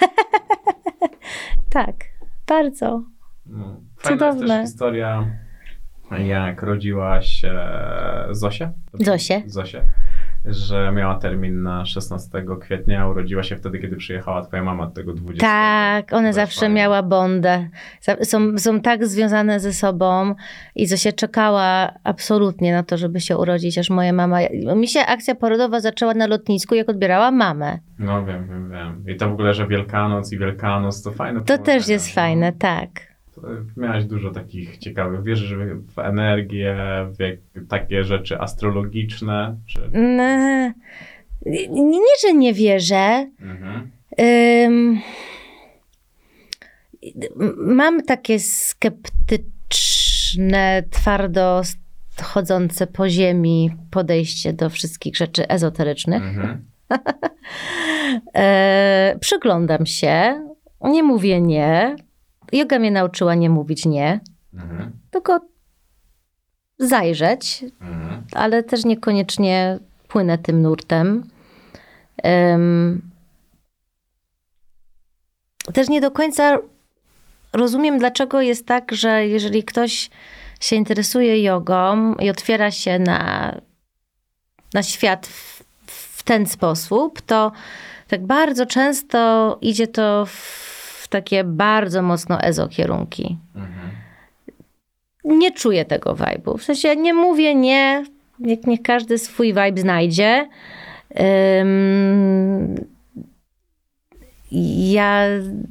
Tak, bardzo. No. Fajna jest też historia, jak rodziłaś Zosię. Zosię. Że miała termin na 16 kwietnia, a urodziła się wtedy, kiedy przyjechała twoja mama od tego 20. Tak, ona zawsze miała bondę. Są tak związane ze sobą i Zosia czekała absolutnie na to, żeby się urodzić, aż moja mama... Mi się akcja porodowa zaczęła na lotnisku, jak odbierała mamę. No wiem. I to w ogóle, że Wielkanoc i Wielkanoc to fajne. To też jest fajne, tak. Miałaś dużo takich ciekawych, wierzysz w energię, w takie rzeczy astrologiczne? Czy... Nie, że nie wierzę. Mam takie skeptyczne, twardo chodzące po ziemi podejście do wszystkich rzeczy ezoterycznych. Przyglądam się, nie mówię nie. Joga mnie nauczyła nie mówić nie, tylko zajrzeć, ale też niekoniecznie płynę tym nurtem. Też nie do końca rozumiem, dlaczego jest tak, że jeżeli ktoś się interesuje jogą i otwiera się na świat w ten sposób, to tak bardzo często idzie to w takie bardzo mocno ezo kierunki. Nie czuję tego vibe'u. W sensie nie mówię nie, niech każdy swój vibe znajdzie. Ja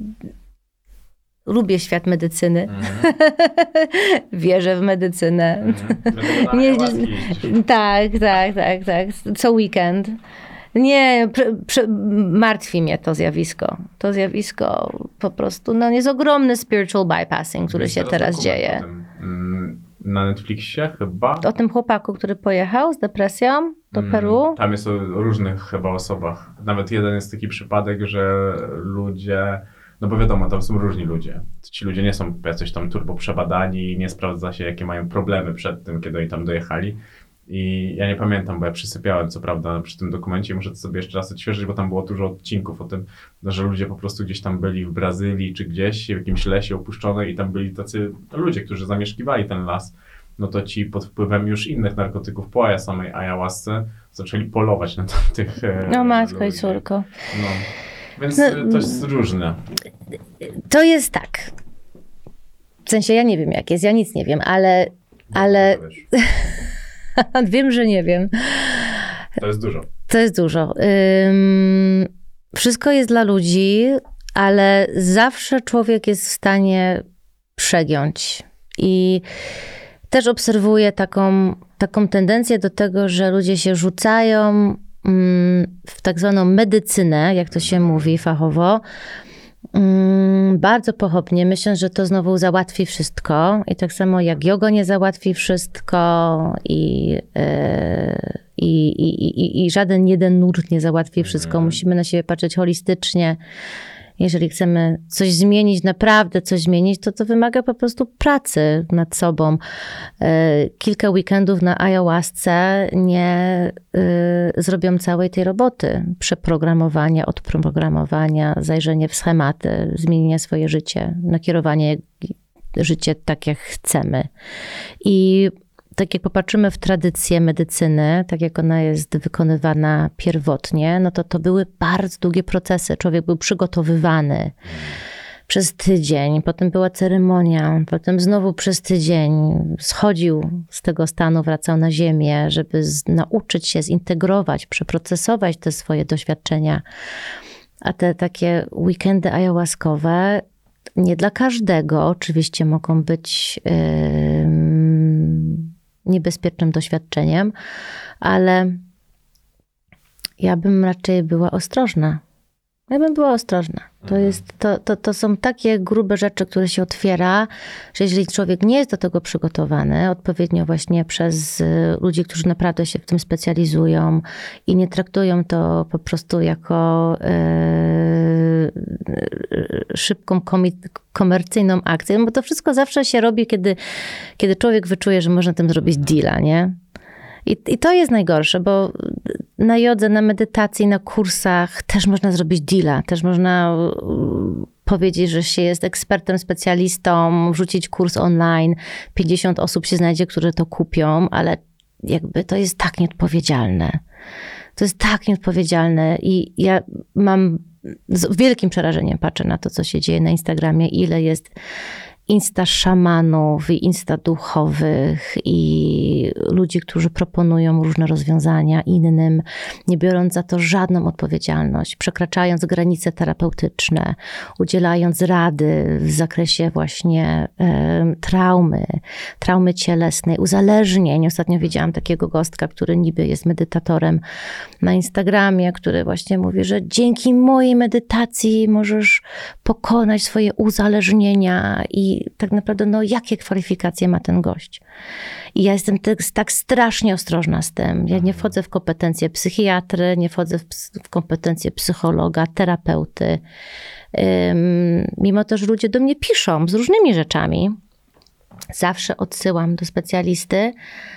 lubię świat medycyny. Wierzę w medycynę. Tak. Co weekend. Nie, martwi mnie to zjawisko. To zjawisko po prostu, jest ogromny spiritual bypassing, który się teraz dzieje. Na Netflixie chyba. O tym chłopaku, który pojechał z depresją do Peru. Tam jest o różnych chyba osobach. Nawet jeden jest taki przypadek, że ludzie, no bo wiadomo, tam są różni ludzie. Ci ludzie nie są jakoś tam turbo przebadani, nie sprawdza się, jakie mają problemy przed tym, kiedy oni tam dojechali. I ja nie pamiętam, bo ja przysypiałem, co prawda, przy tym dokumencie. Muszę to sobie jeszcze raz odświeżyć, bo tam było dużo odcinków o tym, że ludzie po prostu gdzieś tam byli w Brazylii czy gdzieś, w jakimś lesie opuszczonej i tam byli tacy ludzie, którzy zamieszkiwali ten las. No to ci pod wpływem już innych narkotyków po samej ayahuasce zaczęli polować na tamtych No matko ludzi. i córko. No. Więc to jest różne. To jest tak. W sensie ja nie wiem jak jest, ja nic nie wiem, ale wiem, że nie wiem. To jest dużo. To jest dużo. Wszystko jest dla ludzi, ale zawsze człowiek jest w stanie przegiąć. I też obserwuję taką tendencję do tego, że ludzie się rzucają w tak zwaną medycynę, jak to się mówi fachowo, bardzo pochopnie, myśląc, że to znowu załatwi wszystko. I tak samo jak joga nie załatwi wszystko i żaden jeden nurt nie załatwi wszystko. Musimy na siebie patrzeć holistycznie. Jeżeli chcemy coś zmienić, naprawdę coś zmienić, to wymaga po prostu pracy nad sobą. Kilka weekendów na ayahuasce nie zrobią całej tej roboty. Przeprogramowania, odprogramowania, zajrzenie w schematy, zmienienie swoje życie, nakierowanie życie tak, jak chcemy. I tak jak popatrzymy w tradycję medycyny, tak jak ona jest wykonywana pierwotnie, no to były bardzo długie procesy. Człowiek był przygotowywany przez tydzień, potem była ceremonia, potem znowu przez tydzień schodził z tego stanu, wracał na ziemię, żeby nauczyć się zintegrować, przeprocesować te swoje doświadczenia. A te takie weekendy ayahuaskowe nie dla każdego oczywiście mogą być niebezpiecznym doświadczeniem, ale ja bym raczej była ostrożna. To są takie grube rzeczy, które się otwiera, że jeżeli człowiek nie jest do tego przygotowany, odpowiednio właśnie przez ludzi, którzy naprawdę się w tym specjalizują i nie traktują to po prostu jako szybką, komercyjną akcję, bo to wszystko zawsze się robi, kiedy człowiek wyczuje, że można tym zrobić deala, nie? I to jest najgorsze, bo na jodze, na medytacji, na kursach też można zrobić deala. Też można powiedzieć, że się jest ekspertem, specjalistą, wrzucić kurs online. 50 osób się znajdzie, które to kupią, ale jakby to jest tak nieodpowiedzialne. To jest tak nieodpowiedzialne i ja mam z wielkim przerażeniem patrzę na to, co się dzieje na Instagramie, ile jest insta-szamanów i insta-duchowych i ludzi, którzy proponują różne rozwiązania innym, nie biorąc za to żadną odpowiedzialność, przekraczając granice terapeutyczne, udzielając rady w zakresie właśnie traumy cielesnej, uzależnień. Ostatnio widziałam takiego gostka, który niby jest medytatorem na Instagramie, który właśnie mówi, że dzięki mojej medytacji możesz pokonać swoje uzależnienia i tak naprawdę, no jakie kwalifikacje ma ten gość? I ja jestem tak strasznie ostrożna z tym. Ja nie wchodzę w kompetencje psychiatry, nie wchodzę w kompetencje psychologa, terapeuty. Mimo to, że ludzie do mnie piszą z różnymi rzeczami, zawsze odsyłam do specjalisty,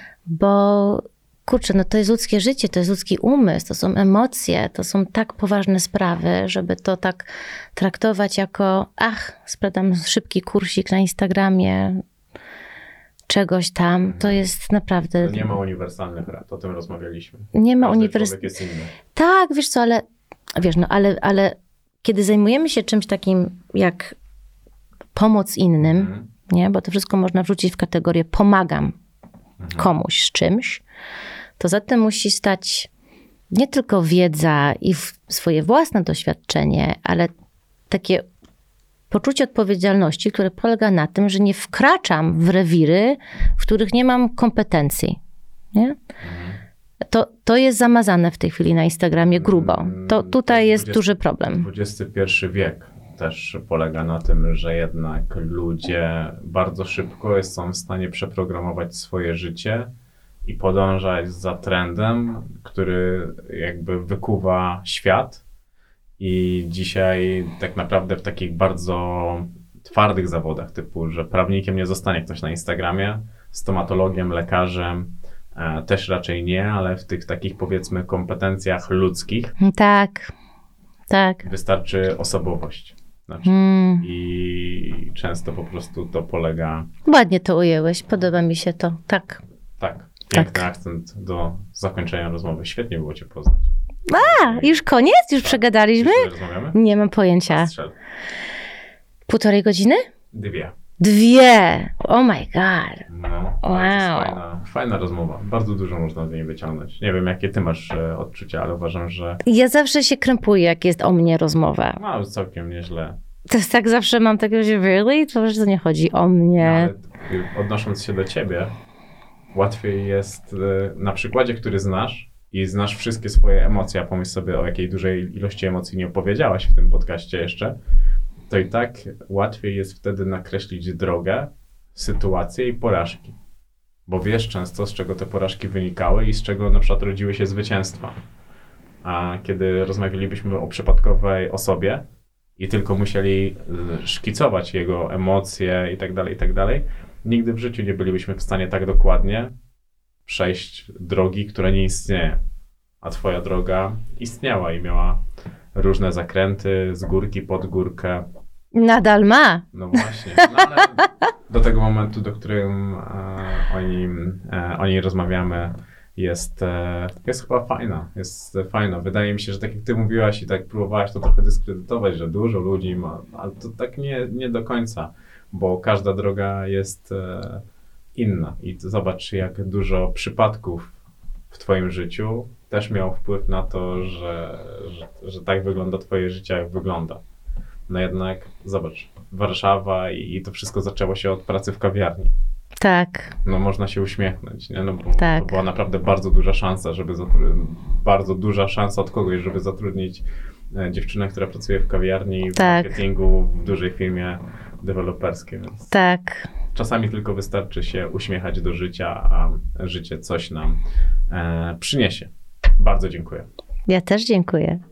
bo kurczę, no to jest ludzkie życie, to jest ludzki umysł, to są emocje, to są tak poważne sprawy, żeby to tak traktować jako sprzedam szybki kursik na Instagramie, czegoś tam, to jest naprawdę... To nie ma uniwersalnych rad, o tym rozmawialiśmy. Nie ma uniwersalnych. Jest inny. Tak, wiesz co, ale kiedy zajmujemy się czymś takim jak pomoc innym, nie, bo to wszystko można wrzucić w kategorię pomagam komuś z czymś, to za tym musi stać nie tylko wiedza i swoje własne doświadczenie, ale takie poczucie odpowiedzialności, które polega na tym, że nie wkraczam w rewiry, w których nie mam kompetencji. Nie? To jest zamazane w tej chwili na Instagramie grubo. To tutaj jest duży problem. XXI wiek też polega na tym, że jednak ludzie bardzo szybko są w stanie przeprogramować swoje życie i podążać za trendem, który jakby wykuwa świat. I dzisiaj tak naprawdę w takich bardzo twardych zawodach, typu, że prawnikiem nie zostanie ktoś na Instagramie, stomatologiem, lekarzem też raczej nie, ale w tych takich powiedzmy kompetencjach ludzkich tak. Wystarczy osobowość. I często po prostu to polega... Ładnie to ująłeś, podoba mi się to, tak. Tak, piękny akcent do zakończenia rozmowy. Świetnie było cię poznać. Już koniec? Już przegadaliśmy? Już rozmawiamy? Nie mam pojęcia. 1,5 godziny? 2. Oh my god. No, wow. To jest fajna rozmowa. Bardzo dużo można z niej wyciągnąć. Nie wiem, jakie ty masz odczucia, ale uważam, że... Ja zawsze się krępuję, jak jest o mnie rozmowa. No, całkiem nieźle. To jest tak, zawsze mam takie, że really? To nie chodzi o mnie. No, odnosząc się do ciebie, łatwiej jest na przykładzie, który znasz i znasz wszystkie swoje emocje, a pomyśl sobie, o jakiej dużej ilości emocji nie opowiedziałaś w tym podcaście jeszcze, to i tak łatwiej jest wtedy nakreślić drogę, sytuację i porażki. Bo wiesz często, z czego te porażki wynikały i z czego na przykład rodziły się zwycięstwa. A kiedy rozmawialibyśmy o przypadkowej osobie i tylko musieli szkicować jego emocje i tak dalej, nigdy w życiu nie bylibyśmy w stanie tak dokładnie przejść drogi, która nie istnieje. A twoja droga istniała i miała różne zakręty, z górki, pod górkę. Nadal ma. No właśnie. No ale do tego momentu, do którym o niej rozmawiamy, jest chyba fajna. Jest fajna. Wydaje mi się, że tak jak ty mówiłaś i tak próbowałaś to trochę dyskredytować, że dużo ludzi ma, ale to tak nie do końca, bo każda droga jest inna. I zobacz, jak dużo przypadków w twoim życiu też miał wpływ na to, że tak wygląda twoje życie, jak wygląda. No jednak, zobacz, Warszawa i to wszystko zaczęło się od pracy w kawiarni. Tak. No można się uśmiechnąć, nie? No bo tak. To była naprawdę bardzo duża szansa, bardzo duża szansa od kogoś, żeby zatrudnić dziewczynę, która pracuje w kawiarni, w marketingu, w dużej firmie deweloperskiej. Więc tak. Czasami tylko wystarczy się uśmiechać do życia, a życie coś nam przyniesie. Bardzo dziękuję. Ja też dziękuję.